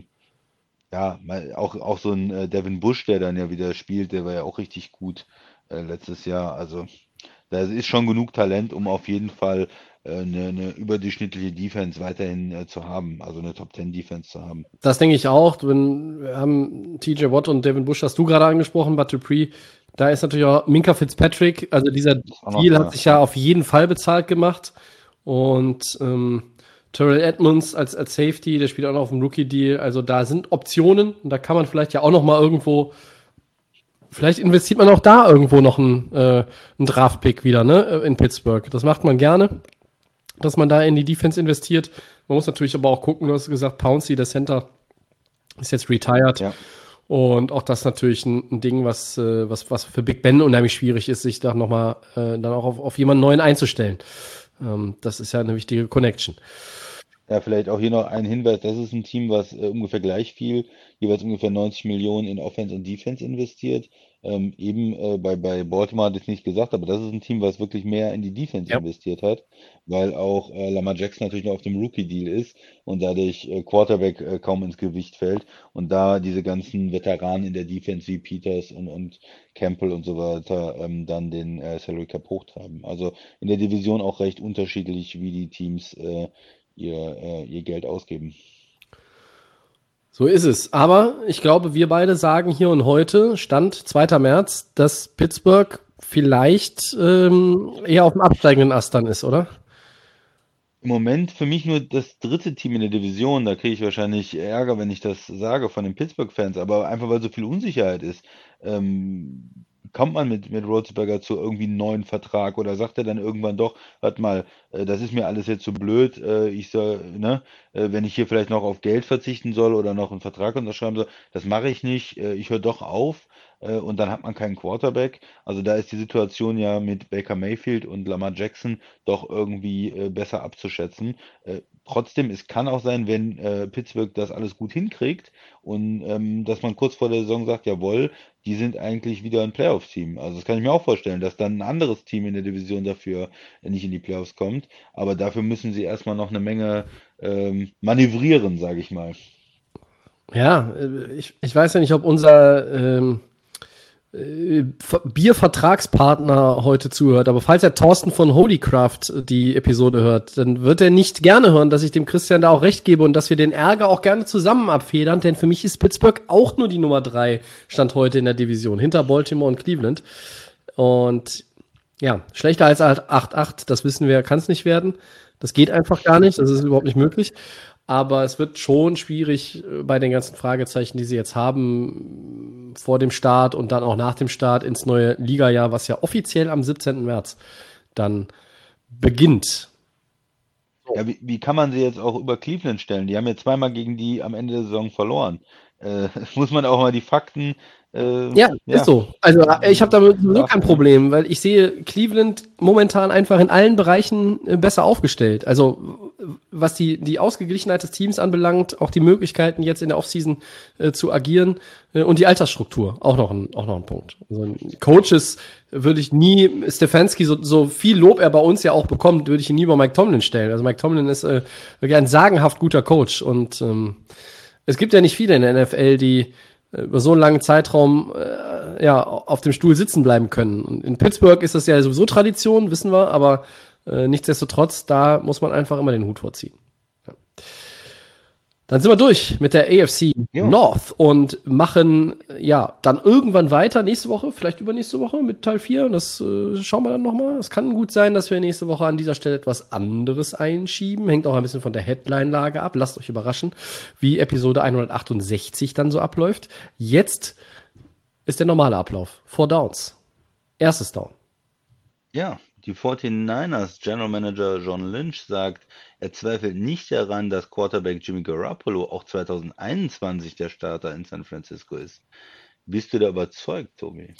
S3: ja, auch so ein Devin Bush, der dann ja wieder spielt, der war ja auch richtig gut letztes Jahr. Also da ist schon genug Talent, um auf jeden Fall eine überdurchschnittliche Defense weiterhin zu haben, also eine Top 10 Defense zu haben.
S2: Das denke ich auch. Wir haben TJ Watt und Devin Bush, hast du gerade angesprochen, Bud Dupree. Da ist natürlich auch Minka Fitzpatrick. Also dieser
S3: Ist auch noch
S2: Deal hat
S3: da.
S2: sich ja auf jeden Fall bezahlt gemacht. Und Terrell Edmonds als Safety, der spielt auch noch auf dem Rookie-Deal. Also da sind Optionen. Und da kann man vielleicht ja auch noch mal irgendwo, vielleicht investiert man auch da irgendwo noch einen Draft-Pick wieder, ne, in Pittsburgh. Das macht man gerne, dass man da in die Defense investiert. Man muss natürlich aber auch gucken, du hast gesagt, Pouncey, der Center, ist jetzt retired.
S3: Ja.
S2: Und auch das natürlich ein Ding, was für Big Ben unheimlich schwierig ist, sich da nochmal dann auch auf jemanden neuen einzustellen. Das ist ja eine wichtige Connection.
S3: Ja, vielleicht auch hier noch ein Hinweis, das ist ein Team, was ungefähr gleich viel, jeweils ungefähr 90 Millionen in Offense und Defense investiert. Bei Baltimore hat es nicht gesagt, aber das ist ein Team, was wirklich mehr in die Defense
S2: Ja.
S3: investiert hat, weil auch Lamar Jackson natürlich noch auf dem Rookie-Deal ist und dadurch Quarterback kaum ins Gewicht fällt und da diese ganzen Veteranen in der Defense wie Peters und Campbell und so weiter dann den Salary Cap hochtreiben. Also in der Division auch recht unterschiedlich, wie die Teams ihr Geld ausgeben.
S2: So ist es. Aber ich glaube, wir beide sagen hier und heute, Stand 2. März, dass Pittsburgh vielleicht eher auf dem absteigenden Ast dann ist, oder?
S3: Im Moment für mich nur das dritte Team in der Division. Da kriege ich wahrscheinlich Ärger, wenn ich das sage von den Pittsburgh-Fans, aber einfach weil so viel Unsicherheit ist. Ähm, Kommt man mit Roethlisberger zu irgendwie einem neuen Vertrag oder sagt er dann irgendwann doch, warte mal, das ist mir alles jetzt zu blöd, ich soll, ne, wenn ich hier vielleicht noch auf Geld verzichten soll oder noch einen Vertrag unterschreiben soll, das mache ich nicht, ich höre doch auf und dann hat man keinen Quarterback. Also da ist die Situation ja mit Baker Mayfield und Lamar Jackson doch irgendwie besser abzuschätzen. Trotzdem, es kann auch sein, wenn Pittsburgh das alles gut hinkriegt und dass man kurz vor der Saison sagt, jawohl, die sind eigentlich wieder ein Playoff-Team. Also das kann ich mir auch vorstellen, dass dann ein anderes Team in der Division dafür nicht in die Playoffs kommt. Aber dafür müssen sie erstmal noch eine Menge manövrieren, sage ich mal.
S2: Ja, ich weiß ja nicht, ob unser Biervertragspartner heute zuhört, aber falls der Thorsten von Holycraft die Episode hört, dann wird er nicht gerne hören, dass ich dem Christian da auch recht gebe und dass wir den Ärger auch gerne zusammen abfedern, denn für mich ist Pittsburgh auch nur die Nummer 3 Stand heute in der Division, hinter Baltimore und Cleveland. Und ja, schlechter als 8-8, das wissen wir, kann es nicht werden. Das geht einfach gar nicht, das ist überhaupt nicht möglich. Aber es wird schon schwierig bei den ganzen Fragezeichen, die sie jetzt haben, vor dem Start und dann auch nach dem Start ins neue Liga-Jahr, was ja offiziell am 17. März dann beginnt.
S3: Ja, wie kann man sie jetzt auch über Cleveland stellen? Die haben ja zweimal gegen die am Ende der Saison verloren. Muss man auch mal die Fakten.
S2: Ja, ist so. Also ich habe damit sowieso kein Problem, weil ich sehe Cleveland momentan einfach in allen Bereichen besser aufgestellt. Also was die Ausgeglichenheit des Teams anbelangt, auch die Möglichkeiten jetzt in der Offseason zu agieren und die Altersstruktur, auch noch ein Punkt. Also Coaches würde ich nie, Stefanski, so viel Lob er bei uns ja auch bekommt, würde ich ihn nie über Mike Tomlin stellen. Also Mike Tomlin ist wirklich ein sagenhaft guter Coach und es gibt ja nicht viele in der NFL, die über so einen langen Zeitraum auf dem Stuhl sitzen bleiben können. Und in Pittsburgh ist das ja sowieso Tradition, wissen wir, aber nichtsdestotrotz, da muss man einfach immer den Hut vorziehen. Ja. Dann sind wir durch mit der AFC North und machen dann irgendwann weiter, nächste Woche, vielleicht übernächste Woche mit Teil 4. Das schauen wir dann nochmal. Es kann gut sein, dass wir nächste Woche an dieser Stelle etwas anderes einschieben. Hängt auch ein bisschen von der Headline-Lage ab. Lasst euch überraschen, wie Episode 168 dann so abläuft. Jetzt ist der normale Ablauf. 4 Downs. Erstes Down.
S3: Ja, die 49ers General Manager John Lynch sagt, er zweifelt nicht daran, dass Quarterback Jimmy Garoppolo auch 2021 der Starter in San Francisco ist. Bist du da überzeugt, Tobi?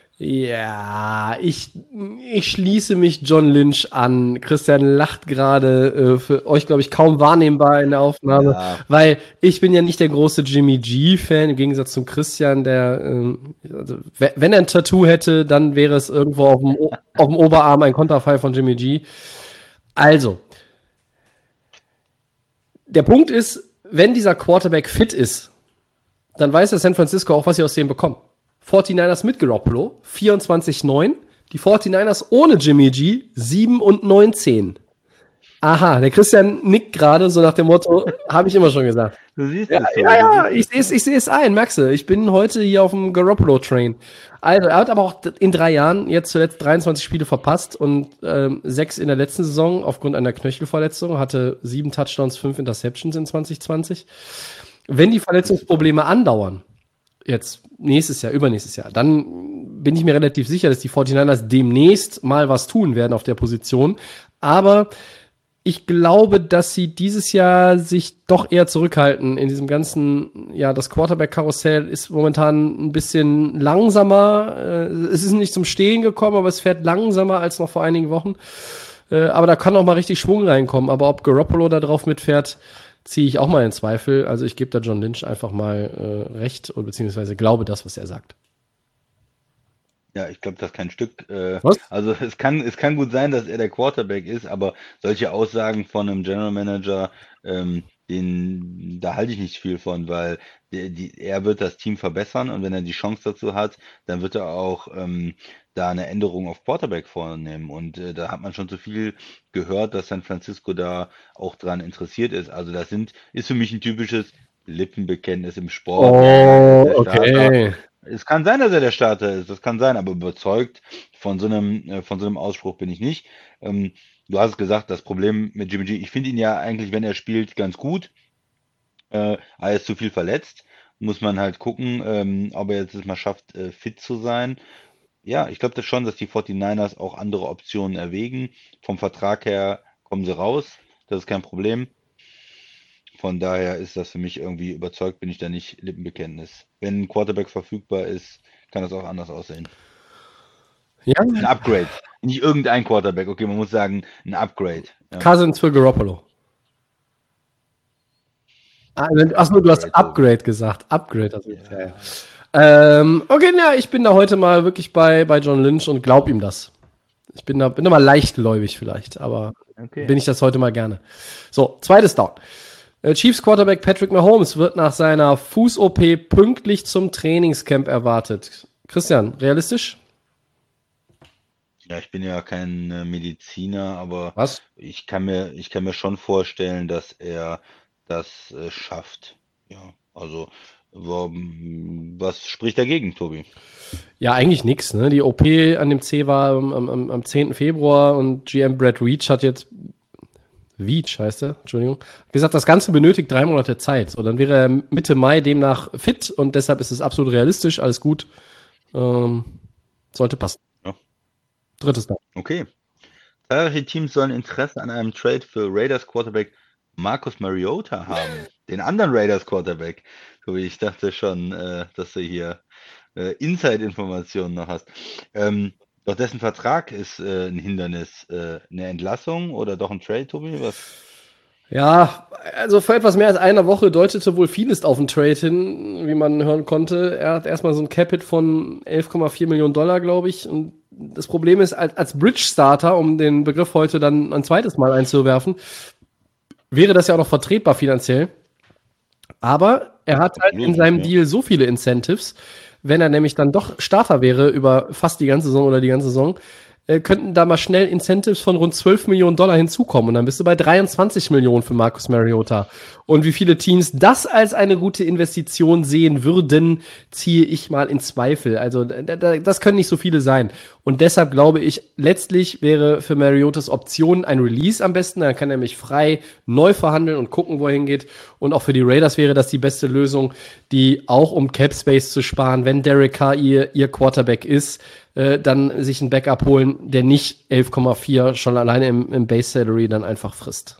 S2: Ja, ich schließe mich John Lynch an. Christian lacht gerade, für euch, glaube ich, kaum wahrnehmbar in der Aufnahme, weil ich bin ja nicht der große Jimmy G-Fan, im Gegensatz zum Christian, der, also, wenn er ein Tattoo hätte, dann wäre es irgendwo auf dem Oberarm ein Konterfei von Jimmy G. Also, der Punkt ist, wenn dieser Quarterback fit ist, dann weiß der San Francisco auch, was sie aus dem bekommen. 49ers mit Garoppolo, 24-9. Die 49ers ohne Jimmy G, 7-19. Aha, der Christian nickt gerade, so nach dem Motto, habe ich immer schon gesagt.
S3: Du siehst
S2: es, ich sehe es ein, merkst du. Ich bin heute hier auf dem Garoppolo-Train. Also, er hat aber auch in 3 Jahren jetzt zuletzt 23 Spiele verpasst und 6 in der letzten Saison aufgrund einer Knöchelverletzung, hatte 7 Touchdowns, 5 Interceptions in 2020. Wenn die Verletzungsprobleme andauern, jetzt nächstes Jahr, übernächstes Jahr, dann bin ich mir relativ sicher, dass die 49ers demnächst mal was tun werden auf der Position. Aber ich glaube, dass sie dieses Jahr sich doch eher zurückhalten in diesem ganzen, das Quarterback-Karussell ist momentan ein bisschen langsamer. Es ist nicht zum Stehen gekommen, aber es fährt langsamer als noch vor einigen Wochen. Aber da kann auch mal richtig Schwung reinkommen. Aber ob Garoppolo da drauf mitfährt, ziehe ich auch mal in Zweifel. Also ich gebe da John Lynch einfach mal recht und beziehungsweise glaube das, was er sagt.
S3: Ja, ich glaube, das ist kein Stück.
S2: Was?
S3: Also es kann gut sein, dass er der Quarterback ist, aber solche Aussagen von einem General Manager, da halte ich nicht viel von, weil er wird das Team verbessern und wenn er die Chance dazu hat, dann wird er auch da eine Änderung auf Quarterback vornehmen. Und da hat man schon so viel gehört, dass San Francisco da auch dran interessiert ist. Also das ist für mich ein typisches Lippenbekenntnis im Sport.
S2: Oh, okay.
S3: Es kann sein, dass er der Starter ist, das kann sein, aber überzeugt von so einem Ausspruch bin ich nicht. Du hast es gesagt, das Problem mit Jimmy G, ich finde ihn ja eigentlich, wenn er spielt, ganz gut. Er ist zu viel verletzt. Muss man halt gucken, ob er jetzt es mal schafft, fit zu sein. Ja, ich glaube das schon, dass die 49ers auch andere Optionen erwägen. Vom Vertrag her kommen sie raus, das ist kein Problem. Von daher ist das für mich irgendwie überzeugt, bin ich da nicht Lippenbekenntnis. Wenn ein Quarterback verfügbar ist, kann das auch anders aussehen.
S2: Ja.
S3: Ein Upgrade. Nicht irgendein Quarterback, okay, man muss sagen, ein Upgrade.
S2: Ja. Cousins für Garoppolo. Achso, du hast Upgrade gesagt. Upgrade. Also, ja. Okay, ja, ich bin da heute mal wirklich bei John Lynch und glaub ihm das. Ich bin da mal leichtgläubig vielleicht, aber bin ich das heute mal gerne. So, zweites Down. Chiefs Quarterback Patrick Mahomes wird nach seiner Fuß-OP pünktlich zum Trainingscamp erwartet. Christian, realistisch?
S3: Ja, ich bin ja kein Mediziner, aber
S2: Was?
S3: ich kann mir schon vorstellen, dass er das schafft. Ja, also was spricht dagegen, Tobi?
S2: Ja, eigentlich nix. Ne? Die OP an dem C war am 10. Februar und GM Brad Veach hat jetzt Veach heißt er, Entschuldigung, gesagt, das Ganze benötigt 3 Monate Zeit. So, dann wäre er Mitte Mai demnach fit und deshalb ist es absolut realistisch, alles gut. Sollte passen.
S3: Ja.
S2: Drittes Down.
S3: Okay. Zahlreiche Teams sollen Interesse an einem Trade für Raiders Quarterback Marcus Mariota haben. Den anderen Raiders Quarterback. Tobi, ich dachte schon, dass du hier Inside-Informationen noch hast. Doch dessen Vertrag ist ein Hindernis. Eine Entlassung oder doch ein Trade, Tobi? Was?
S2: Ja, also vor etwas mehr als einer Woche deutete wohl vieles auf den Trade hin, wie man hören konnte. Er hat erstmal so ein Cap-Hit von 11,4 Millionen Dollar, glaube ich. Und das Problem ist, als Bridge-Starter, um den Begriff heute dann ein zweites Mal einzuwerfen, wäre das ja auch noch vertretbar finanziell. Aber er hat halt in seinem Deal so viele Incentives, wenn er nämlich dann doch Starter wäre über fast die ganze Saison oder die ganze Saison, könnten da mal schnell Incentives von rund 12 Millionen Dollar hinzukommen. Und dann bist du bei 23 Millionen für Marcus Mariota. Und wie viele Teams das als eine gute Investition sehen würden, ziehe ich mal in Zweifel. Also das können nicht so viele sein. Und deshalb glaube ich, letztlich wäre für Mariotas Option ein Release am besten. Dann kann er nämlich frei neu verhandeln und gucken, wo er hingeht. Und auch für die Raiders wäre das die beste Lösung, die auch um Cap Space zu sparen, wenn Derek Carr ihr Quarterback ist, dann sich ein Backup holen, der nicht 11,4 schon alleine im Base Salary dann einfach frisst.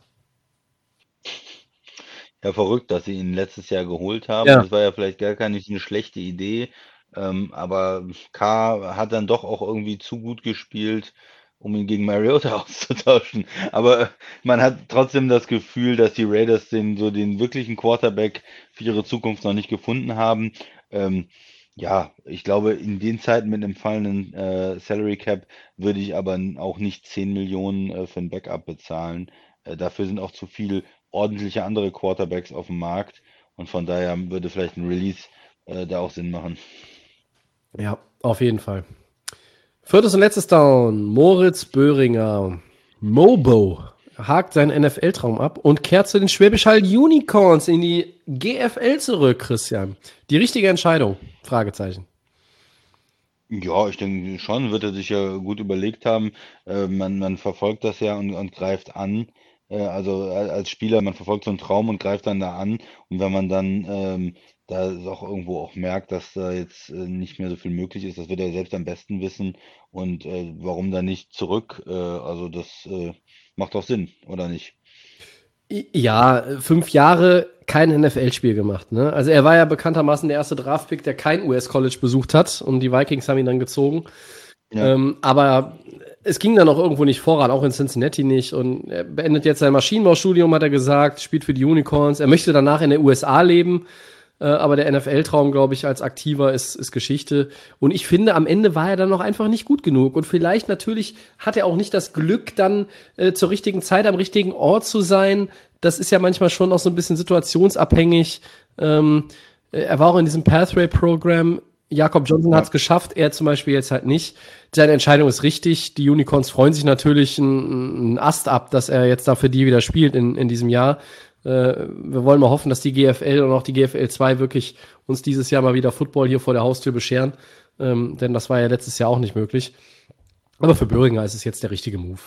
S3: Ja, verrückt, dass sie ihn letztes Jahr geholt haben.
S2: Ja.
S3: Das war ja vielleicht gar keine eine schlechte Idee. Aber K hat dann doch auch irgendwie zu gut gespielt, um ihn gegen Mariota auszutauschen. Aber man hat trotzdem das Gefühl, dass die Raiders den wirklichen Quarterback für ihre Zukunft noch nicht gefunden haben. Ja, ich glaube, in den Zeiten mit einem fallenden Salary Cap würde ich aber auch nicht 10 Millionen für ein Backup bezahlen. Dafür sind auch zu viele ordentliche andere Quarterbacks auf dem Markt und von daher würde vielleicht ein Release da auch Sinn machen.
S2: Ja, auf jeden Fall. Viertes und letztes Down. Moritz Böhringer. Mobo hakt seinen NFL-Traum ab und kehrt zu den Schwäbisch Hall Unicorns in die GFL zurück, Christian. Die richtige Entscheidung? Fragezeichen.
S3: Ja, ich denke schon, wird er sich ja gut überlegt haben. Man verfolgt das ja und greift an. Also als Spieler, man verfolgt so einen Traum und greift dann da an. Und wenn man dann da auch irgendwo auch merkt, dass da jetzt nicht mehr so viel möglich ist, das wird er selbst am besten wissen. Und warum dann nicht zurück? Also das macht doch Sinn, oder nicht?
S2: Ja, 5 Jahre kein NFL-Spiel gemacht. Ne? Also er war ja bekanntermaßen der erste Draftpick, der kein US-College besucht hat und die Vikings haben ihn dann gezogen.
S3: Ja.
S2: Aber es ging dann auch irgendwo nicht voran, auch in Cincinnati nicht. Und er beendet jetzt sein Maschinenbaustudium, hat er gesagt, spielt für die Unicorns. Er möchte danach in der USA leben. Aber der NFL-Traum, glaube ich, als Aktiver ist Geschichte. Und ich finde, am Ende war er dann noch einfach nicht gut genug. Und vielleicht natürlich hat er auch nicht das Glück, dann zur richtigen Zeit am richtigen Ort zu sein. Das ist ja manchmal schon auch so ein bisschen situationsabhängig. Er war auch in diesem Pathway-Programm. Jakob Johnson hat es geschafft, er zum Beispiel jetzt halt nicht. Seine Entscheidung ist richtig. Die Unicorns freuen sich natürlich einen Ast ab, dass er jetzt da für die wieder spielt in diesem Jahr. Wir wollen mal hoffen, dass die GFL und auch die GFL 2 wirklich uns dieses Jahr mal wieder Football hier vor der Haustür bescheren. Denn das war ja letztes Jahr auch nicht möglich. Aber für Böhringer ist es jetzt der richtige Move.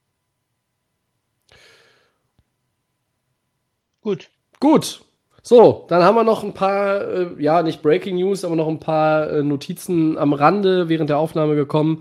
S2: Gut. So, dann haben wir noch ein paar, nicht Breaking News, aber noch ein paar Notizen am Rande während der Aufnahme gekommen.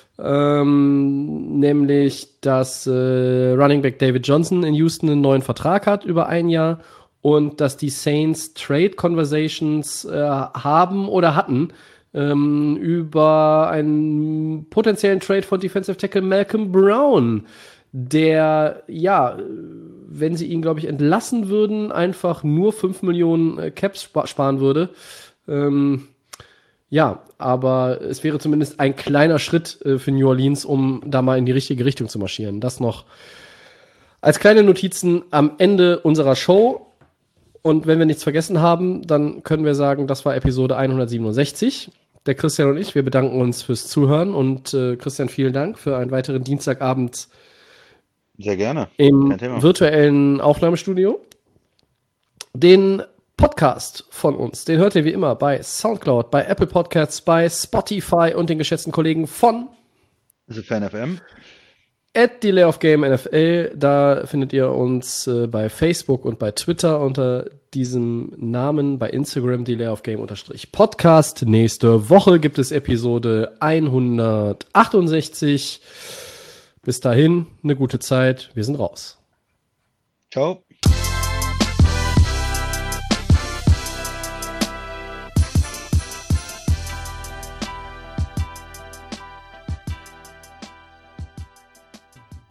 S2: Nämlich, dass Running Back David Johnson in Houston einen neuen Vertrag hat über 1 Jahr und dass die Saints Trade Conversations haben oder hatten über einen potenziellen Trade von Defensive Tackle Malcolm Brown, der, wenn sie ihn, glaube ich, entlassen würden, einfach nur 5 Millionen Caps sparen würde. Ja, aber es wäre zumindest ein kleiner Schritt für New Orleans, um da mal in die richtige Richtung zu marschieren. Das noch als kleine Notizen am Ende unserer Show. Und wenn wir nichts vergessen haben, dann können wir sagen, das war Episode 167. Der Christian und ich, wir bedanken uns fürs Zuhören. Und Christian, vielen Dank für einen weiteren Dienstagabend
S3: Sehr gerne.
S2: im virtuellen Aufnahmestudio. Den Podcast von uns, den hört ihr wie immer bei Soundcloud, bei Apple Podcasts, bei Spotify und den geschätzten Kollegen von
S3: The Fan FM.
S2: @DelayOfGameNFL, da findet ihr uns bei Facebook und bei Twitter unter diesem Namen, bei Instagram DelayOfGame_Podcast. Nächste Woche gibt es Episode 168. Bis dahin, eine gute Zeit, wir sind raus.
S3: Ciao.